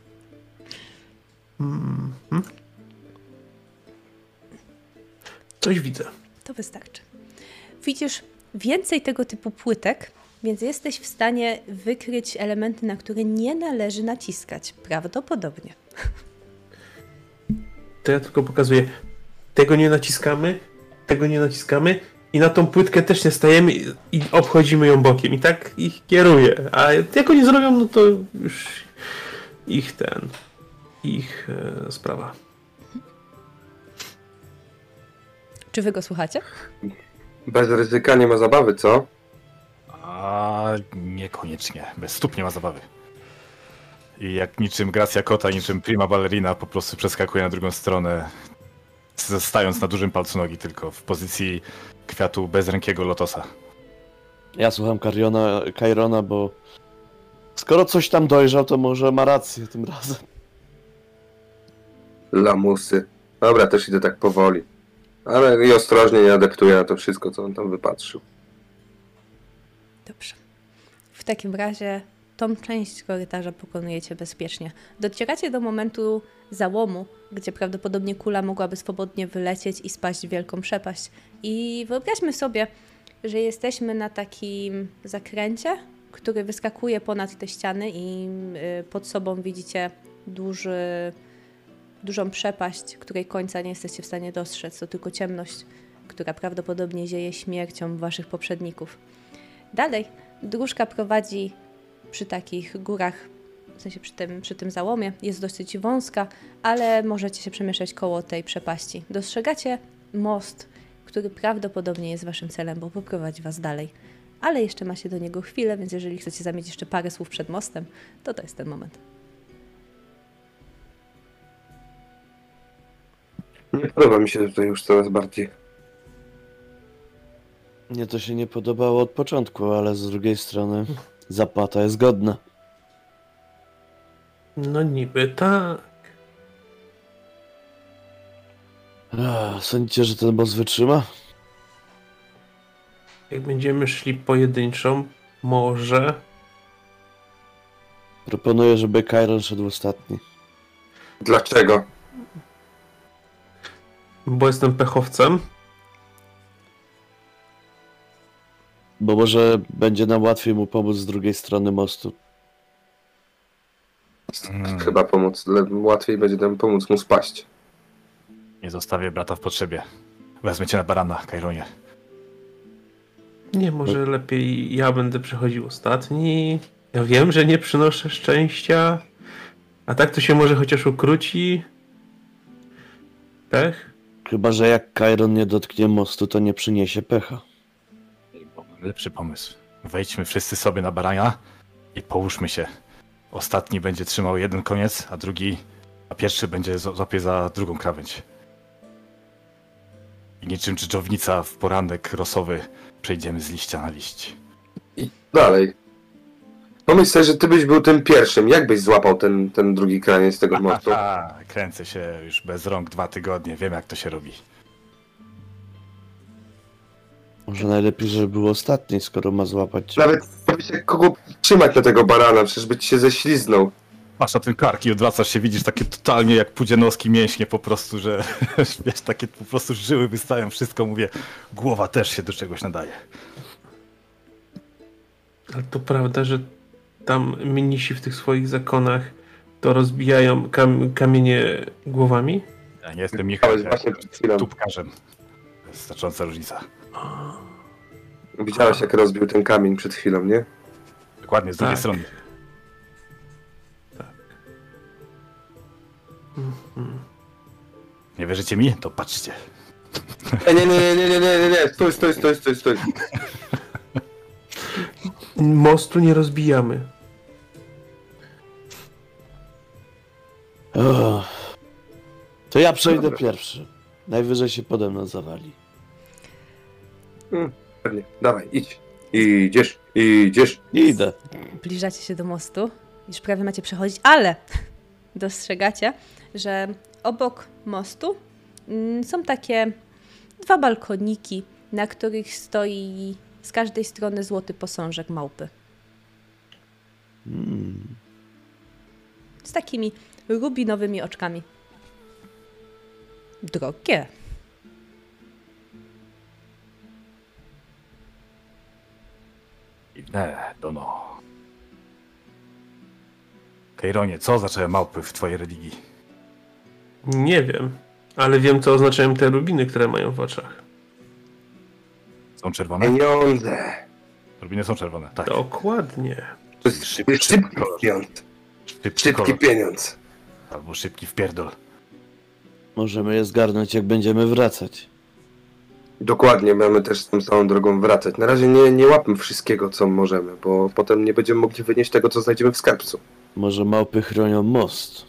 Coś widzę. To wystarczy. Widzisz więcej tego typu płytek, więc jesteś w stanie wykryć elementy, na które nie należy naciskać. Prawdopodobnie. To ja tylko pokazuję. Tego nie naciskamy i na tą płytkę też nie stajemy i obchodzimy ją bokiem. I tak ich kieruję. A jak oni zrobią, no to już ich sprawa. Czy wy go słuchacie? Bez ryzyka nie ma zabawy, co? A niekoniecznie. Bez stóp nie ma zabawy. I jak niczym Gracja Kota, niczym Prima Ballerina po prostu przeskakuje na drugą stronę, stając na dużym palcu nogi tylko, w pozycji kwiatu bezrękiego lotosa. Ja słucham Kairona, bo skoro coś tam dojrzał, to może ma rację tym razem. Lamusy. Dobra, też idę tak powoli. Ale i ostrożnie nie adeptuję na to wszystko, co on tam wypatrzył. Dobrze. W takim razie tą część korytarza pokonujecie bezpiecznie. Docieracie do momentu załomu, gdzie prawdopodobnie kula mogłaby swobodnie wylecieć i spaść w wielką przepaść. I wyobraźmy sobie, że jesteśmy na takim zakręcie, który wyskakuje ponad te ściany i pod sobą widzicie dużą przepaść, której końca nie jesteście w stanie dostrzec. To tylko ciemność, która prawdopodobnie zieje śmiercią waszych poprzedników. Dalej, dróżka prowadzi przy takich górach, w sensie przy tym załomie. Jest dosyć wąska, ale możecie się przemieszczać koło tej przepaści. Dostrzegacie most, który prawdopodobnie jest waszym celem, bo poprowadzi was dalej. Ale jeszcze macie do niego chwilę, więc jeżeli chcecie zamieć jeszcze parę słów przed mostem, to jest ten moment. Nie podoba mi się tutaj już coraz bardziej. Mnie to się nie podobało od początku, ale z drugiej strony zapłata jest godna. No niby tak. Sądzicie, że ten boss wytrzyma? Jak będziemy szli pojedynczo, może... Proponuję, żeby Kairon szedł ostatni. Dlaczego? Bo jestem pechowcem. Bo może będzie nam łatwiej mu pomóc z drugiej strony mostu. Chyba łatwiej będzie nam pomóc mu spaść. Nie zostawię brata w potrzebie. Wezmę cię na barana, Kaironie. Nie, może lepiej ja będę przechodził ostatni. Ja wiem, że nie przynoszę szczęścia. A tak to się może chociaż ukróci. Pech? Chyba że jak Kairon nie dotknie mostu, to nie przyniesie pecha. Lepszy pomysł. Wejdźmy wszyscy sobie na barana i połóżmy się. Ostatni będzie trzymał jeden koniec, a pierwszy będzie złapie za drugą krawędź. I niczym dżdżownica w poranek rosowy przejdziemy z liścia na liść. I dalej. Pomyśl sobie, że ty byś był tym pierwszym. Jak byś złapał ten drugi kraniec tego mostu? Kręcę się już bez rąk 2 tygodnie, wiem jak to się robi. Może najlepiej, żeby był ostatni, skoro ma złapać. Nawet nie się kogo trzymać na tego barana, przecież by ci się ześliznął. Masz na ten kark i odwracasz się, widzisz takie totalnie jak pudzianowski mięśnie po prostu, że wiesz, takie po prostu żyły wystają, wszystko mówię, głowa też się do czegoś nadaje. Ale to prawda, że tam mnisi w tych swoich zakonach to rozbijają kamienie głowami? Ja nie jestem Michałem, ja Właśnie jestem przed chwilą. tubkarzem. To jest znacząca różnica. Widziałeś, jak rozbił ten kamień przed chwilą, nie? Dokładnie, z drugiej Tak. strony. Nie wierzycie mi? To patrzcie. Nie, stój. Mostu nie rozbijamy. To ja przejdę Dobra. pierwszy. Najwyżej się pode mną zawali. Pewnie. Dawaj, idź. Idziesz. Idę. Zbliżacie się do mostu, już prawie macie przechodzić, ale dostrzegacie, że obok mostu są takie 2 balkoniki, na których stoi z każdej strony złoty posążek małpy. Z takimi rubinowymi oczkami. Drogie. Dziwne, Dono. Kejronie, co oznaczają małpy w twojej religii? Nie wiem, ale wiem, co oznaczają te rubiny, które mają w oczach. Są czerwone? Pieniądze. Rubiny są czerwone, tak. Dokładnie. To jest Szybki szybki kolor. pieniądz. Szybki kolor. Pieniądz. Albo szybki wpierdol. Możemy je zgarnąć, jak będziemy wracać. Dokładnie, mamy też tą samą drogą wracać. Na razie nie łapmy wszystkiego, co możemy, bo potem nie będziemy mogli wynieść tego, co znajdziemy w skarbcu. Może małpy chronią most.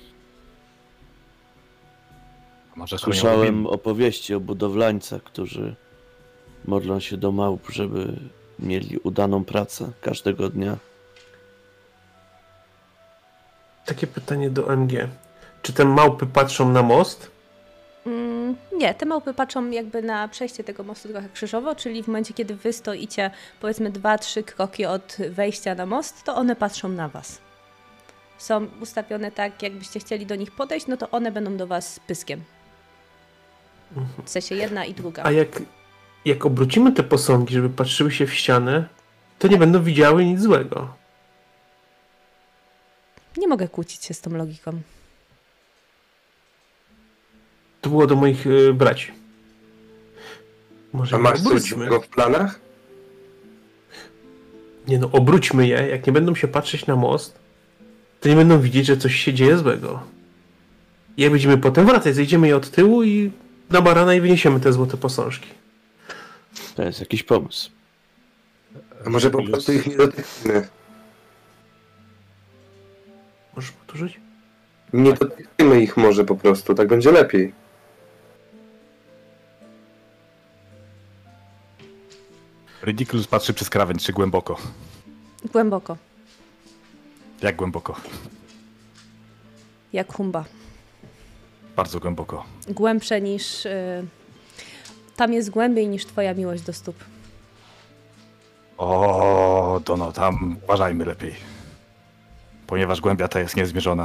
Może chronią Słyszałem rubiny. opowieści o budowlańcach, którzy modlą się do małp, żeby mieli udaną pracę każdego dnia. Takie pytanie do MG. Czy te małpy patrzą na most? Nie, te małpy patrzą jakby na przejście tego mostu trochę krzyżowo, czyli w momencie, kiedy wy stoicie powiedzmy 2-3 kroki od wejścia na most, to one patrzą na was. Są ustawione tak, jakbyście chcieli do nich podejść, no to one będą do was pyskiem. W sensie jedna i druga. A jak obrócimy te posągi, żeby patrzyły się w ścianę, to nie będą widziały nic złego. Nie mogę kłócić się z tą logiką. To było do moich braci. Może A je masz coś obróćmy? dziwnego w planach? Nie no, obróćmy je. Jak nie będą się patrzeć na most, to nie będą widzieć, że coś się dzieje złego. I jak będziemy potem wracać, zejdziemy je od tyłu i na barana i wyniesiemy te złote posążki. To jest jakiś pomysł. A może po prostu ich nie dotykamy? Możesz powtórzyć? Nie dotykamy ich może po prostu, tak będzie lepiej. Ridiculous patrzy przez krawędź, czy głęboko? Głęboko, Jak głęboko? jak humba. Bardzo głęboko. Głębsze niż... tam jest głębiej niż twoja miłość do stóp. O, Dono, tam uważajmy lepiej. Ponieważ głębia ta jest niezmierzona.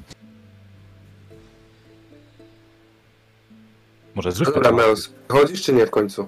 Może zróbmy Dobra, to. Meus, chodzisz czy nie w końcu?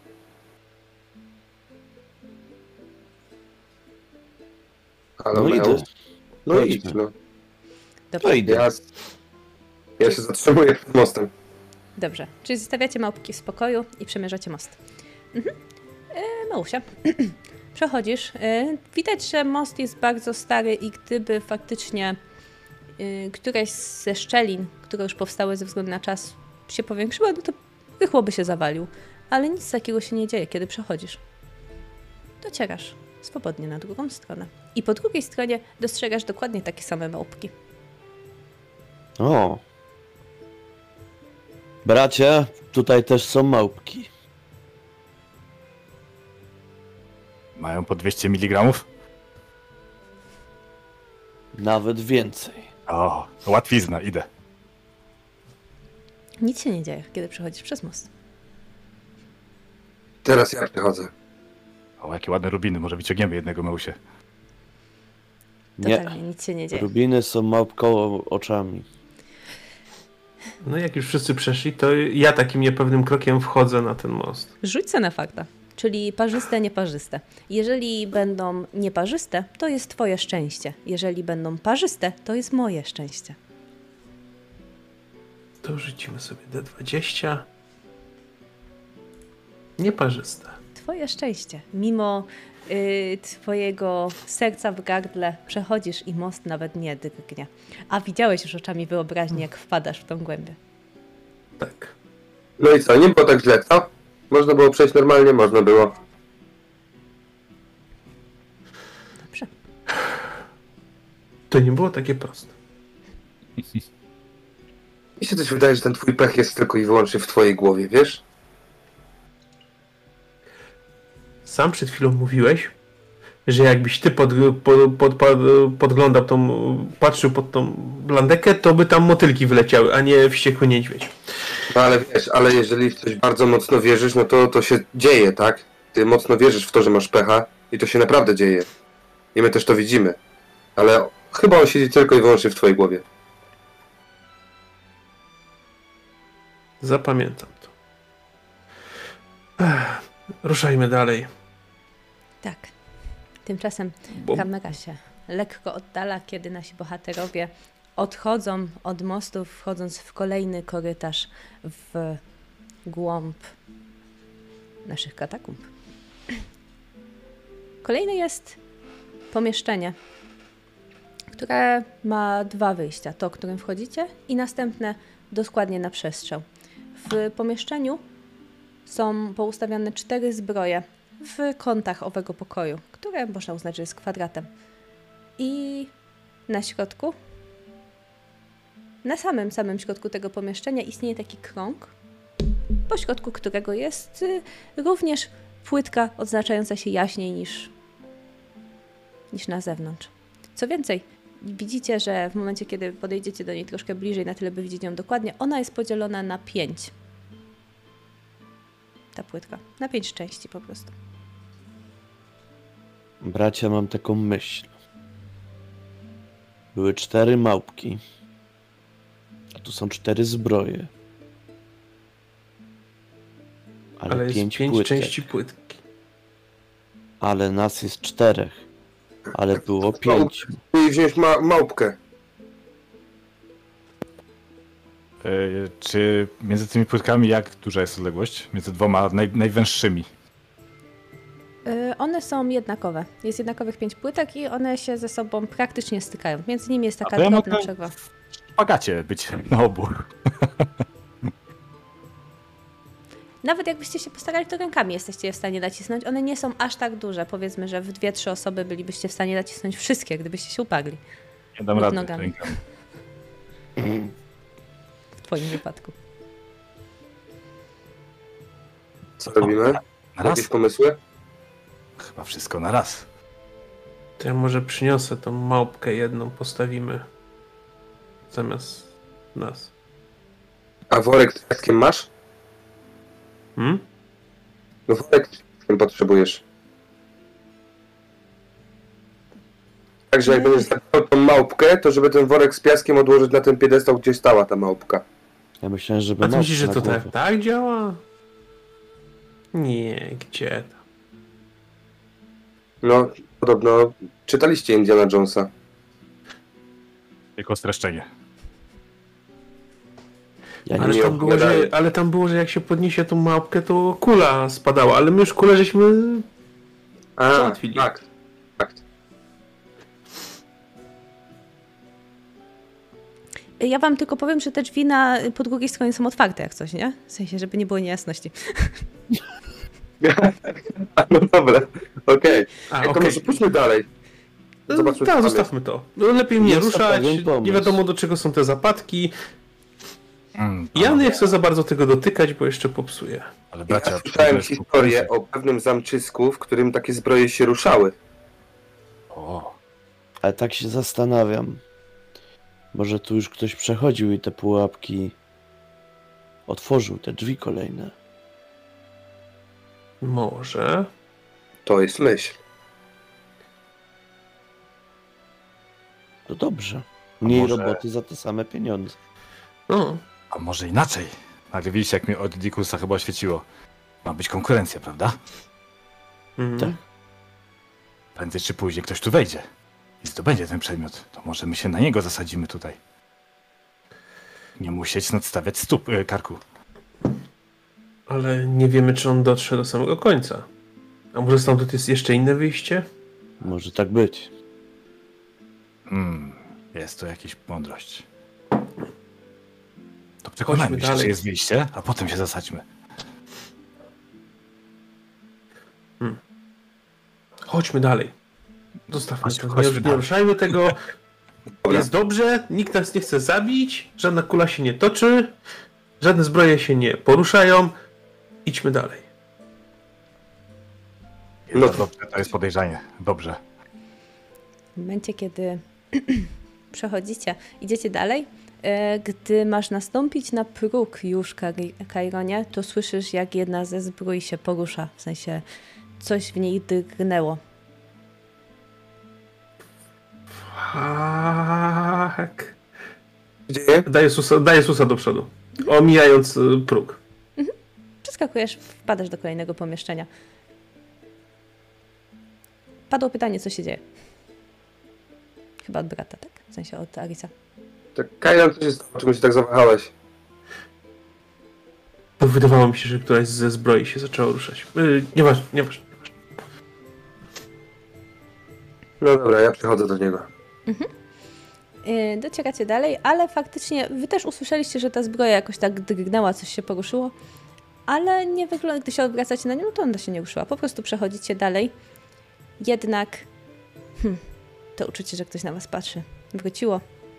Halo, No idę. Meus? No Chodźmy. idź, no. Dobrze. To idę. Ja się zatrzymuję przed mostem. Dobrze, czyli zostawiacie małpki w spokoju i przemierzacie most. Małusia, przechodzisz. Widać, że most jest bardzo stary i gdyby faktycznie któraś ze szczelin, które już powstały ze względu na czas, się powiększyła, no to rychło by się zawalił. Ale nic takiego się nie dzieje, kiedy przechodzisz. Docierasz swobodnie na drugą stronę. I po drugiej stronie dostrzegasz dokładnie takie same małpki. O! Bracie, tutaj też są małpki. Mają po 200 mg? Nawet więcej. O, łatwizna, idę. Nic się nie dzieje, kiedy przechodzisz przez most. Teraz ja przechodzę. O, jakie ładne rubiny, może wyciągniemy jednego Meusie. Totalnie nic się nie dzieje. Rubiny są małpką oczami. No jak już wszyscy przeszli, to ja takim niepewnym krokiem wchodzę na ten most. Rzuć se na fakta. Czyli parzyste, nieparzyste. Jeżeli będą nieparzyste, to jest twoje szczęście. Jeżeli będą parzyste, to jest moje szczęście. To rzucimy sobie D20. Nieparzyste. Twoje szczęście. Mimo twojego serca w gardle przechodzisz i most nawet nie drgnie. A widziałeś już oczami wyobraźni, jak wpadasz w tą głębię. Tak. No i co, nie było tak źle, co? Można było przejść normalnie, można było. Dobrze. To nie było takie proste. Mi się też wydaje, że ten twój pech jest tylko i wyłącznie w twojej głowie, wiesz? Sam przed chwilą mówiłeś, że jakbyś ty podglądał patrzył pod tą blandekę, to by tam motylki wyleciały, a nie wściekły niedźwiedź. No ale wiesz, ale jeżeli w coś bardzo mocno wierzysz, no to się dzieje, tak? Ty mocno wierzysz w to, że masz pecha i to się naprawdę dzieje. I my też to widzimy. Ale chyba on siedzi tylko i wyłącznie w twojej głowie. Zapamiętam to. Ruszajmy dalej. Tak. Tymczasem Bo... kamera się lekko oddala, kiedy nasi bohaterowie odchodzą od mostu, wchodząc w kolejny korytarz w głąb naszych katakumb. Kolejne jest pomieszczenie, które ma 2 wyjścia. To, którym wchodzicie i następne dokładnie na przestrzał. W pomieszczeniu są poustawiane 4 zbroje w kątach owego pokoju, które można uznać, że jest kwadratem. I na środku, na samym środku tego pomieszczenia istnieje taki krąg, po środku którego jest również płytka odznaczająca się jaśniej niż na zewnątrz. Co więcej, widzicie, że w momencie, kiedy podejdziecie do niej troszkę bliżej, na tyle by widzieć ją dokładnie, ona jest podzielona na 5. Ta płytka. Na 5 części po prostu. Bracia, mam taką myśl. Były 4 małpki. A tu są 4 zbroje. Ale jest 5 5 płytek. części płytki. Ale nas jest 4. Ale było 5. I wziąć małpkę. Czy między tymi płytkami jak duża jest odległość? Między dwoma najwęższymi. One są jednakowe. Jest jednakowych 5 płytek i one się ze sobą praktycznie stykają. Między nimi jest taka ja drobna mogę przerwa. w szpagacie być na obu. Nawet jakbyście się postarali, to rękami jesteście je w stanie nacisnąć. One nie są aż tak duże. Powiedzmy, że w 2-3 osoby bylibyście w stanie nacisnąć wszystkie, gdybyście się uparli. Nie dam Lub rady nogami. rękami. W twoim wypadku. Co robimy? Na raz? Jakieś pomysły? Chyba wszystko na raz. To ja może przyniosę tą małpkę jedną, postawimy zamiast nas. A worek z piaskiem masz? No worek z piaskiem potrzebujesz. Także jak będziesz zabierał tą małpkę, to żeby ten worek z piaskiem odłożyć na ten piedestał, gdzie stała ta małpka. Ja myślałem, żeby A ty myślisz, że na to głowę. tak działa? Nie, gdzie tam? No, podobno czytaliście Indiana Jonesa. Tylko streszczenie. Ja Ale nie tam było, że jak się podniesie tą małpkę, to kula spadała, ale my już kulę żeśmy załatwili. Tak. Ja wam tylko powiem, że te drzwi po drugiej stronie są otwarte jak coś, nie? W sensie, żeby nie było niejasności. No dobra, okej. A, To okej. może pójdźmy dalej. Zobaczmy, co Tak, tam zostawmy to. No, lepiej nie Jest to ruszać, pewien pomysł. nie wiadomo do czego są te zapadki. Ja nie chcę za bardzo tego dotykać, bo jeszcze popsuję. Ale Ja bracia, słyszałem przecież- historię o pewnym zamczysku, w którym takie zbroje się ruszały. O, Ale tak się zastanawiam. Może tu już ktoś przechodził i te pułapki otworzył, te drzwi kolejne. Może. To jest myśl. To dobrze. Mniej może- roboty za te same pieniądze. No, A może inaczej? Nagle widzicie, jak mi od Dikusa chyba świeciło. Ma być konkurencja, prawda? mhm. Tak. Prędzej czy później ktoś tu wejdzie i zdobędzie ten przedmiot. To może my się na niego zasadzimy tutaj. Nie musieć nadstawiać karku. Ale nie wiemy, czy on dotrze do samego końca. A może stamtąd jest jeszcze inne wyjście? Może tak być. Jest to jakaś mądrość. To przekonajmy Chodźmy się, dalej. że jest wyjście, a potem się zasadźmy. Chodźmy dalej. Zostawmy to. Chodźmy Nie dalej. ruszajmy tego. Dobra. Jest dobrze, nikt nas nie chce zabić, żadna kula się nie toczy, żadne zbroje się nie poruszają. Idźmy dalej. No dobrze, to jest podejrzanie. Dobrze. W momencie, kiedy przechodzicie, idziecie dalej, gdy masz nastąpić na próg już, Kaironie, to słyszysz, jak jedna ze zbrój się porusza. W sensie coś w niej drgnęło. Tak. Gdzie? Daję susa do przodu, omijając próg. Przeskakujesz, wpadasz do kolejnego pomieszczenia. Padło pytanie, co się dzieje. Chyba od brata, tak? W sensie od Arisa. Tak, Kairon, co się stało? Czemu się tak zawahałeś? To wydawało mi się, że któraś ze zbroi się zaczęła ruszać. Nieważne. No dobra, ja przychodzę do niego. Docieracie dalej, ale faktycznie wy też usłyszeliście, że ta zbroja jakoś tak drgnęła, coś się poruszyło, ale nie wygląda, gdy się odwracacie na nią, to ona się nie ruszyła. Po prostu przechodzicie dalej. Jednak to uczucie, że ktoś na was patrzy, wróciło.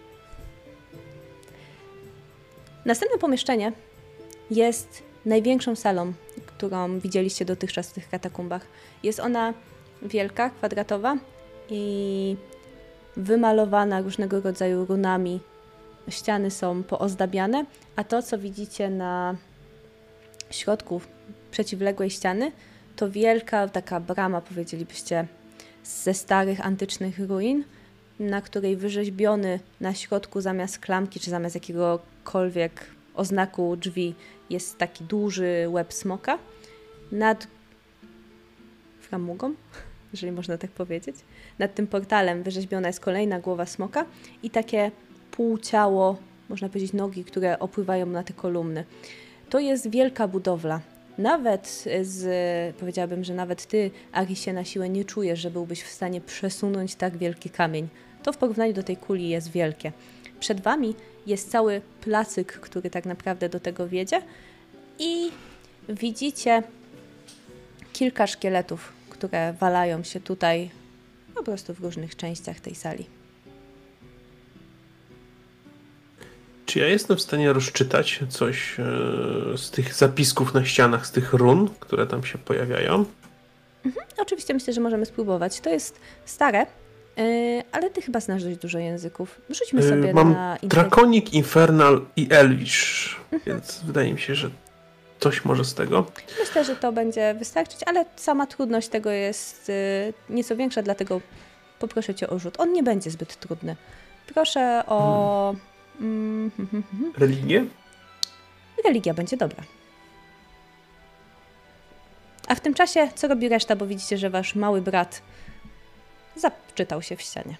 Następne pomieszczenie jest największą salą, którą widzieliście dotychczas w tych katakumbach. Jest ona wielka, kwadratowa i wymalowana różnego rodzaju runami. Ściany są poozdabiane, a to, co widzicie na środku przeciwległej ściany, to wielka taka brama, powiedzielibyście, ze starych, antycznych ruin, na której wyrzeźbiony na środku zamiast klamki, czy zamiast jakiegokolwiek oznaku drzwi jest taki duży łeb smoka. Nad framugą, jeżeli można tak powiedzieć, nad tym portalem wyrzeźbiona jest kolejna głowa smoka i takie półciało, można powiedzieć nogi, które opływają na te kolumny. To jest wielka budowla. Powiedziałabym, że nawet ty, Arisie, na siłę nie czujesz, że byłbyś w stanie przesunąć tak wielki kamień. To w porównaniu do tej kuli jest wielkie. Przed wami jest cały placyk, który tak naprawdę do tego wiedzie i widzicie kilka szkieletów, które walają się tutaj po prostu w różnych częściach tej sali. Czy ja jestem w stanie rozczytać coś z tych zapisków na ścianach, z tych run, które tam się pojawiają? Oczywiście myślę, że możemy spróbować. To jest stare, ale ty chyba znasz dość dużo języków. Rzućmy sobie Mam na Draconic, Infernal i Elvish, więc wydaje mi się, że coś może z tego. Myślę, że to będzie wystarczyć, ale sama trudność tego jest nieco większa, dlatego poproszę cię o rzut. On nie będzie zbyt trudny. Proszę o... Religię? Religia będzie dobra. A w tym czasie, co robi reszta, bo widzicie, że wasz mały brat zaczytał się w ścianie.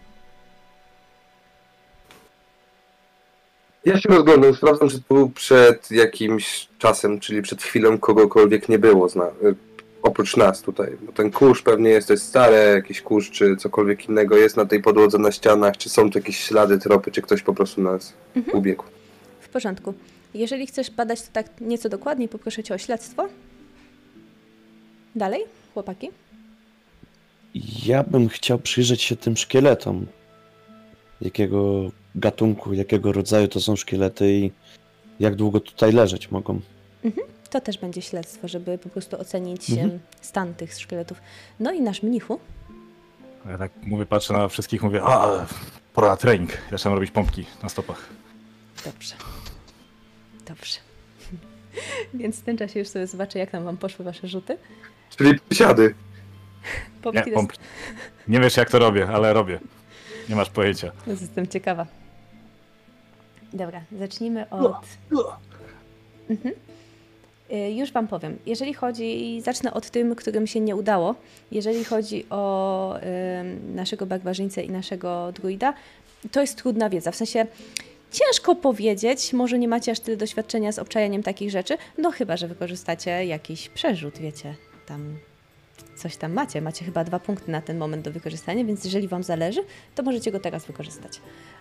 Ja się rozglądam, sprawdzam, czy to był przed jakimś czasem, czyli przed chwilą kogokolwiek nie było, oprócz nas tutaj. Bo ten kurz pewnie jest coś stare, jakiś kurz, czy cokolwiek innego jest na tej podłodze, na ścianach, czy są tu jakieś ślady, tropy, czy ktoś po prostu nas ubiegł. W porządku. Jeżeli chcesz badać to tak nieco dokładniej, poproszę cię o śledztwo. Dalej, chłopaki. Ja bym chciał przyjrzeć się tym szkieletom. Jakiego gatunku, jakiego rodzaju to są szkielety i jak długo tutaj leżeć mogą. To też będzie śledztwo, żeby po prostu ocenić stan tych szkieletów. No i nasz mnichu. Ja tak mówię, patrzę na wszystkich, mówię, a pora na trening. Zaczynam robić pompki na stopach. Dobrze. Dobrze. Więc w tym czasie już sobie zobaczę, jak tam wam poszły wasze rzuty. Czyli przysiady. Pompki Nie, nie wiesz jak to robię, ale robię. Nie masz pojęcia. Jestem ciekawa. Dobra, zacznijmy od... Mhm. Już wam powiem. Jeżeli chodzi... Zacznę od tym, którym się nie udało. Jeżeli chodzi o naszego barbarzyńcę i naszego druida, to jest trudna wiedza. W sensie ciężko powiedzieć, może nie macie aż tyle doświadczenia z obczajaniem takich rzeczy, no chyba, że wykorzystacie jakiś przerzut, wiecie, tam coś tam macie. Macie chyba 2 punkty na ten moment do wykorzystania, więc jeżeli wam zależy, to możecie go teraz wykorzystać.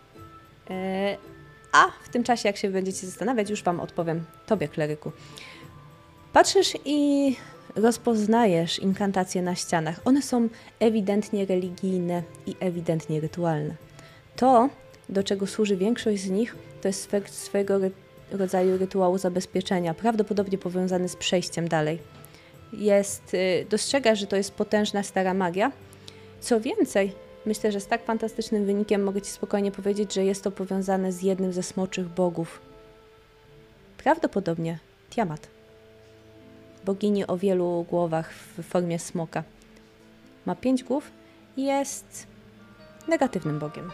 A w tym czasie, jak się będziecie zastanawiać, już wam odpowiem, tobie, kleryku. Patrzysz i rozpoznajesz inkantacje na ścianach. One są ewidentnie religijne i ewidentnie rytualne. To, do czego służy większość z nich, to jest swego rodzaju rytuału zabezpieczenia, prawdopodobnie powiązany z przejściem dalej. Dostrzegasz, że to jest potężna stara magia. Co więcej, myślę, że z tak fantastycznym wynikiem mogę ci spokojnie powiedzieć, że jest to powiązane z jednym ze smoczych bogów. Prawdopodobnie Tiamat. Bogini o wielu głowach w formie smoka. Ma 5 głów i jest negatywnym bogiem.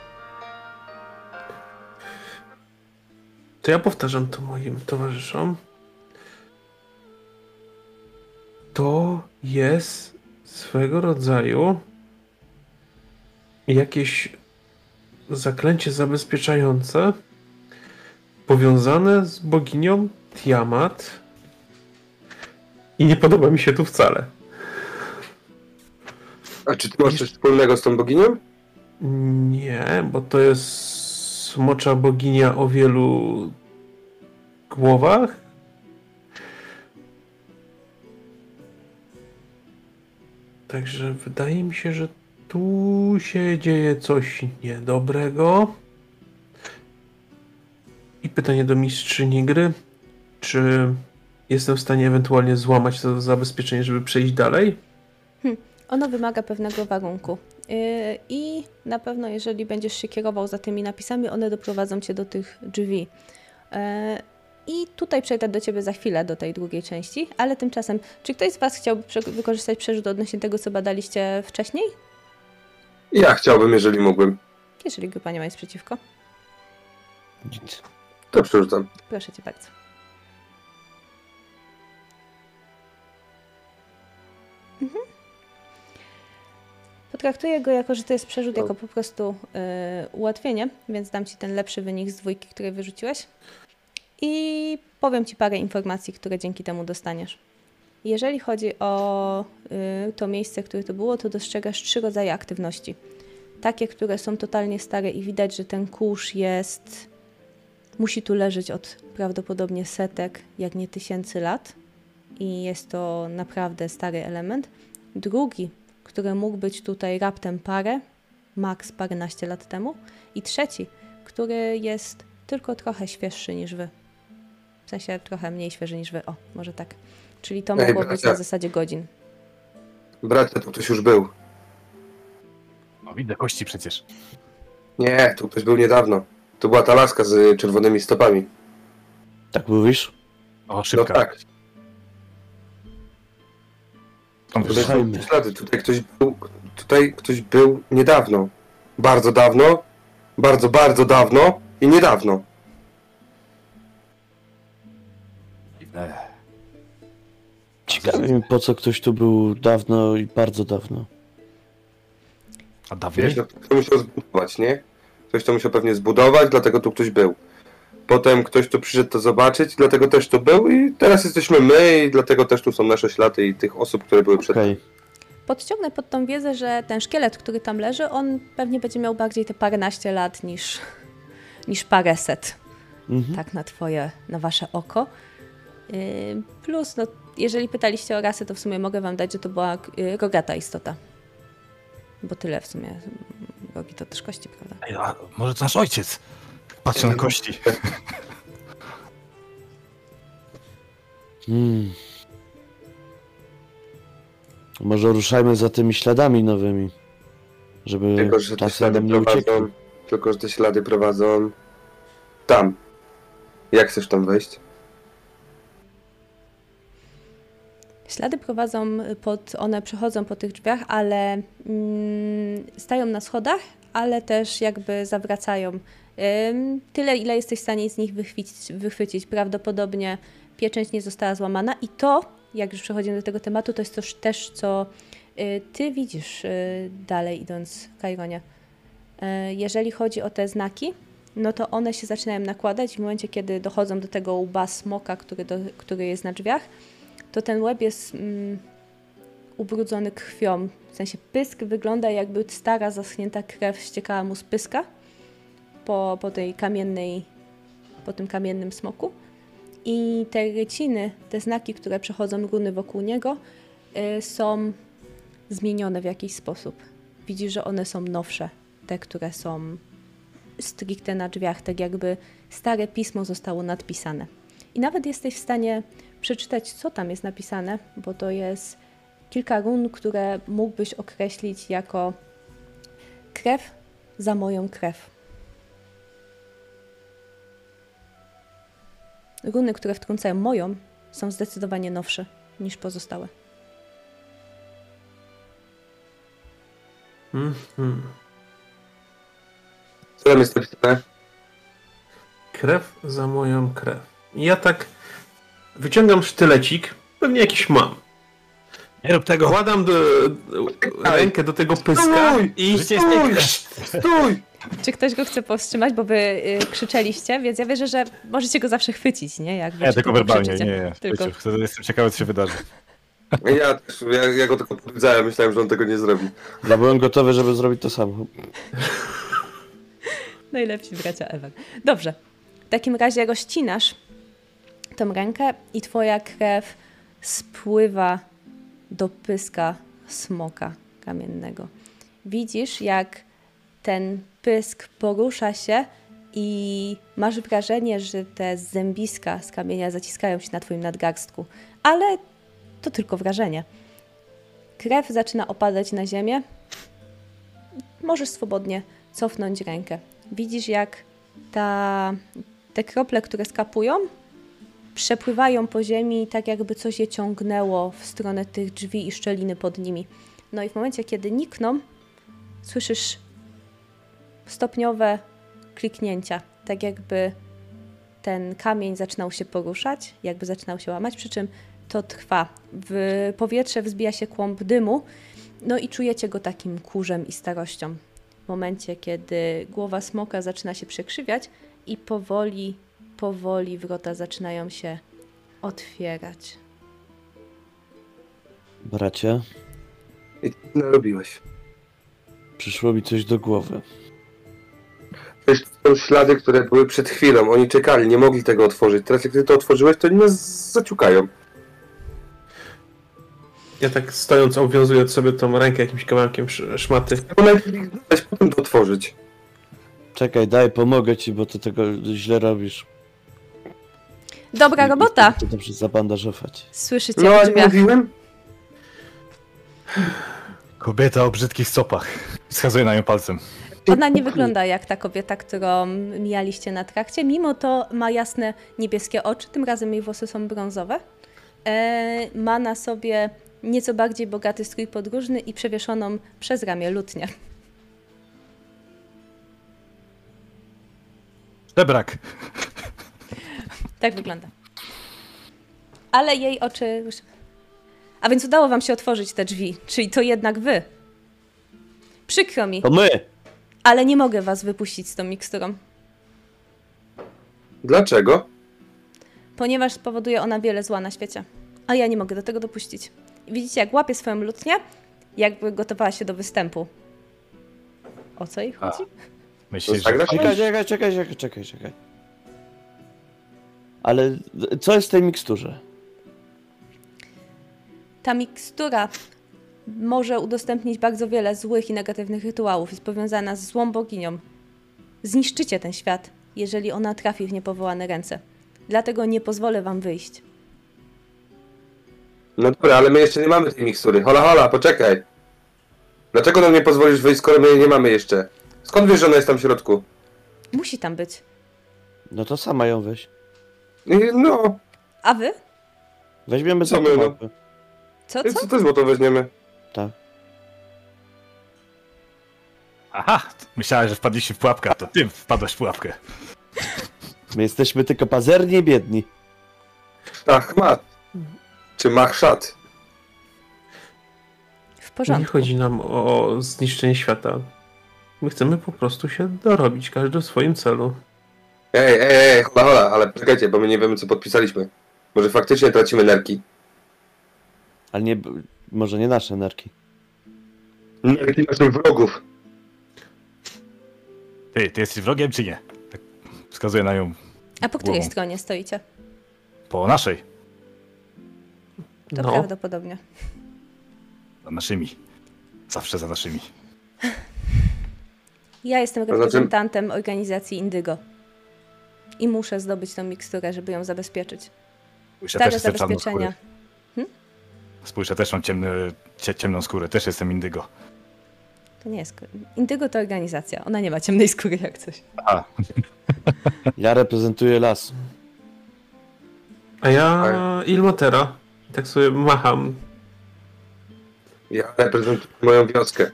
To ja powtarzam to moim towarzyszom. To jest swego rodzaju jakieś zaklęcie zabezpieczające powiązane z boginią Tiamat i nie podoba mi się tu wcale. A czy ty masz coś wspólnego z tą boginią? Nie, bo to jest smocza boginia o wielu głowach. Także wydaje mi się, że tu się dzieje coś niedobrego. I pytanie do mistrzyni gry, czy jestem w stanie ewentualnie złamać to zabezpieczenie, żeby przejść dalej? Ono wymaga pewnego warunku. I na pewno, jeżeli będziesz się kierował za tymi napisami, one doprowadzą cię do tych drzwi. I tutaj przejdę do ciebie za chwilę, do tej drugiej części, ale tymczasem, czy ktoś z was chciałby wykorzystać przerzut odnośnie tego, co badaliście wcześniej? Ja chciałbym, jeżeli mógłbym. Jeżeli grupa nie ma nic przeciwko. Nic. To przerzucam. Proszę cię bardzo. Potraktuję go jako, że to jest przerzut, jako po prostu ułatwienie, więc dam ci ten lepszy wynik z 2, który wyrzuciłeś. I powiem ci parę informacji, które dzięki temu dostaniesz. Jeżeli chodzi o to miejsce, które to było, to dostrzegasz 3 rodzaje aktywności. Takie, które są totalnie stare i widać, że ten kurz musi tu leżeć od prawdopodobnie setek, jak nie tysięcy lat. I jest to naprawdę stary element. Drugi, który mógł być tutaj raptem maks paręnaście lat temu. I trzeci, który jest tylko trochę świeższy niż wy. W sensie trochę mniej świeży niż wy. O, może tak. Czyli to mogło być na zasadzie godzin. Bracie, tu ktoś już był. No widzę kości przecież. Nie, tu ktoś był niedawno. To była ta laska z czerwonymi stopami. Tak mówisz? O, No szybka. tak. Tutaj Słuchajmy. Ślady. Tutaj ktoś był niedawno. Bardzo dawno. Bardzo, bardzo dawno. I niedawno. Ciekawi mnie, po co ktoś tu był dawno i bardzo dawno. A dawniej? Wiesz, no, ktoś to musiał zbudować, nie? Ktoś to musiał pewnie zbudować, dlatego tu ktoś był. Potem ktoś tu przyszedł to zobaczyć, dlatego też tu był i teraz jesteśmy my i dlatego też tu są nasze ślady i tych osób, które były przed Okej. Podciągnę pod tą wiedzę, że ten szkielet, który tam leży, on pewnie będzie miał bardziej te paręnaście lat niż paręset. Mhm. Tak na wasze oko. Plus, no, jeżeli pytaliście o rasę, to w sumie mogę wam dać, że to była rogata istota. Bo tyle w sumie. Rogi to też kości, prawda? Ej, a może to nasz ojciec? Patrzę na kości. Może ruszajmy za tymi śladami nowymi. żeby Tylko, że te czasem ślady nam nie uciekli. prowadzą. Tylko, że te ślady prowadzą tam. Jak chcesz tam wejść? Ślady prowadzą one przechodzą po tych drzwiach, ale stają na schodach, ale też jakby zawracają. Tyle, ile jesteś w stanie z nich wychwycić. Prawdopodobnie pieczęć nie została złamana i to, jak już przechodzimy do tego tematu, to jest też, co ty widzisz dalej idąc, Kaironie. Jeżeli chodzi o te znaki, no to one się zaczynają nakładać w momencie, kiedy dochodzą do tego łba smoka, który jest na drzwiach, to ten łeb jest ubrudzony krwią. W sensie pysk wygląda, jakby stara, zaschnięta krew ściekała mu z pyska po tym kamiennym smoku. I te ryciny, te znaki, które przechodzą runy wokół niego, są zmienione w jakiś sposób. Widzisz, że one są nowsze, te, które są stricte na drzwiach, tak jakby stare pismo zostało nadpisane. I nawet jesteś w stanie przeczytać, co tam jest napisane, bo to jest kilka run, które mógłbyś określić jako krew za moją krew. Runy, które wtrącają moją, są zdecydowanie nowsze niż pozostałe. Co tam jest napisane? Krew za moją krew. I ja tak wyciągam sztylecik, pewnie jakiś mam. Nie rób tego! Kładam rękę do tego pyska i... Życie jest piękne! Stój! Czy ktoś go chce powstrzymać, bo wy krzyczeliście, więc ja wierzę, że możecie go zawsze chwycić, nie? Jak Nie, tylko werbalnie, krzyczycie. nie. Tylko. Jestem ciekawy, co się wydarzy. Ja go tylko powiedziałem, myślałem, że on tego nie zrobi. Ja byłem gotowy, żeby zrobić to samo. Najlepsi bracia ever. Dobrze. W takim razie rozcinasz tą rękę i twoja krew spływa do pyska smoka kamiennego. Widzisz, jak ten pysk porusza się i masz wrażenie, że te zębiska z kamienia zaciskają się na twoim nadgarstku. Ale to tylko wrażenie. Krew zaczyna opadać na ziemię. Możesz swobodnie cofnąć rękę. Widzisz, jak te krople, które skapują, przepływają po ziemi, tak jakby coś je ciągnęło w stronę tych drzwi i szczeliny pod nimi. No i w momencie, kiedy nikną, słyszysz stopniowe kliknięcia, tak jakby ten kamień zaczynał się poruszać, jakby zaczynał się łamać, przy czym to trwa. W powietrze wzbija się kłąb dymu, no i czujecie go takim kurzem i starością. W momencie, kiedy głowa smoka zaczyna się przekrzywiać i powoli wrota zaczynają się otwierać. Bracie, I co narobiłeś? przyszło mi coś do głowy. Przecież to są ślady, które były przed chwilą. Oni czekali, nie mogli tego otworzyć. Teraz jak ty to otworzyłeś, to oni nas zaciukają. Ja tak stojąc, obwiązując sobie tą rękę jakimś kawałkiem szmaty. Bo najpierw ich znaleźć, potem to otworzyć. Czekaj, daj, pomogę ci, bo ty tego źle robisz. Dobra robota! To dobrze zabandażować. Słyszycie No, w a nie drzwiach. mówiłem? Kobieta o brzydkich stopach. Wskazuję na nią palcem. Ona nie wygląda jak ta kobieta, którą mijaliście na trakcie. Mimo to ma jasne niebieskie oczy, tym razem jej włosy są brązowe. Ma na sobie nieco bardziej bogaty strój podróżny i przewieszoną przez ramię lutnię. Żebrak. Tak wygląda. Ale jej oczy... A więc udało wam się otworzyć te drzwi, czyli to jednak wy. Przykro mi, To my! ale nie mogę was wypuścić z tą miksturą, Dlaczego? ponieważ spowoduje ona wiele zła na świecie. A ja nie mogę do tego dopuścić. Widzicie, jak łapie swoją lutnię, jakby gotowała się do występu. O co jej chodzi? Myślisz, że... Zagrasz? Czekaj. Ale co jest w tej miksturze? Ta mikstura może udostępnić bardzo wiele złych i negatywnych rytuałów. Jest powiązana z złą boginią. Zniszczycie ten świat, jeżeli ona trafi w niepowołane ręce. Dlatego nie pozwolę wam wyjść. No dobra, ale my jeszcze nie mamy tej mikstury. Hola, hola, poczekaj. Dlaczego nam nie pozwolisz wyjść, skoro my jej nie mamy jeszcze? Skąd wiesz, że ona jest tam w środku? Musi tam być. No to sama ją weź. No, A wy? Weźmiemy Co za my, no? mapę. Co? co to złoto weźmiemy? Tak. Aha, myślałem, że wpadliście w pułapkę, a to ty wpadłeś w pułapkę. My jesteśmy tylko pazerni i biedni. Ahmad. Czy Mahszad? W Nie porządku. chodzi nam o zniszczenie świata. My chcemy po prostu się dorobić, każdy w swoim celu. Ej, hola, ale czekajcie, bo my nie wiemy, co podpisaliśmy. Może faktycznie tracimy nerki. Ale nie, może nie nasze nerki. Nerki naszych wrogów. Ty jesteś wrogiem, czy nie? Tak wskazuję na nią A po której głową. stronie stoicie? Po naszej. To No. prawdopodobnie. Za naszymi. Zawsze za naszymi. Ja jestem znaczy- reprezentantem organizacji Indygo. I muszę zdobyć tą miksturę, żeby ją zabezpieczyć. Spójrz, ja Stare też jestem czarną zabezpieczenia. skórę. Spójrz, ja też mam ciemną skórę, też jestem indygo. To nie jest... Indygo to organizacja. Ona nie ma ciemnej skóry jak coś. Aha, Ja reprezentuję las. A ja Ilmatera. Tak sobie macham. Ja reprezentuję moją wioskę.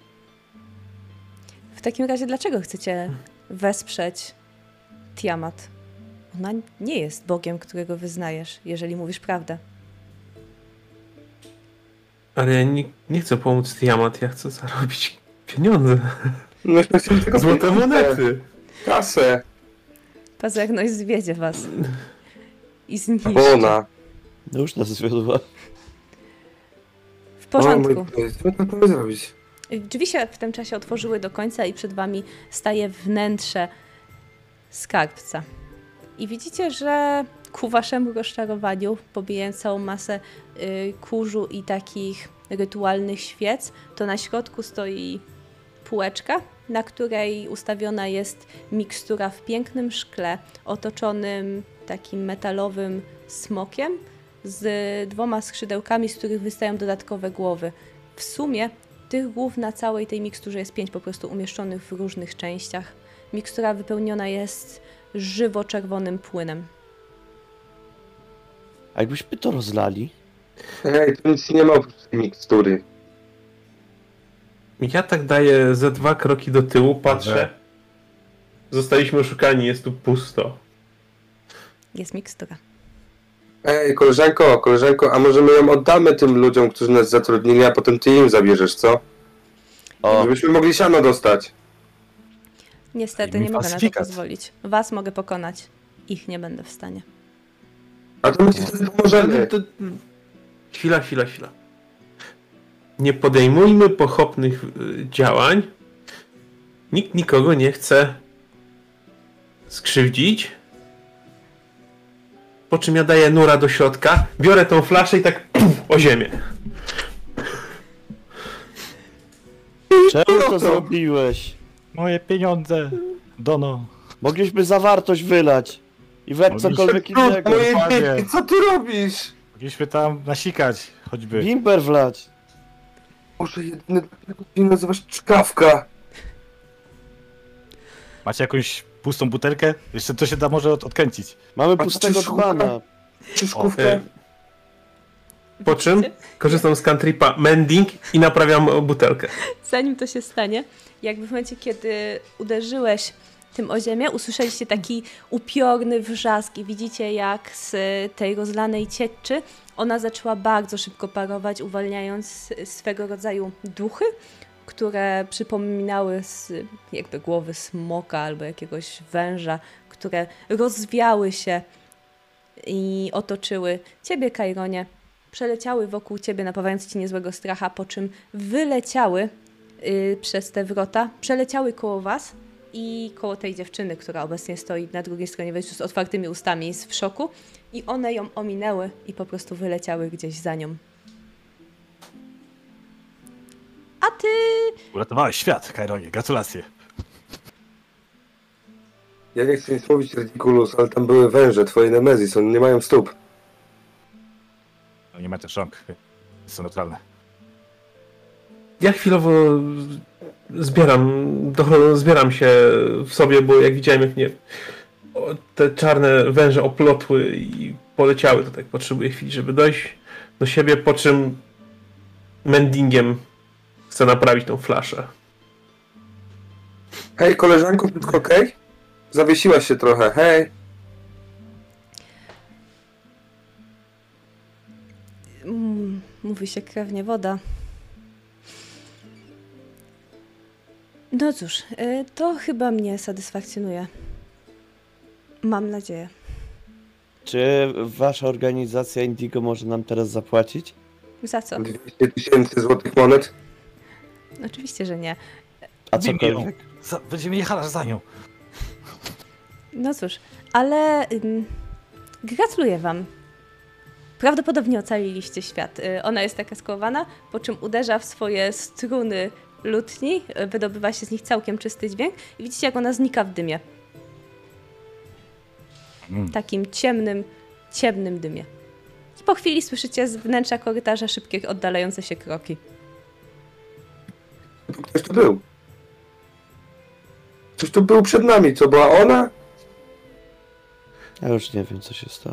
W takim razie dlaczego chcecie wesprzeć Tiamat? Ona nie jest Bogiem, którego wyznajesz, jeżeli mówisz prawdę. Ale ja nie chcę pomóc Tiamat, ja chcę zarobić pieniądze. No chcemy tylko Złote monety. Kasę. Pazerność zwiedzie was. I zniszczy. Bona. No już nas zwiodła. W porządku. Co tam mamy zrobić? Drzwi się w tym czasie otworzyły do końca i przed wami staje wnętrze skarbca. I widzicie, że ku waszemu rozczarowaniu, pobijając całą masę kurzu i takich rytualnych świec, to na środku stoi półeczka, na której ustawiona jest mikstura w pięknym szkle, otoczonym takim metalowym smokiem z 2 skrzydełkami, z których wystają dodatkowe głowy. W sumie tych głów na całej tej miksturze jest 5 po prostu umieszczonych w różnych częściach. Mikstura wypełniona jest żywo-czerwonym płynem. A jakbyśmy to rozlali? Ej, tu nic nie ma oprócz tej mikstury. Ja tak daję ze 2 kroki do tyłu, patrzę. Dobrze. Zostaliśmy oszukani, jest tu pusto. Jest mikstura. Ej, koleżanko, a może my ją oddamy tym ludziom, którzy nas zatrudnili, a potem ty im zabierzesz, co? O, Żebyśmy mogli siano dostać. Niestety I nie mogę na to falsyfikat. pozwolić. Was mogę pokonać. Ich nie będę w stanie. A to my ci wtedy pomożemy. Chwila. Nie podejmujmy pochopnych działań. Nikt nikogo nie chce skrzywdzić. Po czym ja daję nura do środka, biorę tą flaszę i tak o ziemię. czemu to zrobiłeś? moje pieniądze, Dono. Mogliśmy zawartość wylać. I wlać Mogliśmy- cokolwiek innego. Moje dokładnie. dzieci, co ty robisz? Mogliśmy tam nasikać, choćby. Bimber wlać. Może jedyny nazywasz czkawka. Macie jakąś pustą butelkę? Jeszcze to się da może odkręcić. Mamy to pustego czy szkółka? dzbana. Krzyżkówkę. Po czym korzystam z cantripa mending i naprawiam butelkę. Zanim to się stanie, jakby w momencie, kiedy uderzyłeś tym o ziemię, usłyszeliście taki upiorny wrzask i widzicie, jak z tej rozlanej cieczy ona zaczęła bardzo szybko parować, uwalniając swego rodzaju duchy, które przypominały jakby głowy smoka albo jakiegoś węża, które rozwiały się i otoczyły ciebie, Kaironie, przeleciały wokół ciebie, napawając ci niezłego stracha, po czym wyleciały przez te wrota, przeleciały koło was i koło tej dziewczyny, która obecnie stoi na drugiej stronie wejścia z otwartymi ustami, jest w szoku i one ją ominęły i po prostu wyleciały gdzieś za nią. A ty... Uratowałeś świat, Kaironie, gratulacje. Ja nie chcę nic mówić, Ridiculous, ale tam były węże, twoje Nemezis, one nie mają stóp. No nie ma też rąk, są neutralne. Ja chwilowo zbieram się w sobie, bo jak widziałem, jak mnie te czarne węże oplotły i poleciały, to tak potrzebuję chwili, żeby dojść do siebie, po czym mendingiem chcę naprawić tą flaszę. Hej, koleżanko, wszystko okej? Zawiesiłaś się trochę, hej. Mówi się krewnie woda. No cóż, to chyba mnie satysfakcjonuje. Mam nadzieję. Czy wasza organizacja Indigo może nam teraz zapłacić? Za co? 200 000 złotych monet. Oczywiście, że nie. A cokolwiek? Będziemy jechać za nią. No cóż, ale gratuluję wam. Prawdopodobnie ocaliliście świat. Ona jest taka skołowana, po czym uderza w swoje struny lutni, wydobywa się z nich całkiem czysty dźwięk i widzicie, jak ona znika w dymie. Takim ciemnym dymie. I po chwili słyszycie z wnętrza korytarza szybkie, oddalające się kroki. Ktoś tu był. Ktoś tu był przed nami, co była ona? Ja już nie wiem, co się stało.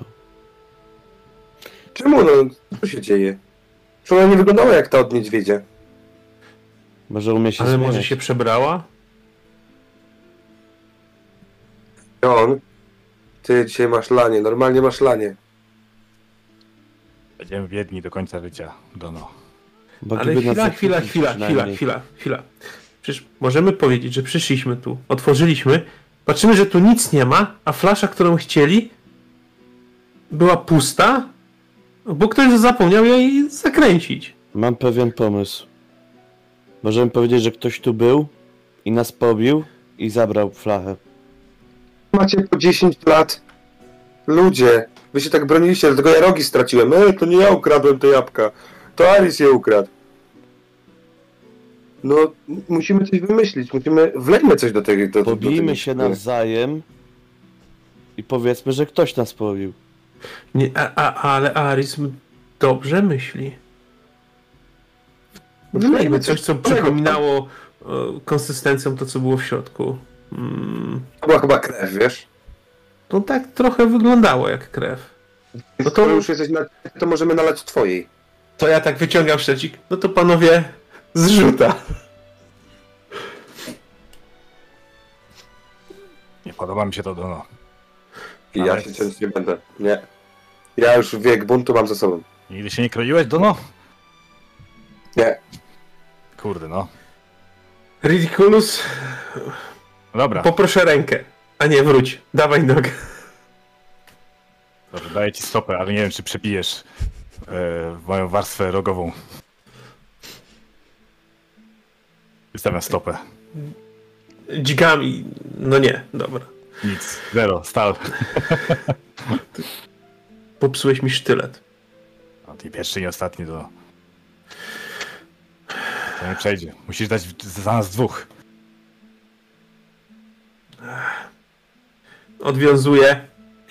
Czemu no? Co się dzieje? Czy ona nie wyglądała jak ta od niedźwiedzia? Może umie się Ale zmieniać. może się przebrała? John, ty dzisiaj masz lanie, normalnie masz lanie. Będziemy biedni do końca życia, Dono. Ale chwila. Przecież możemy powiedzieć, że przyszliśmy tu, otworzyliśmy, patrzymy, że tu nic nie ma, a flasza, którą chcieli, była pusta, bo ktoś zapomniał jej zakręcić. Mam pewien pomysł. Możemy powiedzieć, że ktoś tu był i nas pobił i zabrał flachę. Macie po 10 lat. Ludzie, wy się tak broniliście, dlatego ja rogi straciłem. To nie ja ukradłem te jabłka. To Alice je ukradł. No, musimy coś wymyślić. Wlejmy coś do tej... Pobijmy się nawzajem i powiedzmy, że ktoś nas pobił. Nie, ale Aris dobrze myśli. Wlejmy coś, co przypominało konsystencją to, co było w środku. To była chyba krew, wiesz? To tak trochę wyglądało jak krew. No to już jesteś to możemy nalać twojej. To ja tak wyciągam szczycik. No to panowie, zrzuta. Nie podoba mi się to, Dono. I ja się ciąć nie będę. Nie. Ja już wiek buntu mam za sobą. Nigdy się nie kroiłeś, Dono? Nie. Kurde, no. Ridiculous. Dobra. Poproszę rękę. A nie, wróć. Dawaj nogę. Dobrze, daję ci stopę, ale nie wiem, czy przebijesz moją warstwę rogową. Wystawiam stopę. Dźgami. No nie, dobra. Nic. Zero. Stal. Popsułeś mi sztylet. No, ty pierwszy, nie ostatni, to nie przejdzie. Musisz dać za nas dwóch. Odwiązuję.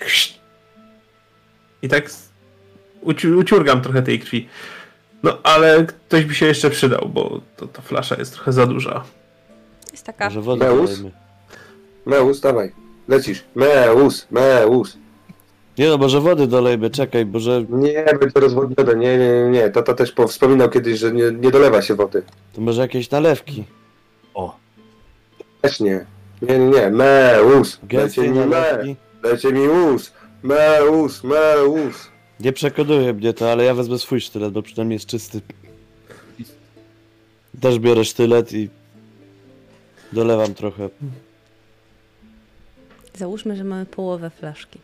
I tak uciurgam trochę tej krwi. No, ale ktoś by się jeszcze przydał, bo ta flasza jest trochę za duża. Jest taka... Może wodę Meus? dolejmy. Meus, dawaj. Lecisz. Meus. Nie no, może wody dolejmy, czekaj, bo że... Nie, będzie rozwodnione. Nie. Tata też wspominał kiedyś, że nie dolewa się wody. To może jakieś nalewki. O. Też nie. Nie. Meus. Gęsiej nalewki. Dajcie mi łóż. Meus. Nie przekonuje mnie to, ale ja wezmę swój sztylet, bo przynajmniej jest czysty. Też biorę sztylet i dolewam trochę. Załóżmy, że mamy połowę flaszki.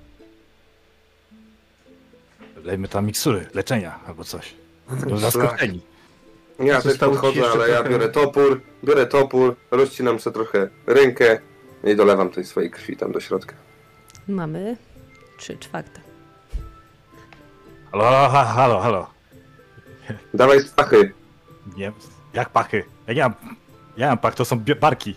Dajmy tam mikstury, leczenia albo coś. To zaskoczeni. Ja też Zostało ci podchodzę, jeszcze ale ja trochę. biorę topór, rozcinam sobie trochę rękę i dolewam tej swojej krwi tam do środka. Mamy 3/4. Halo. Dawaj z pachy. Nie, jak pachy? Ja nie mam pach, to są barki.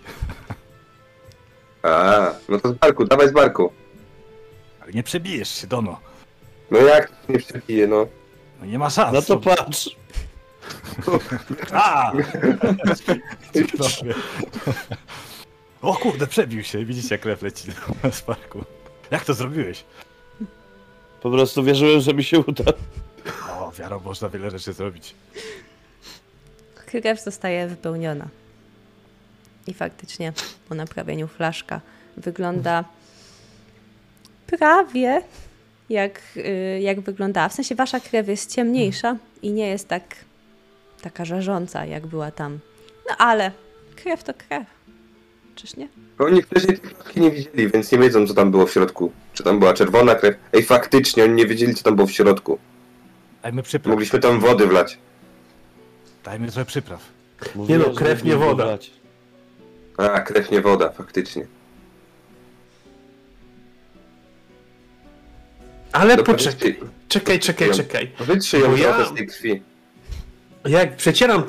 No to z barku, dawaj z barku. Ale nie przebijesz się, Dono. No jak nie przepije, no. No nie ma szans. No to patrz. A! Ciekawe. O kurde, przebił się. Widzicie, jak krew leci z parku. Jak to zrobiłeś? Po prostu wierzyłem, że mi się uda. O, wiarą można wiele rzeczy zrobić. Krew zostaje wypełniona. I faktycznie po naprawieniu flaszka wygląda prawie jak wyglądała. W sensie wasza krew jest ciemniejsza i nie jest taka żarząca, jak była tam. No ale krew to krew. Czyż nie? Oni wcześniej tej flaszki nie widzieli, więc nie wiedzą, co tam było w środku. Czy tam była czerwona krew. Ej, faktycznie, oni nie wiedzieli, co tam było w środku. Dajmy przypraw. Mogliśmy tam wody wlać. Dajmy trochę przypraw. Mówiłem, Nie no, że krew nie lubię woda. brać. A, krew nie woda, faktycznie. Ale Dobra, poczekaj. Czekaj. Wytrzyj ją Bo ja- trochę z tej krwi. Jak przecieram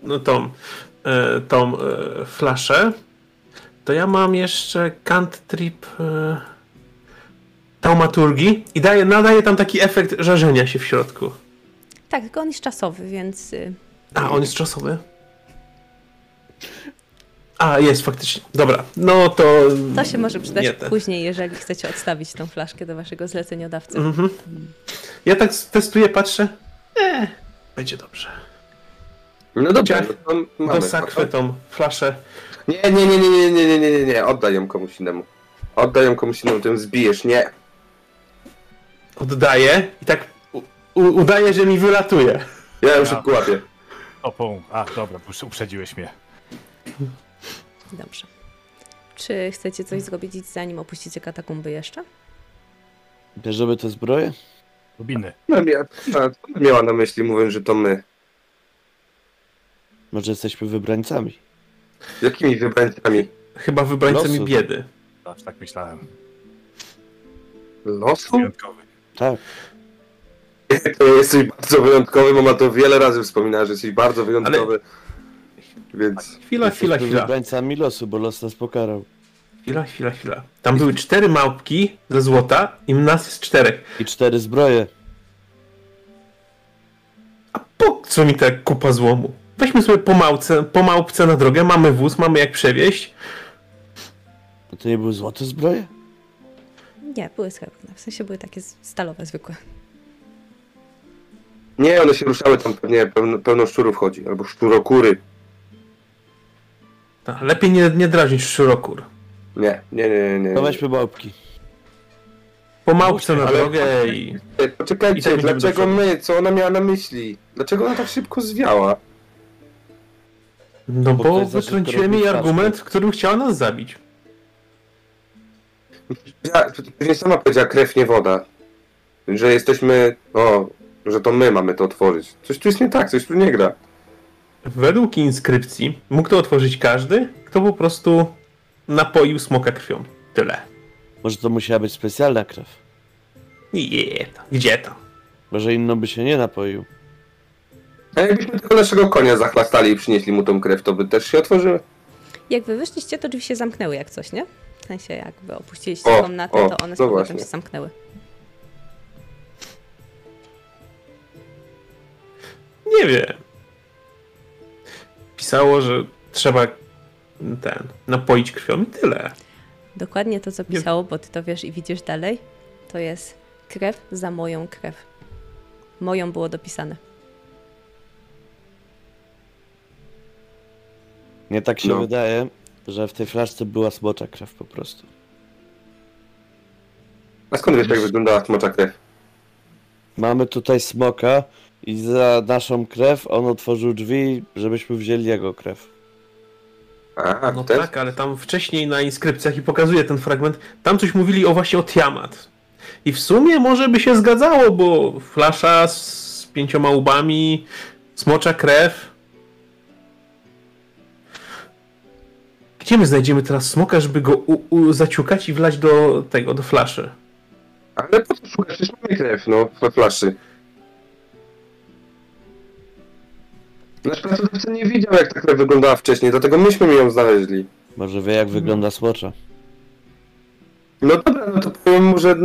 tą flaszę, to ja mam jeszcze cantrip taumaturgii i nadaje tam taki efekt żarzenia się w środku. Tak, tylko on jest czasowy, więc A, on jest czasowy? A, jest faktycznie. Dobra, no to... to się może przydać nie ten. później, jeżeli chcecie odstawić tą flaszkę do waszego zleceniodawcy. Mhm. Ja tak testuję, patrzę. Będzie dobrze. No dobra, Chociaż no to mamy. Dosakwę tą flaszę. Nie, oddaj ją komuś innemu. Oddaj ją komuś innemu, tym zbijesz, nie. Oddaję i tak udaję, że mi wylatuje. Ja ją szybko łapię. A, dobra, już uprzedziłeś mnie. Dobrze. Czy chcecie coś zrobić, zanim opuścicie katakumby jeszcze? Bierzemy te zbroje? Lubiny. No, co miała na myśli, mówiąc, że to my. Może jesteśmy wybrańcami? Jakimi wybrańcami? Chyba wybrańcami Losu. biedy. Tak myślałem. Losu? Wyjątkowy. Tak. To jesteś bardzo wyjątkowy, mama to wiele razy wspominała, że jesteś bardzo wyjątkowy. Więc... Chwila. Wybrańcami losu, bo los nas pokarał. Chwila. Tam były 4 małpki ze złota i nas jest 4. I 4 zbroje. A po co mi ta kupa złomu? Weźmy sobie po małpce na drogę, mamy wóz, mamy jak przewieźć. No to nie były złote zbroje? Nie, były srebrne. W sensie były takie stalowe, zwykłe. Nie, one się ruszały tam pewnie, pełno szczurów chodzi, albo szczurokury. Lepiej nie drażnić szczurokór. Nie. To weźmy małpki. Po małpce na Ale- drogę i... Ej, I poczekajcie, tak będziemy do dlaczego przodu. my? Co ona miała na myśli? Dlaczego ona tak szybko zwiała? No Bo bo ktoś za szybko wytrąciłem robi jej flaszkę. argument, którym chciała nas zabić. Później sama powiedziała krew, nie woda. Że jesteśmy... że to my mamy to otworzyć. Coś tu jest nie tak, coś tu nie gra. Według inskrypcji mógł to otworzyć każdy, kto po prostu napoił smoka krwią. Tyle. Może to musiała być specjalna krew. Gdzie to? Może inną by się nie napoił. A jakbyśmy tego naszego konia zachlastali i przynieśli mu tą krew, to by też się otworzyły? Jak wy wyszliście, to drzwi się zamknęły jak coś, nie? W sensie jakby opuściliście komnatę, to one z no powrotem właśnie. się zamknęły. Nie wiem. Pisało, że trzeba napoić krwią i tyle. Dokładnie to, co pisało, bo ty to wiesz i widzisz dalej, to jest krew za moją krew. Moją było dopisane. Nie tak się No. wydaje, że w tej flaszce była smocza krew po prostu. A skąd wiesz, jak wyglądała smocza krew? Mamy tutaj smoka i za naszą krew on otworzył drzwi, żebyśmy wzięli jego krew. A, No też? tak, ale tam wcześniej na inskrypcjach i pokazuje ten fragment, tam coś mówili właśnie o Tiamat. I w sumie może by się zgadzało, bo flasza z 5 łbami, smocza krew. Gdzie my znajdziemy teraz smoka, żeby go zaciukać i wlać do flaszy? Ale po co szukasz? Przecież mamy krew, no, we flaszy. Nasz pracodawca nie widział, jak ta krew wyglądała wcześniej, dlatego myśmy ją znaleźli. Może wie jak wygląda smocza. No dobra, no to powiem mu, że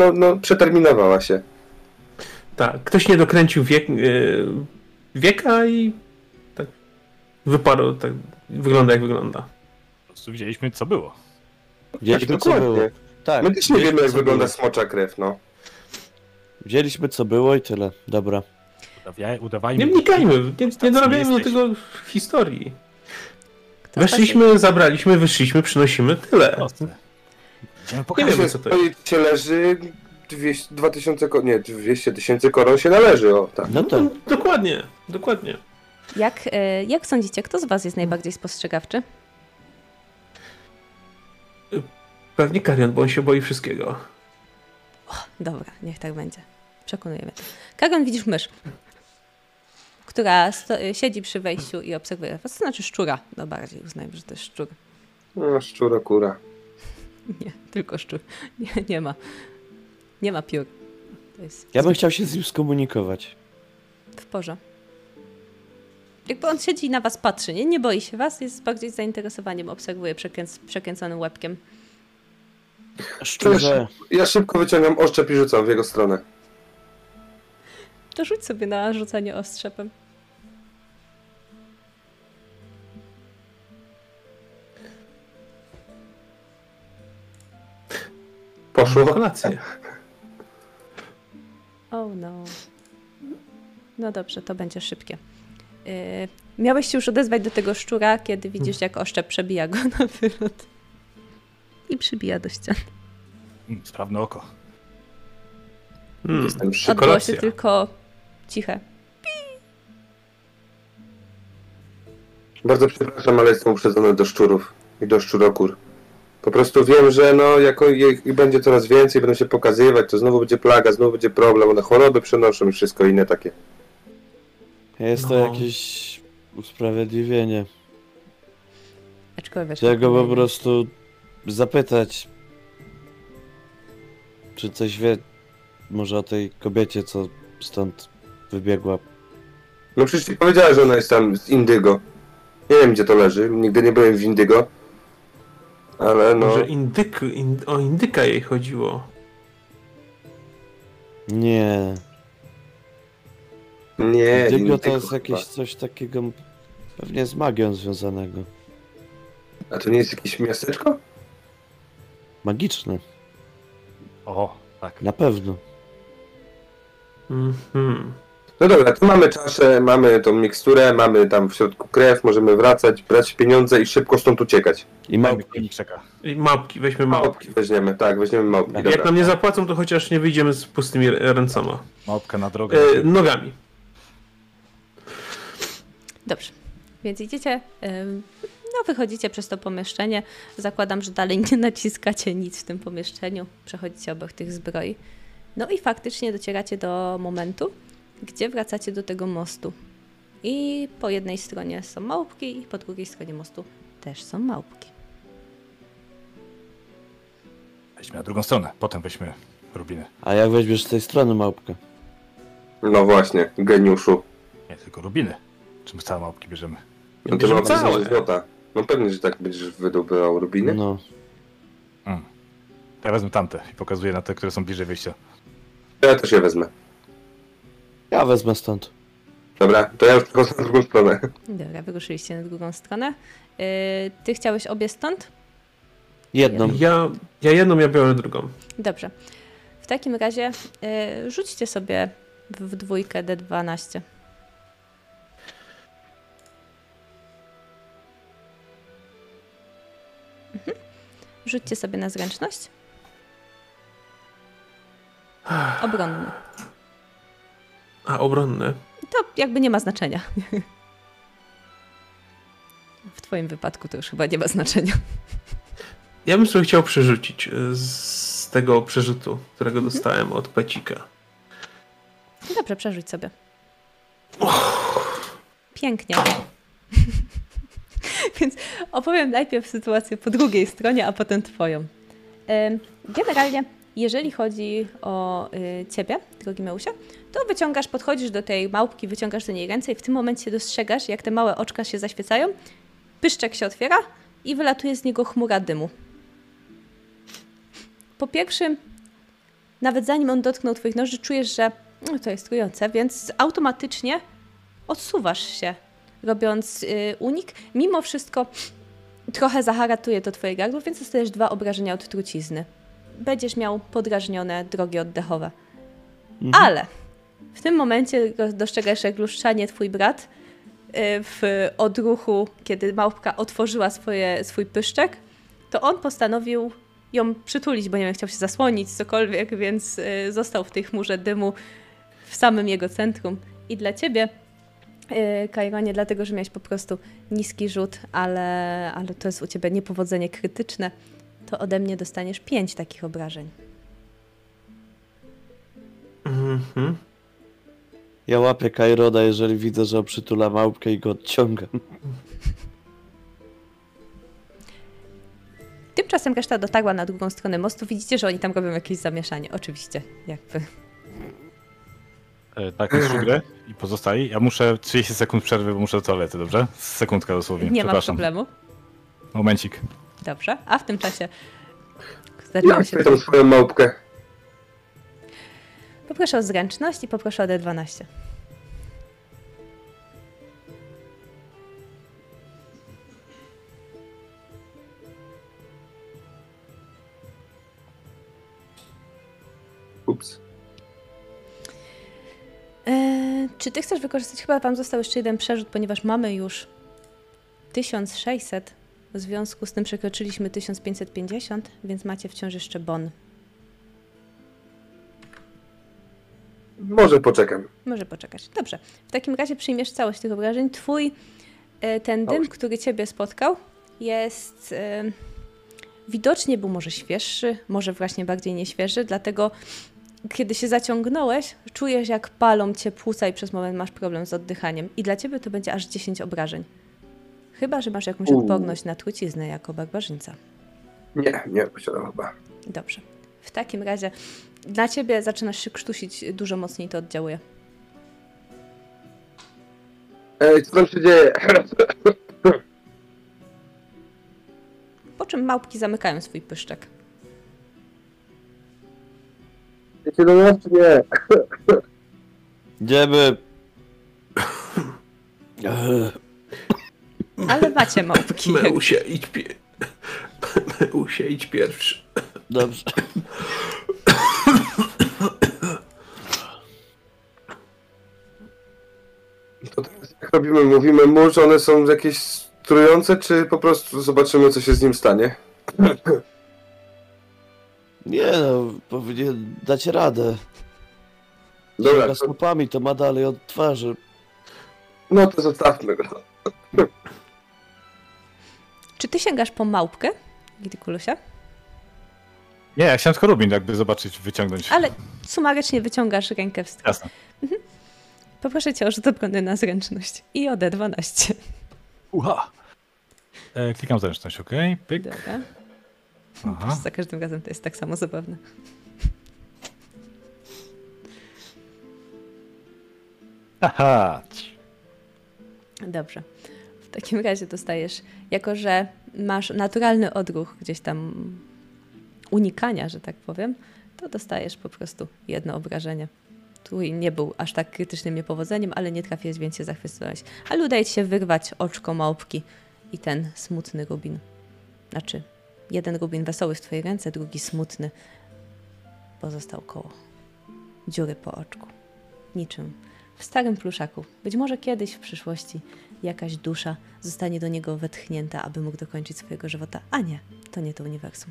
przeterminowała się. Tak, ktoś nie dokręcił wieka i wyparł, tak wygląda jak wygląda. Po prostu widzieliśmy, co było. Widzieliśmy, co dokładnie. było. Tak, My też nie wiemy, widzieliśmy, jak co wygląda było. smocza krew, no. Widzieliśmy, co było i tyle. Dobra. Udawajmy. Nie wnikajmy, nie dorabiajmy do jesteśmy. tego historii. Kto Weszliśmy, zabraliśmy, wyszliśmy, przynosimy, tyle. Proste. Idziemy Nie pokazać. wiemy, co to jest. Się leży 2000 nie, 200 000 koron się należy, o tak. No to Dokładnie, dokładnie. Jak sądzicie, kto z was jest najbardziej spostrzegawczy? Pewnie Karion, bo on się boi wszystkiego. Dobra, niech tak będzie. Przekonujemy. Kagon, widzisz mysz, która siedzi przy wejściu i obserwuje. Co to znaczy szczura? No bardziej uznajmy, że to jest szczur. No, szczura kura. Nie, tylko szczur. Nie ma piór. To jest ja bym chciał się z nim skomunikować. w porządku. Jakby on siedzi i na was patrzy, nie boi się was, jest bardziej zainteresowaniem, obserwuje przekręconym łebkiem. Szczurze, Ja szybko wyciągam oszczep i rzucam w jego stronę. To rzuć sobie na rzucanie ostrzepem. Poszło. Kolację. Oh no. No dobrze, to będzie szybkie. Miałeś się już odezwać do tego szczura, kiedy widzisz, jak oszczep przebija go na wylot. I przybija do ściany. Sprawne oko. Jestem Odbyło się Kolacja. tylko ciche. Bardzo przepraszam, ale jestem uprzedzony do szczurów i do szczurokur. Po prostu wiem, że no, jako ich będzie coraz więcej, będą się pokazywać, to znowu będzie plaga, znowu będzie problem, one choroby przenoszą i wszystko inne takie. jest to No. jakieś usprawiedliwienie. Aczkolwiek... Trzeba go po prostu zapytać, czy coś wie może o tej kobiecie, co stąd wybiegła. No przecież ci powiedziała, że ona jest tam z Indygo. Nie wiem, gdzie to leży, nigdy nie byłem w Indygo. Ale no... Może o indyka jej chodziło. Nie. Nie, Indygo to Indygo jest chyba. jakieś coś takiego, pewnie z magią związanego. A to nie jest jakieś miasteczko? Magiczne, O, tak. na pewno. Mhm. No dobra, to mamy czaszę, mamy tą miksturę, mamy tam w środku krew, możemy wracać, brać pieniądze i szybko stąd uciekać. I małpki. czeka. I małpki, weźmy małpki. Małpki weźmiemy, tak, weźmiemy małpki, Jak dobra. nam nie zapłacą, to chociaż nie wyjdziemy z pustymi ręcoma. Małpka na drogę. Nogami. Dobrze. Więc idziecie, no wychodzicie przez to pomieszczenie. Zakładam, że dalej nie naciskacie nic w tym pomieszczeniu. Przechodzicie obok tych zbroi. No i faktycznie docieracie do momentu, gdzie wracacie do tego mostu. I po jednej stronie są małpki i po drugiej stronie mostu też są małpki. Weźmy na drugą stronę, potem weźmy rubiny. A jak weźmiesz z tej strony małpkę? No właśnie, geniuszu. Nie, tylko rubiny. Czym całe małpki bierzemy? No to Bierzemy małpki całe. są złota. No pewnie, że tak będziesz wydobywał rubiny. No. Ja wezmę tamte i pokazuję na te, które są bliżej wyjścia. Ja też je wezmę. Ja wezmę stąd. Dobra, to ja już przechodzę na drugą stronę. Dobra, wyruszyliście na drugą stronę. Ty chciałeś obie stąd? Jedną. Ja jedną, ja biorę drugą. Dobrze. W takim razie rzućcie sobie w dwójkę D12. Rzućcie sobie na zręczność. Obronny. A, obronny. To jakby nie ma znaczenia. W twoim wypadku to już chyba nie ma znaczenia. Ja bym sobie chciał przerzucić z tego przerzutu, którego dostałem od Pecika. Dobrze, przerzuć sobie. Pięknie. Więc opowiem najpierw sytuację po drugiej stronie, a potem twoją. Generalnie, jeżeli chodzi o ciebie, drogi Meusia, to podchodzisz do tej małpki, wyciągasz do niej ręce i w tym momencie dostrzegasz, jak te małe oczka się zaświecają, pyszczek się otwiera i wylatuje z niego chmura dymu. Po pierwszym, nawet zanim on dotknął twoich noży, czujesz, że to jest trujące, więc automatycznie odsuwasz się. robiąc unik. Mimo wszystko trochę zaharatuje to twoje gardło, więc dostajesz 2 obrażenia od trucizny. Będziesz miał podrażnione drogi oddechowe. Ale w tym momencie dostrzegasz, jak luszczanie twój brat w odruchu, kiedy małpka otworzyła swój pyszczek, to on postanowił ją przytulić, bo nie wiem, chciał się zasłonić, cokolwiek, więc został w tej chmurze dymu w samym jego centrum. I dla ciebie, Kaironie, dlatego, że miałeś po prostu niski rzut, ale to jest u ciebie niepowodzenie krytyczne, to ode mnie dostaniesz 5 takich obrażeń. Ja łapię Kairona, jeżeli widzę, że przytula małpkę i go odciągam. Tymczasem reszta dotarła na drugą stronę mostu. Widzicie, że oni tam robią jakieś zamieszanie. Oczywiście, jakby. Tak, mistrzu gry i pozostali. Ja muszę 30 sekund przerwy, bo muszę do toalety, dobrze? Sekundka dosłownie, Nie ma przepraszam. problemu. Momencik. Dobrze. A w tym czasie Ja zaczynam się... pytam swoją małpkę. Poproszę o zręczność i poproszę o D12. Ups. Czy ty chcesz wykorzystać? Chyba wam został jeszcze jeden przerzut, ponieważ mamy już 1600. W związku z tym przekroczyliśmy 1550, więc macie wciąż jeszcze bon. Może poczekam. Może poczekać. Dobrze. W takim razie przyjmiesz całość tych obrażeń. Ten dym, który ciebie spotkał, jest... widocznie był może świeższy, może właśnie bardziej nieświeży, dlatego kiedy się zaciągnąłeś, czujesz, jak palą cię płuca i przez moment masz problem z oddychaniem. I dla ciebie to będzie aż 10 obrażeń. Chyba że masz jakąś odporność na truciznę jako barbarzyńca. Nie posiadam chyba. Dobrze. W takim razie dla ciebie zaczynasz się krztusić, dużo mocniej to oddziałuje. Ej, co tam się dzieje? Po czym małpki zamykają swój pyszczek. Wiecie do nas, czy nie? Idziemy. Ale macie małpki. Meusie, idź pierwszy. Dobrze. To teraz jak robimy? Mówimy mu, że one są jakieś trujące, czy po prostu zobaczymy, co się z nim stanie? Nie no, powinien dać radę. Dobra, Sięga snopami, to ma dalej od twarzy. no to zostawmy go. Czy ty sięgasz po małpkę, Gidikulusia? Nie, ja chciałem tylko Rubin jakby zobaczyć, wyciągnąć. Ale sumarycznie wyciągasz rękę w stronę. Jasne. Poproszę cię o rzut obrony na zręczność. I o D12. Uha. Klikam zręczność, ok? Pyk. Dobra. Aha. Za każdym razem to jest tak samo zabawne. Aha. Dobrze. W takim razie dostajesz, jako że masz naturalny odruch gdzieś tam unikania, że tak powiem, to dostajesz po prostu 1 obrażenie. Twój nie był aż tak krytycznym niepowodzeniem, ale nie trafiłeś, więc się zachwyciłeś. Ale udaje ci się wyrwać oczko małpki i ten smutny rubin. Znaczy, jeden rubin wesoły w twojej ręce, drugi smutny pozostał koło dziury po oczku. Niczym w starym pluszaku. Być może kiedyś w przyszłości jakaś dusza zostanie do niego wetchnięta, aby mógł dokończyć swojego żywota. A nie, to nie to uniwersum.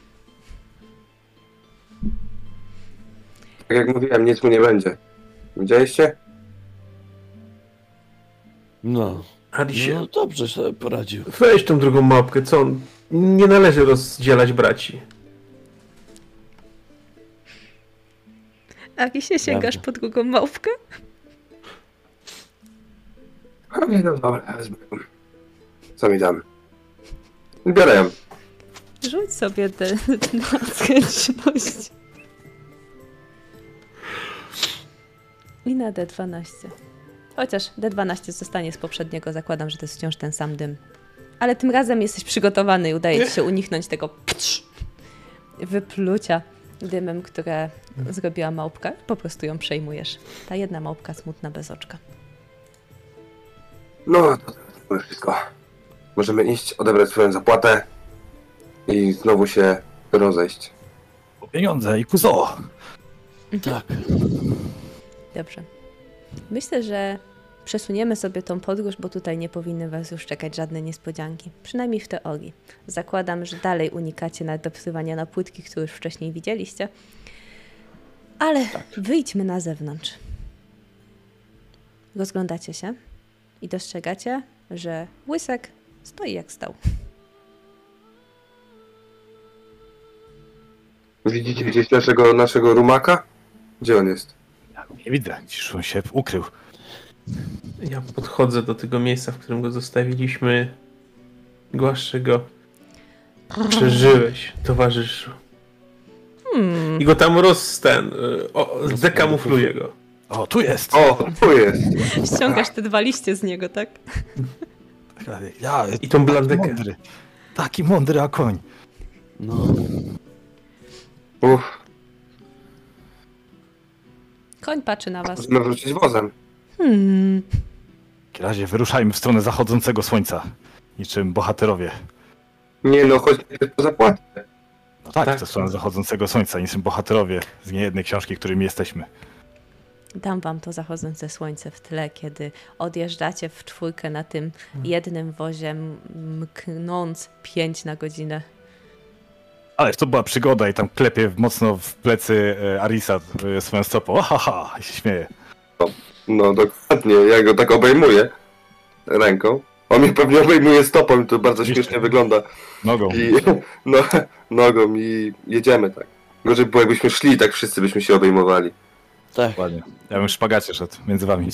Tak jak mówiłem, nic mu nie będzie. Widzieliście? No. Alisie, No dobrze sobie poradził. weź tą drugą małpkę, co on? Nie należy rozdzielać braci. A się sięgasz po drugą małpkę? No dobra, wezmę. Co mi dam? Biorę ją. Rzuć sobie na zręczność. I na D12. Chociaż D12 zostanie z poprzedniego, zakładam, że to jest wciąż ten sam dym. Ale tym razem jesteś przygotowany i udaje ci się uniknąć tego wyplucia dymem, które zrobiła małpka. Po prostu ją przejmujesz. Ta jedna małpka smutna bez oczka. No, to już wszystko. Możemy iść, odebrać swoją zapłatę i znowu się rozejść. Po pieniądze i kuzo. Tak. Dobrze. Myślę, że przesuniemy sobie tą podróż, bo tutaj nie powinny was już czekać żadne niespodzianki. Przynajmniej w teorii. Zakładam, że dalej unikacie nadopsywania na płytki, które już wcześniej widzieliście. Ale wyjdźmy na zewnątrz. Rozglądacie się i dostrzegacie, że Łysek stoi jak stał. Widzicie gdzieś naszego rumaka? Gdzie on jest? Ja go nie widzę, gdzieś on się ukrył. Ja podchodzę do tego miejsca, w którym go zostawiliśmy. Głaszczę go. Przeżyłeś, towarzyszu. I go tam dekamufluję go. O, tu jest! O, tu jest! Ściągasz te 2 liście z niego, tak? Ja, I tą blandekę. mądry. Taki mądry jak koń. No. Uff, Koń patrzy na was. możemy wrócić wozem. W takim razie wyruszajmy w stronę zachodzącego słońca. Niczym bohaterowie. Nie no, chodź po zapłatę. No tak, Tak. w stronę zachodzącego słońca, niczym bohaterowie z niejednej książki, którymi jesteśmy. Dam wam to zachodzące słońce w tle, kiedy odjeżdżacie w 4 na tym jednym wozie, mknąc 5 na godzinę. Ależ to była przygoda i tam klepie mocno w plecy Arisa swoją stopą. Haha, i się śmieje. No dokładnie, ja go tak obejmuję ręką. On mnie pewnie obejmuje stopą i to bardzo śmiesznie wygląda. Nogą. I no, nogą i jedziemy tak. Gorzej było jakbyśmy szli, tak wszyscy byśmy się obejmowali. Tak. Ładnie. Ja bym w szpagacie szedł między wami.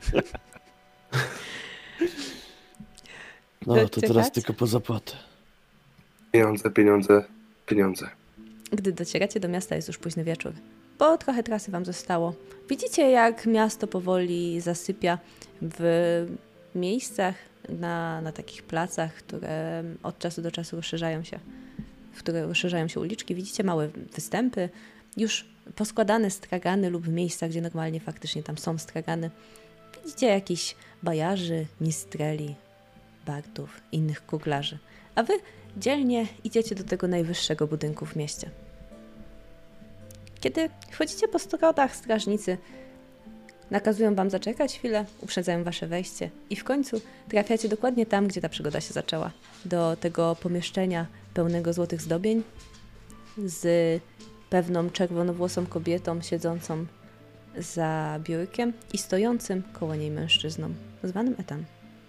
No to Czekać? teraz tylko po zapłatę. Pieniądze, pieniądze, pieniądze. Gdy docieracie do miasta, jest już późny wieczór, bo trochę trasy wam zostało. Widzicie, jak miasto powoli zasypia w miejscach, na takich placach, które od czasu do czasu rozszerzają się, w które rozszerzają się uliczki. Widzicie małe występy, już poskładane stragany lub miejsca, gdzie normalnie faktycznie tam są stragany. Widzicie jakichś bajarzy, mistreli, bardów, innych kuglarzy. A wy dzielnie idziecie do tego najwyższego budynku w mieście. Kiedy wchodzicie po schodach, strażnicy nakazują wam zaczekać chwilę, uprzedzają wasze wejście i w końcu trafiacie dokładnie tam, gdzie ta przygoda się zaczęła. Do tego pomieszczenia pełnego złotych zdobień z pewną czerwonowłosą kobietą siedzącą za biurkiem i stojącym koło niej mężczyzną, zwanym Ethan.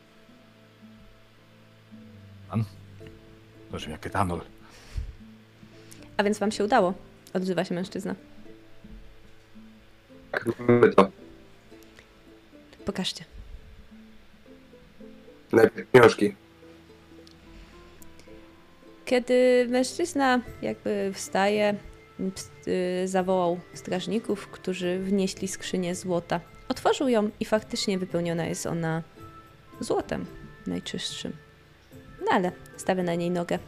To brzmi jak etanol. A więc wam się udało, odzywa się mężczyzna. Tak, mamy to. Pokażcie. Najpierw książki. Kiedy mężczyzna jakby wstaje, zawołał strażników, którzy wnieśli skrzynię złota. Otworzył ją i faktycznie wypełniona jest ona złotem najczystszym. No ale stawia na niej nogę.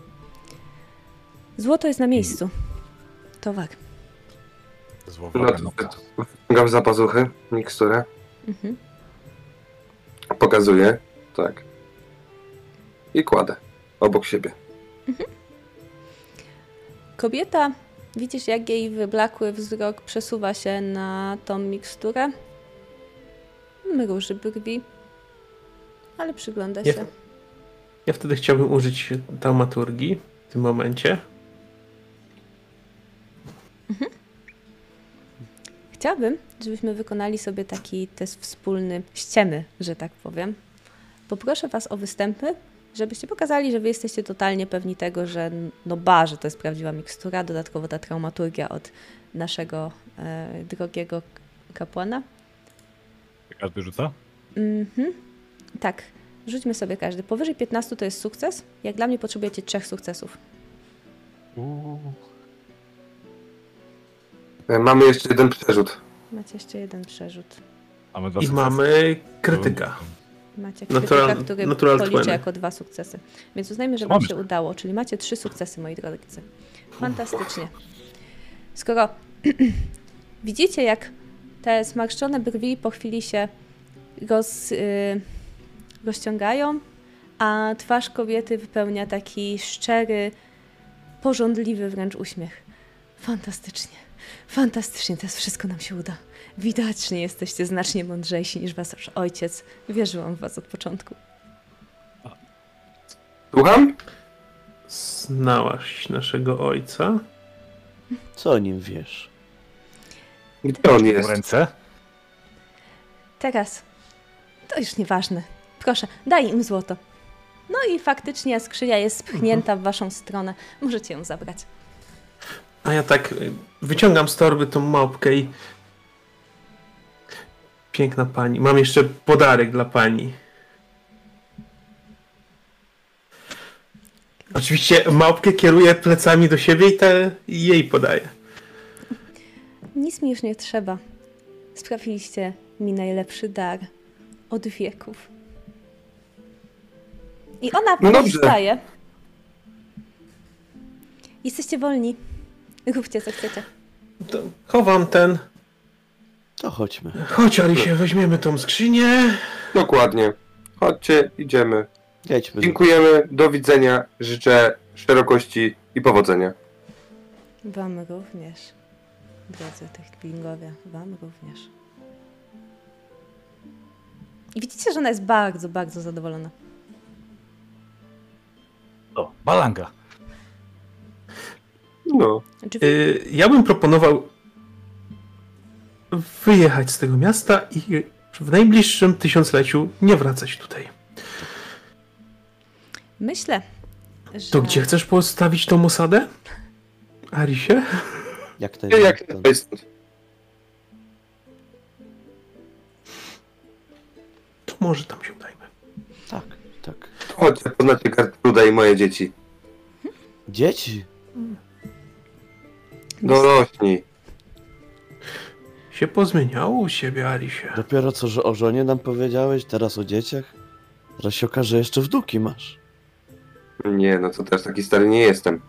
Złoto jest na miejscu. Towar. No to wyciągam za pazuchy miksturę. Mhm. Pokazuję. Tak. I kładę. Obok siebie. Kobieta, widzisz jak jej wyblakły wzrok przesuwa się na tą miksturę. Mruży brwi, ale przygląda się. Ja wtedy chciałbym użyć taumaturgii w tym momencie. Chciałabym, żebyśmy wykonali sobie taki test wspólny ściemy, że tak powiem. Poproszę was o występy, żebyście pokazali, że wy jesteście totalnie pewni tego, że że to jest prawdziwa mikstura, dodatkowo ta traumaturgia od naszego drogiego kapłana. Każdy rzuca? Tak, rzućmy sobie każdy. Powyżej 15 to jest sukces. Jak dla mnie potrzebujecie 3 sukcesów. Mamy jeszcze jeden przerzut. Macie jeszcze jeden przerzut. Mamy dwa I sukcesy. mamy krytyka. Macie Natural- krytyka, który natural policzę 20. jako 2 sukcesy. Więc uznajmy, że To wam mamy. się udało, czyli macie 3 sukcesy, moi drodzy. Fantastycznie. Skoro widzicie, jak te zmarszczone brwi po chwili się rozciągają, a twarz kobiety wypełnia taki szczery, pożądliwy wręcz uśmiech. Fantastycznie, teraz wszystko nam się uda. Widocznie jesteście znacznie mądrzejsi niż wasz ojciec. Wierzyłam w was od początku. Słucham? Znałaś naszego ojca? Co o nim wiesz? Gdzie on W jest? ręce? Teraz, to już nieważne. Proszę, daj im złoto. No i faktycznie skrzynia jest spchnięta w waszą stronę. Możecie ją zabrać. A ja tak wyciągam z torby tą małpkę i... Piękna pani. Mam jeszcze podarek dla pani. Oczywiście małpkę kieruję plecami do siebie i jej podaję. Nic mi już nie trzeba. Sprawiliście mi najlepszy dar od wieków. I ona No dobrze. wstaje. Jesteście wolni. Róbcie co chcecie. To chowam ten... To chodźmy. Chodź, Alisie, weźmiemy tą skrzynię. Dokładnie. Chodźcie, idziemy. Jedźmy. Dziękujemy, do widzenia. Życzę szerokości i powodzenia. Wam również. Drodzy Tieflingowie, wam również. I widzicie, że ona jest bardzo, bardzo zadowolona. O, balanga. No. Drzwi Ja bym proponował wyjechać z tego miasta i w najbliższym tysiącleciu nie wracać tutaj. Myślę, że... To gdzie chcesz postawić tą osadę? Arisie? Jak to Jak jest? to jest? To może tam się udajmy. Tak, tak. Chodźcie, poznacie Gertruda i moje dzieci. Dzieci? Dorośli. Się pozmieniało u siebie, Arisie. Dopiero co, że o żonie nam powiedziałeś, teraz o dzieciach? Zaraz się okaże, że jeszcze wnuki masz. Nie, no to też taki stary nie jestem.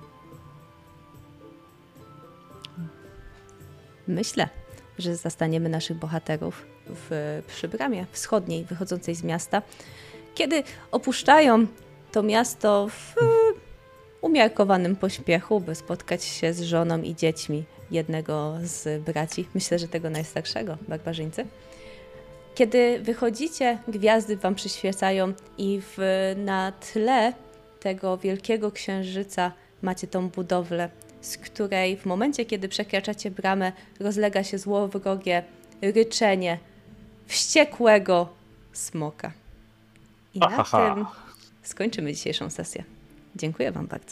Myślę, że zastaniemy naszych bohaterów przy bramie wschodniej wychodzącej z miasta, kiedy opuszczają to miasto w umiarkowanym pośpiechu, by spotkać się z żoną i dziećmi jednego z braci, myślę, że tego najstarszego, barbarzyńcy. Kiedy wychodzicie, gwiazdy wam przyświecają i na tle tego wielkiego księżyca macie tą budowlę, z której w momencie, kiedy przekraczacie bramę, rozlega się złowrogie ryczenie wściekłego smoka. I na tym skończymy dzisiejszą sesję. Dziękuję wam bardzo.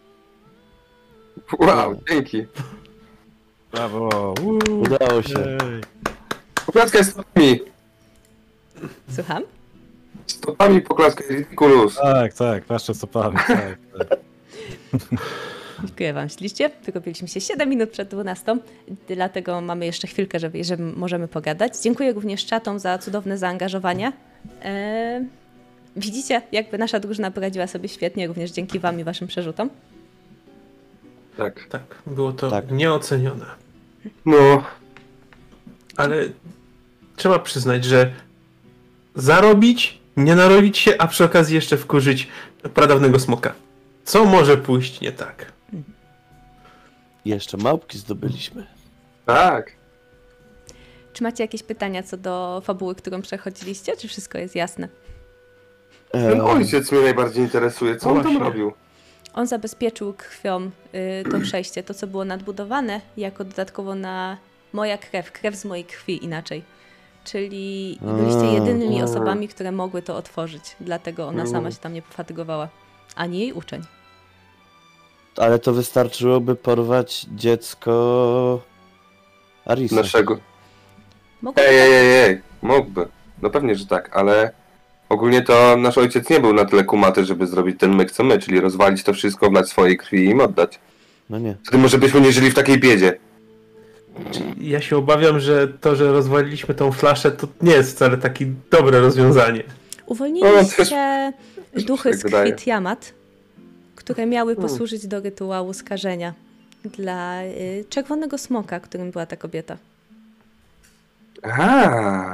Wow, dzięki. Brawo. Udało się. Ej. Poklaskaj stopami. Słucham? Stopami poklaskaj, ridiculous. Tak, paszczę stopami, tak. Dziękuję wam ślicznie. Wyrobiliśmy się 7 minut przed 12, dlatego mamy jeszcze chwilkę, żeby możemy pogadać. Dziękuję również czatom za cudowne zaangażowanie. Widzicie, jakby nasza drużyna poradziła sobie świetnie, również dzięki wam i waszym przerzutom. Tak. Tak, było to Tak. nieocenione. No, Ale trzeba przyznać, że zarobić, nie narobić się, a przy okazji jeszcze wkurzyć pradawnego smoka. Co może pójść nie tak? Jeszcze małpki zdobyliśmy. tak. Czy macie jakieś pytania co do fabuły, którą przechodziliście, czy wszystko jest jasne? Ten ojciec mnie najbardziej interesuje. Co on tam Właśnie. robił? On zabezpieczył krwią to przejście, to co było nadbudowane, jako dodatkowo na moja krew z mojej krwi inaczej. Czyli byliście jedynymi osobami, które mogły to otworzyć, dlatego ona sama się tam nie pofatygowała, ani jej uczeń. Ale to wystarczyłoby porwać dziecko Arisa. Naszego. Mogło Ej. Mógłby. No pewnie, że tak, ale ogólnie to nasz ojciec nie był na tyle kumaty, żeby zrobić ten myk co my, czyli rozwalić to wszystko, wlać swojej krwi i im oddać. No nie. Wtedy może byśmy nie żyli w takiej biedzie. Ja się obawiam, że to, że rozwaliliśmy tą flaszę, to nie jest wcale takie dobre rozwiązanie. Uwolniliście duchy tak z wydaje. krwi Tiamat, które miały posłużyć do rytuału skażenia dla czerwonego smoka, którym była ta kobieta. Aha.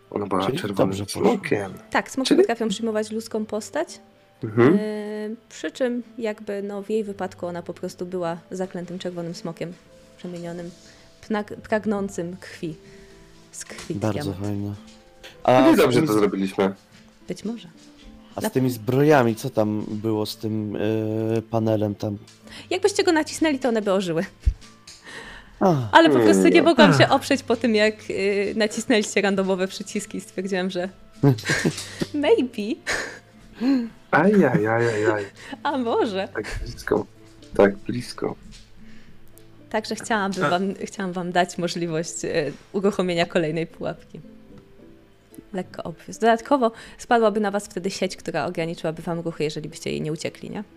Ona była Czyli czerwonym dobrze poszło. smokiem. Tak, smoki Czyli- potrafią przyjmować ludzką postać, Mhm. przy czym jakby no, w jej wypadku ona po prostu była zaklętym czerwonym smokiem, przemienionym, pragnącym krwi, z krwi Bardzo diament. fajne. No i z dobrze tymi- to zrobiliśmy. Być może. A z tymi zbrojami, co tam było z tym panelem tam? Jakbyście go nacisnęli, to one by ożyły. A, Ale po prostu nie No. mogłam się oprzeć po tym, jak nacisnęliście randomowe przyciski i stwierdziłam, że maybe, Ajajajajaj. a może. Tak blisko. Tak blisko. Także chciałam wam dać możliwość uruchomienia kolejnej pułapki. Lekko obvious. Dodatkowo spadłaby na was wtedy sieć, która ograniczyłaby wam ruchy, jeżeli byście jej nie uciekli, nie?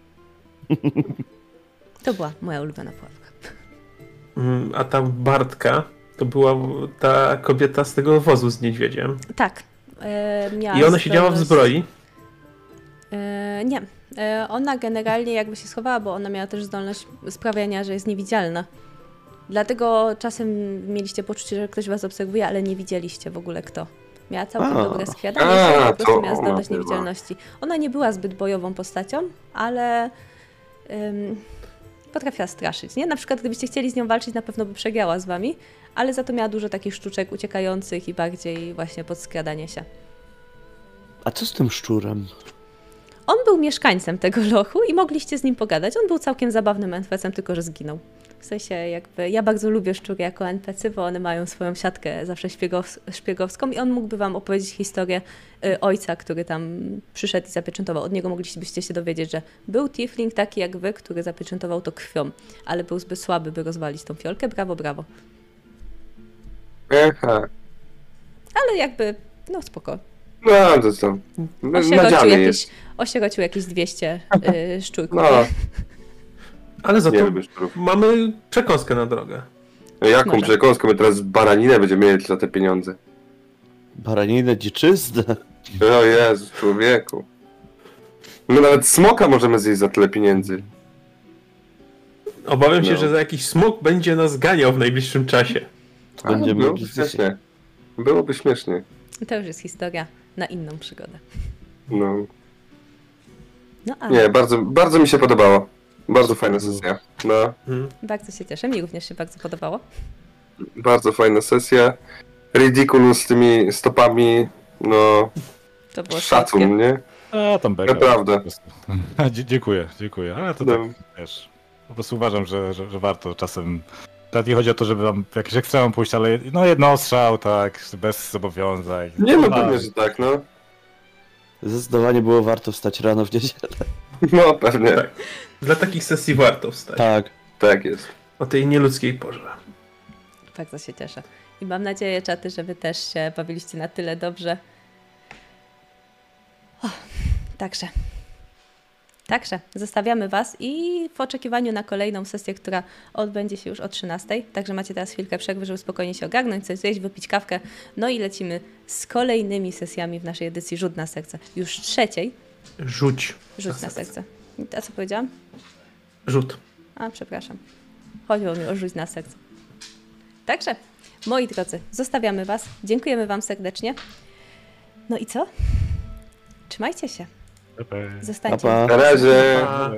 To była moja ulubiona pułapka. A ta Bartka to była ta kobieta z tego wozu z niedźwiedziem. Tak. Miała I ona siedziała w zdolność- zbroi. Nie. Ona generalnie jakby się schowała, bo ona miała też zdolność sprawiania, że jest niewidzialna. Dlatego czasem mieliście poczucie, że ktoś was obserwuje, ale nie widzieliście w ogóle kto. Miała całkiem dobre skradanie się, po prostu to miała zdolność ona była. niewidzialności. Ona nie była zbyt bojową postacią, ale potrafiła straszyć, nie? Na przykład gdybyście chcieli z nią walczyć, na pewno by przegrała z wami, ale za to miała dużo takich sztuczek uciekających i bardziej właśnie pod skradanie się. a co z tym szczurem? On był mieszkańcem tego lochu i mogliście z nim pogadać. On był całkiem zabawnym NPC-em, tylko że zginął. W sensie jakby, ja bardzo lubię szczury jako NPC, bo one mają swoją siatkę zawsze szpiegowską i on mógłby wam opowiedzieć historię ojca, który tam przyszedł i zapieczętował. Od niego moglibyście się dowiedzieć, że był tiefling taki jak wy, który zapieczętował to krwią, ale był zbyt słaby, by rozwalić tą fiolkę. Brawo, brawo. Eha. Ale jakby, no spoko. No, to co? Osierocił jakieś 200 szczurków. No, Ale za nie to lubię szczurów. mamy przekąskę na drogę. Jaką Może. przekąskę? My teraz baraninę będziemy mieli za te pieniądze. Baraninę, dziczyznę? O Jezu, człowieku. My nawet smoka możemy zjeść za tyle pieniędzy. Obawiam się, No. że za jakiś smok będzie nas ganiał w najbliższym czasie. Będziemy byłoby mogli śmiesznie. Byłoby śmiesznie. To już jest historia na inną przygodę. No. No ale Nie, bardzo mi się podobało. Bardzo fajna sesja. No, bardzo się cieszę. Mi również się bardzo podobało. bardzo fajna sesja. Ridiculous z tymi stopami. No, To było słodkie. szacun, nie? A, tam beka. Naprawdę. Po prostu. Dziękuję. Ale to No. tak, wiesz, po prostu uważam, że warto czasem... Nawet nie chodzi o to, żeby wam w jakieś ekstremum pójść, ale no jednostrzał, tak, bez zobowiązań. Nie no, No, pewnie, że tak, no. Zdecydowanie było warto wstać rano w niedzielę. No, pewnie. Tak. Dla takich sesji warto wstać. Tak. Tak jest. O tej nieludzkiej porze. Bardzo się cieszę. I mam nadzieję, czaty, że wy też się bawiliście na tyle dobrze. Także zostawiamy was i w oczekiwaniu na kolejną sesję, która odbędzie się już o 13:00. Także macie teraz chwilkę przerwy, żeby spokojnie się ogarnąć, coś zjeść, wypić kawkę. No i lecimy z kolejnymi sesjami w naszej edycji Rzut na serce. Już 3:00. Rzuć. Rzut na serce. A co powiedziałam? Rzut. A, przepraszam. Chodziło mi o rzuć na serce. Także, moi drodzy, zostawiamy was. Dziękujemy wam serdecznie. No i co? Trzymajcie się. Pepe. Zostańcie. Pa, pa. Na razie. A...